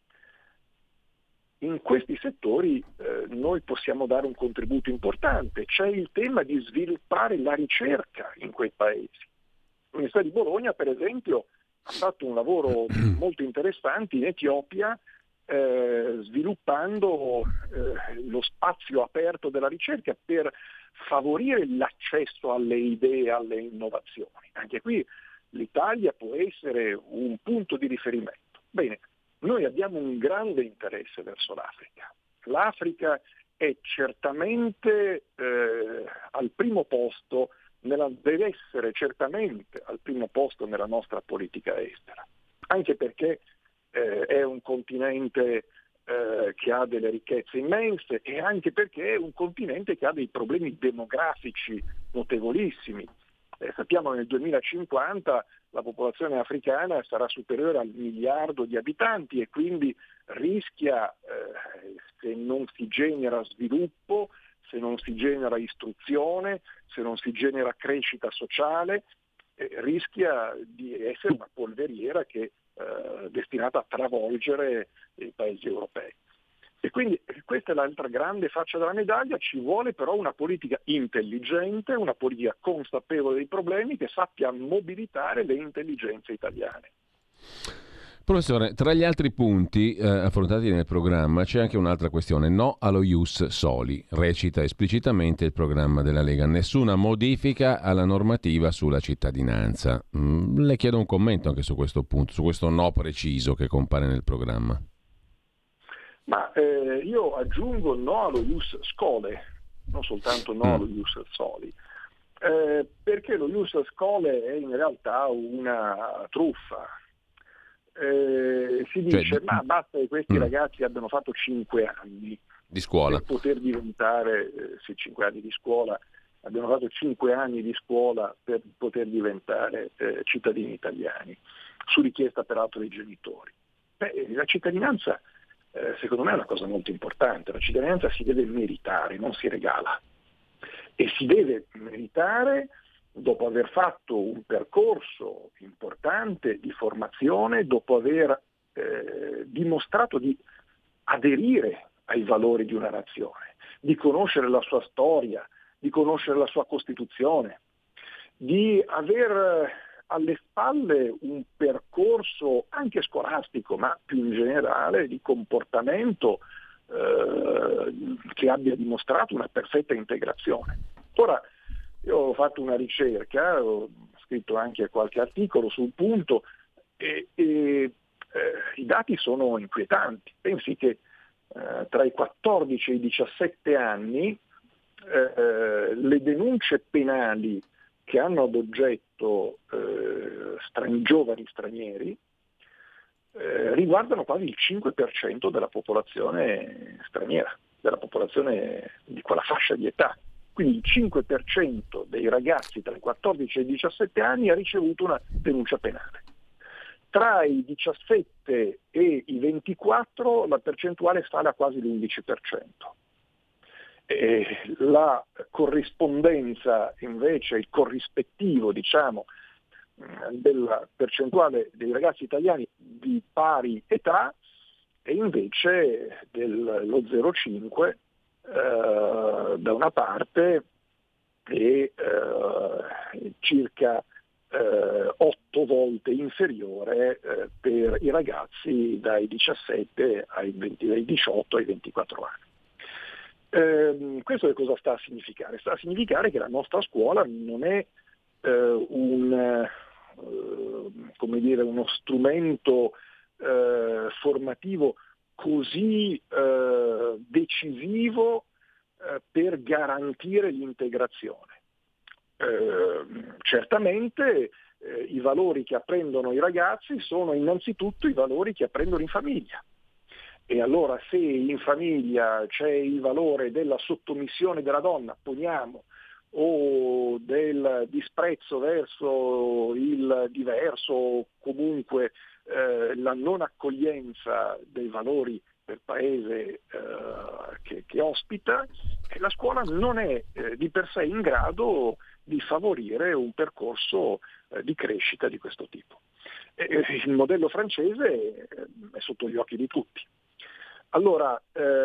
In questi settori noi possiamo dare un contributo importante. C'è il tema di sviluppare la ricerca in quei paesi. L'Università di Bologna, per esempio, ha fatto un lavoro molto interessante in Etiopia, sviluppando lo spazio aperto della ricerca per favorire l'accesso alle idee, alle innovazioni. Anche qui l'Italia può essere un punto di riferimento. Bene, noi abbiamo un grande interesse verso l'Africa. L'Africa è certamente al primo posto, deve essere certamente al primo posto nella nostra politica estera, anche perché è un continente che ha delle ricchezze immense e anche perché è un continente che ha dei problemi demografici notevolissimi. Sappiamo che nel 2050 la popolazione africana sarà superiore al 1 miliardo di abitanti e quindi rischia, se non si genera sviluppo, se non si genera istruzione, se non si genera crescita sociale, rischia di essere una polveriera che destinata a travolgere i paesi europei. E quindi questa è l'altra grande faccia della medaglia. Ci vuole però una politica intelligente, una politica consapevole dei problemi che sappia mobilitare le intelligenze italiane. Professore, tra gli altri punti affrontati nel programma c'è anche un'altra questione: no allo ius soli, recita esplicitamente il programma della Lega, nessuna modifica alla normativa sulla cittadinanza. Le chiedo un commento anche su questo punto, su questo no preciso che compare nel programma. Ma io aggiungo no allo ius scholae, non soltanto no allo ius soli, perché lo ius scholae è in realtà una truffa. Si dice ma basta che questi ragazzi abbiano fatto 5 anni di scuola per poter diventare 5 anni di scuola, abbiano fatto 5 anni di scuola per poter diventare cittadini italiani, su richiesta peraltro dei genitori. La cittadinanza secondo me è una cosa molto importante. La cittadinanza si deve meritare, non si regala, e si deve meritare dopo aver fatto un percorso importante di formazione, dopo aver dimostrato di aderire ai valori di una nazione, di conoscere la sua storia, di conoscere la sua Costituzione, di aver alle spalle un percorso anche scolastico, ma più in generale di comportamento che abbia dimostrato una perfetta integrazione. Ora, io ho fatto una ricerca, ho scritto anche qualche articolo sul punto e i dati sono inquietanti. Pensi che tra i 14 e i 17 anni le denunce penali che hanno ad oggetto giovani stranieri riguardano quasi il 5% della popolazione straniera, della popolazione di quella fascia di età. Quindi il 5% dei ragazzi tra i 14 e i 17 anni ha ricevuto una denuncia penale. Tra i 17 e i 24 la percentuale sale a quasi l'11%. La corrispondenza invece, il corrispettivo della percentuale dei ragazzi italiani di pari età e invece dello 0,5 da una parte e circa 8 volte inferiore per i ragazzi dai 17 ai 18 ai 24 anni. Questo che cosa sta a significare? Sta a significare che la nostra scuola non è uno strumento formativo così decisivo per garantire l'integrazione. Certamente i valori che apprendono i ragazzi sono innanzitutto i valori che apprendono in famiglia. E allora se in famiglia c'è il valore della sottomissione della donna, poniamo, o del disprezzo verso il diverso, o comunque la non accoglienza dei valori del paese che ospita, la scuola non è di per sé in grado di favorire un percorso di crescita di questo tipo. Il modello francese è sotto gli occhi di tutti. Allora,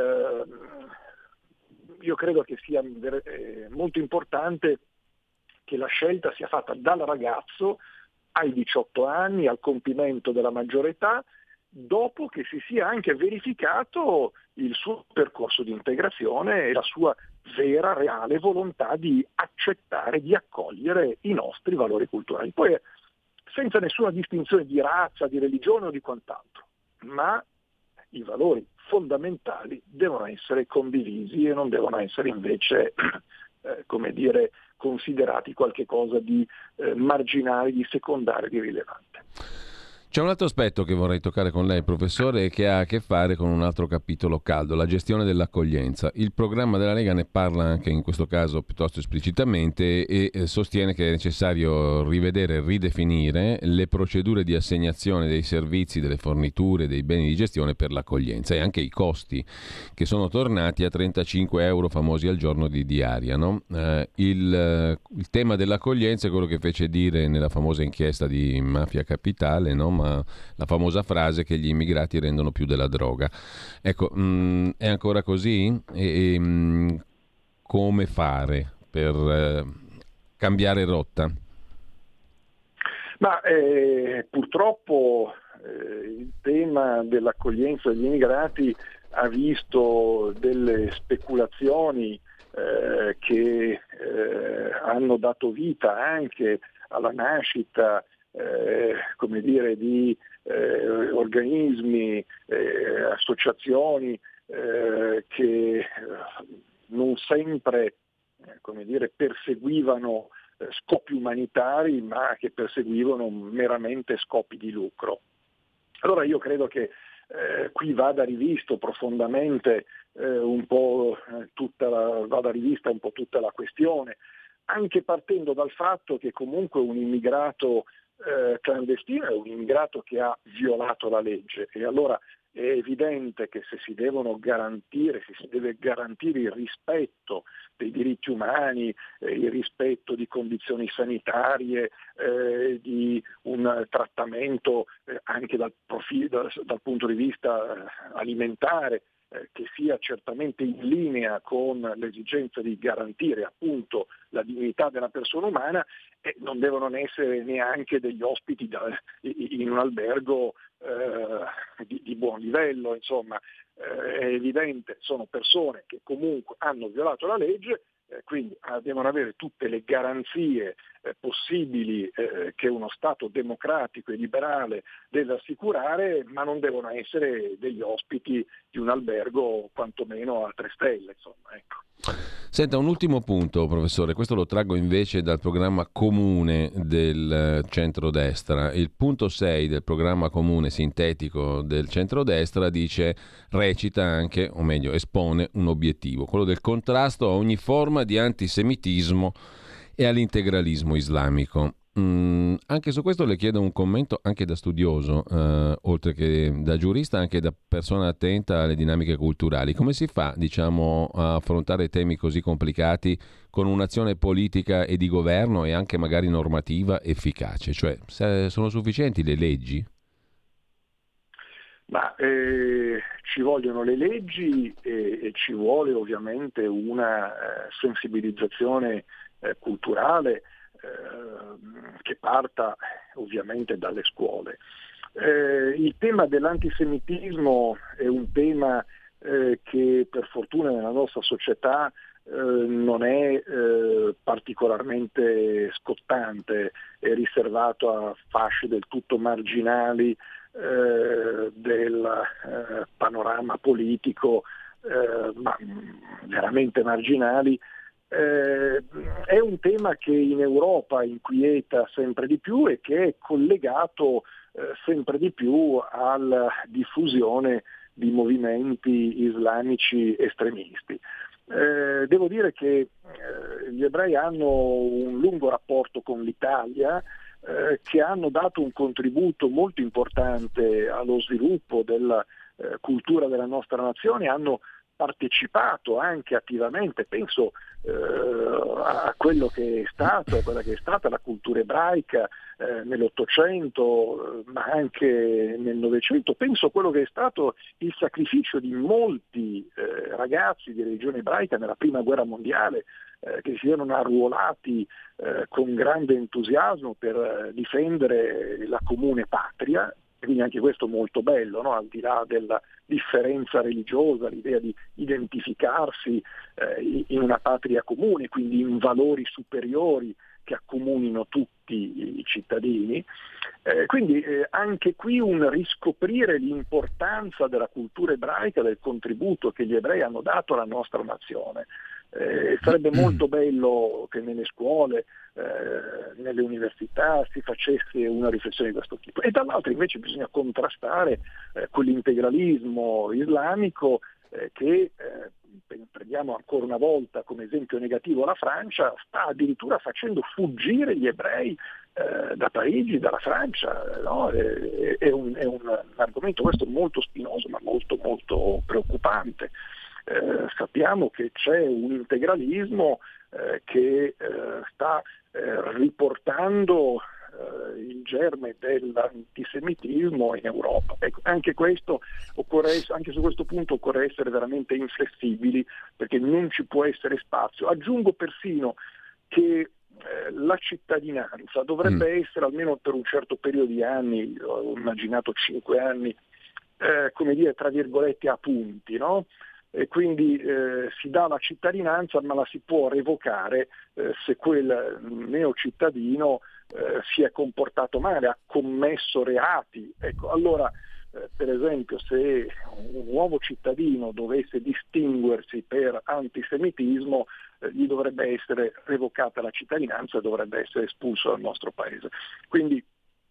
io credo che sia molto importante che la scelta sia fatta dal ragazzo ai 18 anni, al compimento della maggiore età, dopo che si sia anche verificato il suo percorso di integrazione e la sua vera, reale volontà di accettare, di accogliere i nostri valori culturali. Poi senza nessuna distinzione di razza, di religione o di quant'altro, ma i valori fondamentali devono essere condivisi e non devono essere invece considerati qualche cosa di marginale, di secondario, di rilevante. C'è un altro aspetto che vorrei toccare con lei, professore, e che ha a che fare con un altro capitolo caldo, la gestione dell'accoglienza. Il programma della Lega ne parla anche in questo caso piuttosto esplicitamente e sostiene che è necessario rivedere e ridefinire le procedure di assegnazione dei servizi, delle forniture, dei beni di gestione per l'accoglienza e anche i costi che sono tornati a 35 euro famosi al giorno di diaria, no? Il tema dell'accoglienza è quello che fece dire nella famosa inchiesta di Mafia Capitale, no? Ma la famosa frase che gli immigrati rendono più della droga. Ecco, è ancora così? Come fare per cambiare rotta? Ma purtroppo il tema dell'accoglienza degli immigrati ha visto delle speculazioni che hanno dato vita anche alla nascita di organismi, associazioni che non sempre perseguivano scopi umanitari, ma che perseguivano meramente scopi di lucro. Allora io credo che qui vada rivisto profondamente vada rivista un po' tutta la questione, anche partendo dal fatto che comunque un immigrato clandestino è un immigrato che ha violato la legge, e allora è evidente che se si deve garantire il rispetto dei diritti umani, il rispetto di condizioni sanitarie, di un trattamento anche dal punto di vista alimentare, che sia certamente in linea con l'esigenza di garantire appunto la dignità della persona umana, non devono essere neanche degli ospiti in un albergo di buon livello. Insomma, è evidente, sono persone che comunque hanno violato la legge, quindi devono avere tutte le garanzie possibili che uno Stato democratico e liberale deve assicurare, ma non devono essere degli ospiti di un albergo quantomeno a 3 stelle. Insomma, ecco. Senta, un ultimo punto, professore, questo lo traggo invece dal programma comune del centrodestra. Il punto 6 del programma comune sintetico del centrodestra recita anche, o meglio, espone un obiettivo, quello del contrasto a ogni forma di antisemitismo e all'integralismo islamico. Anche su questo le chiedo un commento anche da studioso, oltre che da giurista, anche da persona attenta alle dinamiche culturali. Come si fa, diciamo, a affrontare temi così complicati con un'azione politica e di governo e anche magari normativa efficace? Cioè, sono sufficienti le leggi? Ma ci vogliono le leggi e ci vuole ovviamente una sensibilizzazione culturale che parta ovviamente dalle scuole. Il tema dell'antisemitismo è un tema che per fortuna nella nostra società non è particolarmente scottante, è riservato a fasce del tutto marginali del panorama politico, ma veramente marginali. È un tema che in Europa inquieta sempre di più e che è collegato sempre di più alla diffusione di movimenti islamici estremisti. Devo dire che gli ebrei hanno un lungo rapporto con l'Italia, che hanno dato un contributo molto importante allo sviluppo della cultura della nostra nazione, hanno partecipato anche attivamente, penso a quello che è stato, a quella che è stata la cultura ebraica nell'Ottocento, ma anche nel Novecento, penso a quello che è stato il sacrificio di molti ragazzi di religione ebraica nella Prima Guerra Mondiale, che si erano arruolati con grande entusiasmo per difendere la comune patria. Quindi anche questo molto bello, no? Al di là della differenza religiosa, l'idea di identificarsi in una patria comune, quindi in valori superiori che accomunino tutti i cittadini. Quindi anche qui un riscoprire l'importanza della cultura ebraica, del contributo che gli ebrei hanno dato alla nostra nazione. Sarebbe molto bello che nelle scuole, nelle università si facesse una riflessione di questo tipo, e dall'altro invece bisogna contrastare quell'integralismo islamico che prendiamo ancora una volta come esempio negativo la Francia, sta addirittura facendo fuggire gli ebrei da Parigi, dalla Francia, no? È un argomento questo molto spinoso ma molto molto preoccupante. Sappiamo che c'è un integralismo che sta riportando il germe dell'antisemitismo in Europa. Ecco, anche su questo punto occorre essere veramente inflessibili, perché non ci può essere spazio. Aggiungo persino che la cittadinanza dovrebbe essere, almeno per un certo periodo di anni, ho immaginato 5 anni, come dire, tra virgolette, a punti, no? E quindi si dà la cittadinanza, ma la si può revocare se quel neocittadino si è comportato male, ha commesso reati. Ecco, allora per esempio se un nuovo cittadino dovesse distinguersi per antisemitismo, gli dovrebbe essere revocata la cittadinanza e dovrebbe essere espulso dal nostro paese. Quindi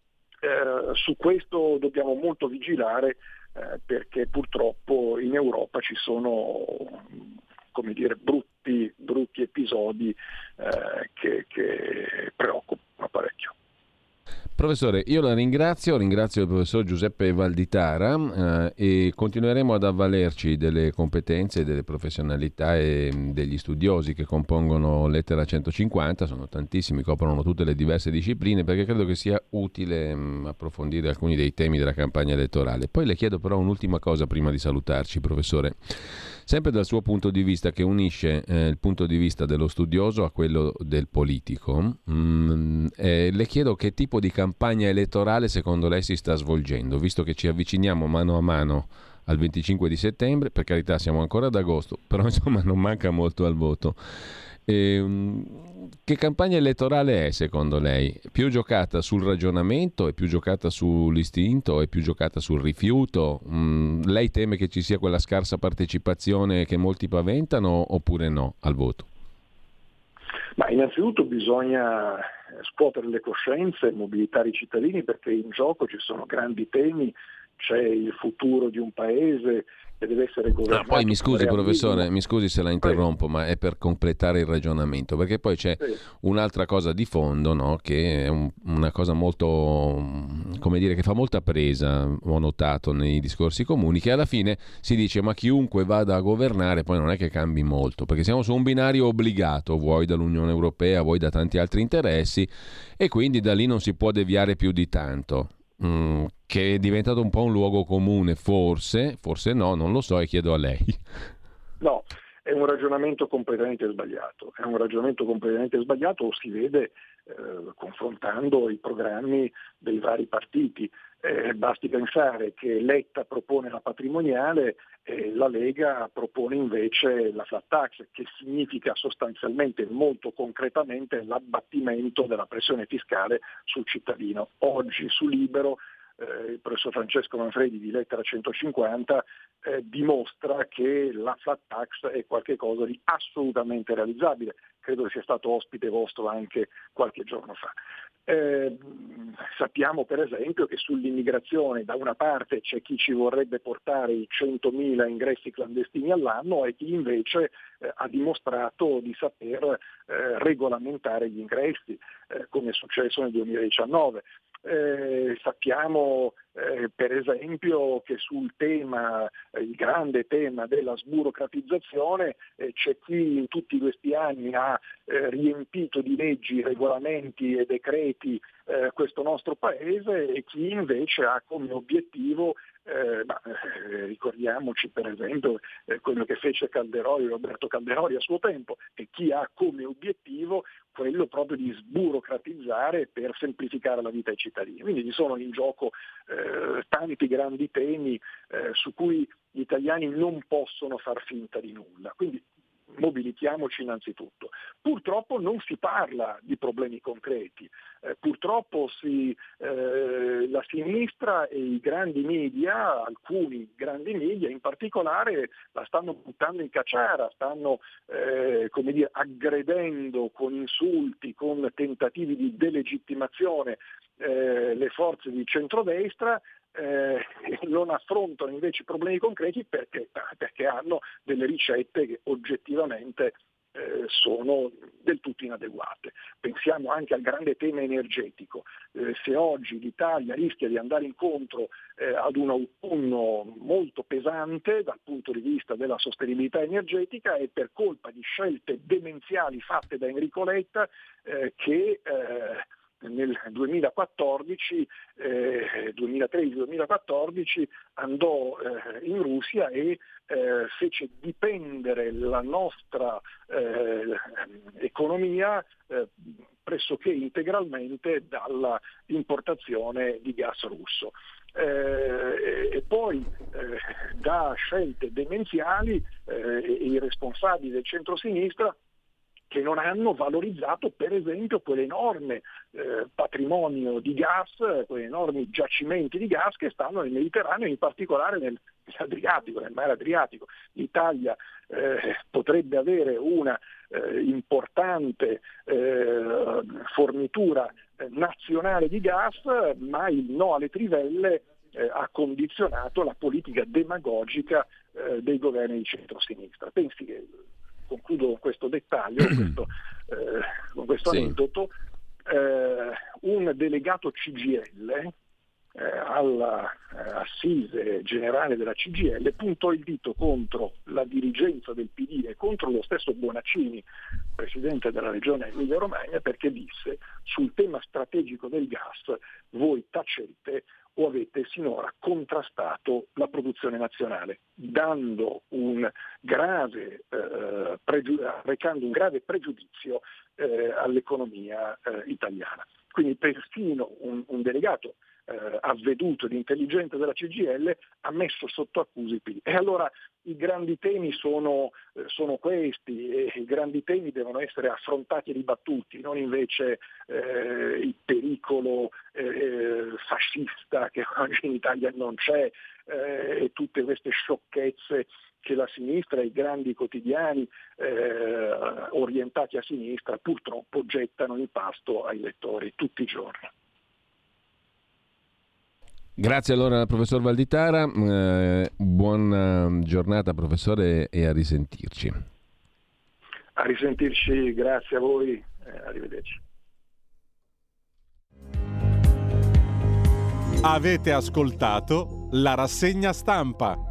su questo dobbiamo molto vigilare, perché purtroppo in Europa ci sono, come dire, brutti episodi che preoccupano parecchio. Professore, io la ringrazio il professor Giuseppe Valditara e continueremo ad avvalerci delle competenze, delle professionalità e degli studiosi che compongono Lettera 150, sono tantissimi, coprono tutte le diverse discipline, perché credo che sia utile approfondire alcuni dei temi della campagna elettorale. Poi le chiedo però un'ultima cosa prima di salutarci, professore. Sempre dal suo punto di vista, che unisce il punto di vista dello studioso a quello del politico, le chiedo che tipo di campagna elettorale secondo lei si sta svolgendo, visto che ci avviciniamo mano a mano al 25 di settembre, per carità siamo ancora ad agosto, però insomma non manca molto al voto. Che campagna elettorale è secondo lei? Più giocata sul ragionamento, è più giocata sull'istinto, è più giocata sul rifiuto? Lei teme che ci sia quella scarsa partecipazione che molti paventano oppure no al voto? Ma innanzitutto bisogna scuotere le coscienze, mobilitare i cittadini, perché in gioco ci sono grandi temi, c'è il futuro di un paese che deve essere governato. Poi mi scusi professore, mi scusi se la interrompo, ma è per completare il ragionamento, perché poi c'è un'altra cosa di fondo, no? Che è una cosa molto, come dire, che fa molta presa, ho notato nei discorsi comuni, che alla fine si dice ma chiunque vada a governare poi non è che cambi molto, perché siamo su un binario obbligato, vuoi dall'Unione Europea, vuoi da tanti altri interessi, e quindi da lì non si può deviare più di tanto. Che è diventato un po' un luogo comune, forse no, non lo so, e chiedo a lei. No, è un ragionamento completamente sbagliato. È un ragionamento completamente sbagliato, si vede confrontando i programmi dei vari partiti. Basti pensare che Letta propone la patrimoniale e la Lega propone invece la flat tax, che significa sostanzialmente, molto concretamente, l'abbattimento della pressione fiscale sul cittadino. Oggi su Libero il professor Francesco Manfredi di Lettera 150 dimostra che la flat tax è qualcosa di assolutamente realizzabile. Credo che sia stato ospite vostro anche qualche giorno fa. Sappiamo per esempio che sull'immigrazione da una parte c'è chi ci vorrebbe portare i 100.000 ingressi clandestini all'anno e chi invece ha dimostrato di saper regolamentare gli ingressi, come è successo nel 2019. Sappiamo per esempio che sul tema, il grande tema della sburocratizzazione, c'è chi in tutti questi anni ha riempito di leggi, regolamenti e decreti questo nostro paese e chi invece ha come obiettivo, ricordiamoci per esempio quello che fece Roberto Calderoli a suo tempo, e chi ha come obiettivo quello proprio di sburocratizzare per semplificare la vita ai cittadini. Quindi ci sono in gioco tanti grandi temi su cui gli italiani non possono far finta di nulla. Quindi mobilitiamoci innanzitutto. Purtroppo non si parla di problemi concreti, purtroppo la sinistra e i grandi media, alcuni grandi media in particolare, la stanno buttando in caciara, stanno aggredendo con insulti, con tentativi di delegittimazione le forze di centrodestra. Non affrontano invece i problemi concreti perché hanno delle ricette che oggettivamente sono del tutto inadeguate. Pensiamo anche al grande tema energetico. Se oggi l'Italia rischia di andare incontro ad un autunno molto pesante dal punto di vista della sostenibilità energetica, è per colpa di scelte demenziali fatte da Enrico Letta che nel 2013-2014 andò in Russia e fece dipendere la nostra economia pressoché integralmente dalla importazione di gas russo. E poi da scelte demenziali i responsabili del centro-sinistra che non hanno valorizzato per esempio quell'enorme patrimonio di gas, quegli enormi giacimenti di gas che stanno nel Mediterraneo, in particolare nel mare Adriatico. L'Italia potrebbe avere una importante fornitura nazionale di gas, ma il no alle trivelle ha condizionato la politica demagogica dei governi di centrosinistra. Pensi che, concludo con questo dettaglio, con questo aneddoto, un delegato CGIL alla assise generale della CGIL puntò il dito contro la dirigenza del PD e contro lo stesso Bonaccini, presidente della regione Emilia Romagna, perché disse: sul tema strategico del gas voi tacete o avete sinora contrastato la produzione nazionale, dando recando un grave pregiudizio all'economia italiana. Quindi persino un delegato avveduto ed intelligente della CGIL ha messo sotto accusa i PD. E allora i grandi temi sono questi, e i grandi temi devono essere affrontati e dibattuti, non invece il pericolo fascista che oggi in Italia non c'è, e tutte queste sciocchezze che la sinistra e i grandi quotidiani orientati a sinistra purtroppo gettano in pasto ai lettori tutti i giorni. Grazie allora al professor Valditara, buona giornata professore e a risentirci. A risentirci, grazie a voi, arrivederci. Avete ascoltato la rassegna stampa.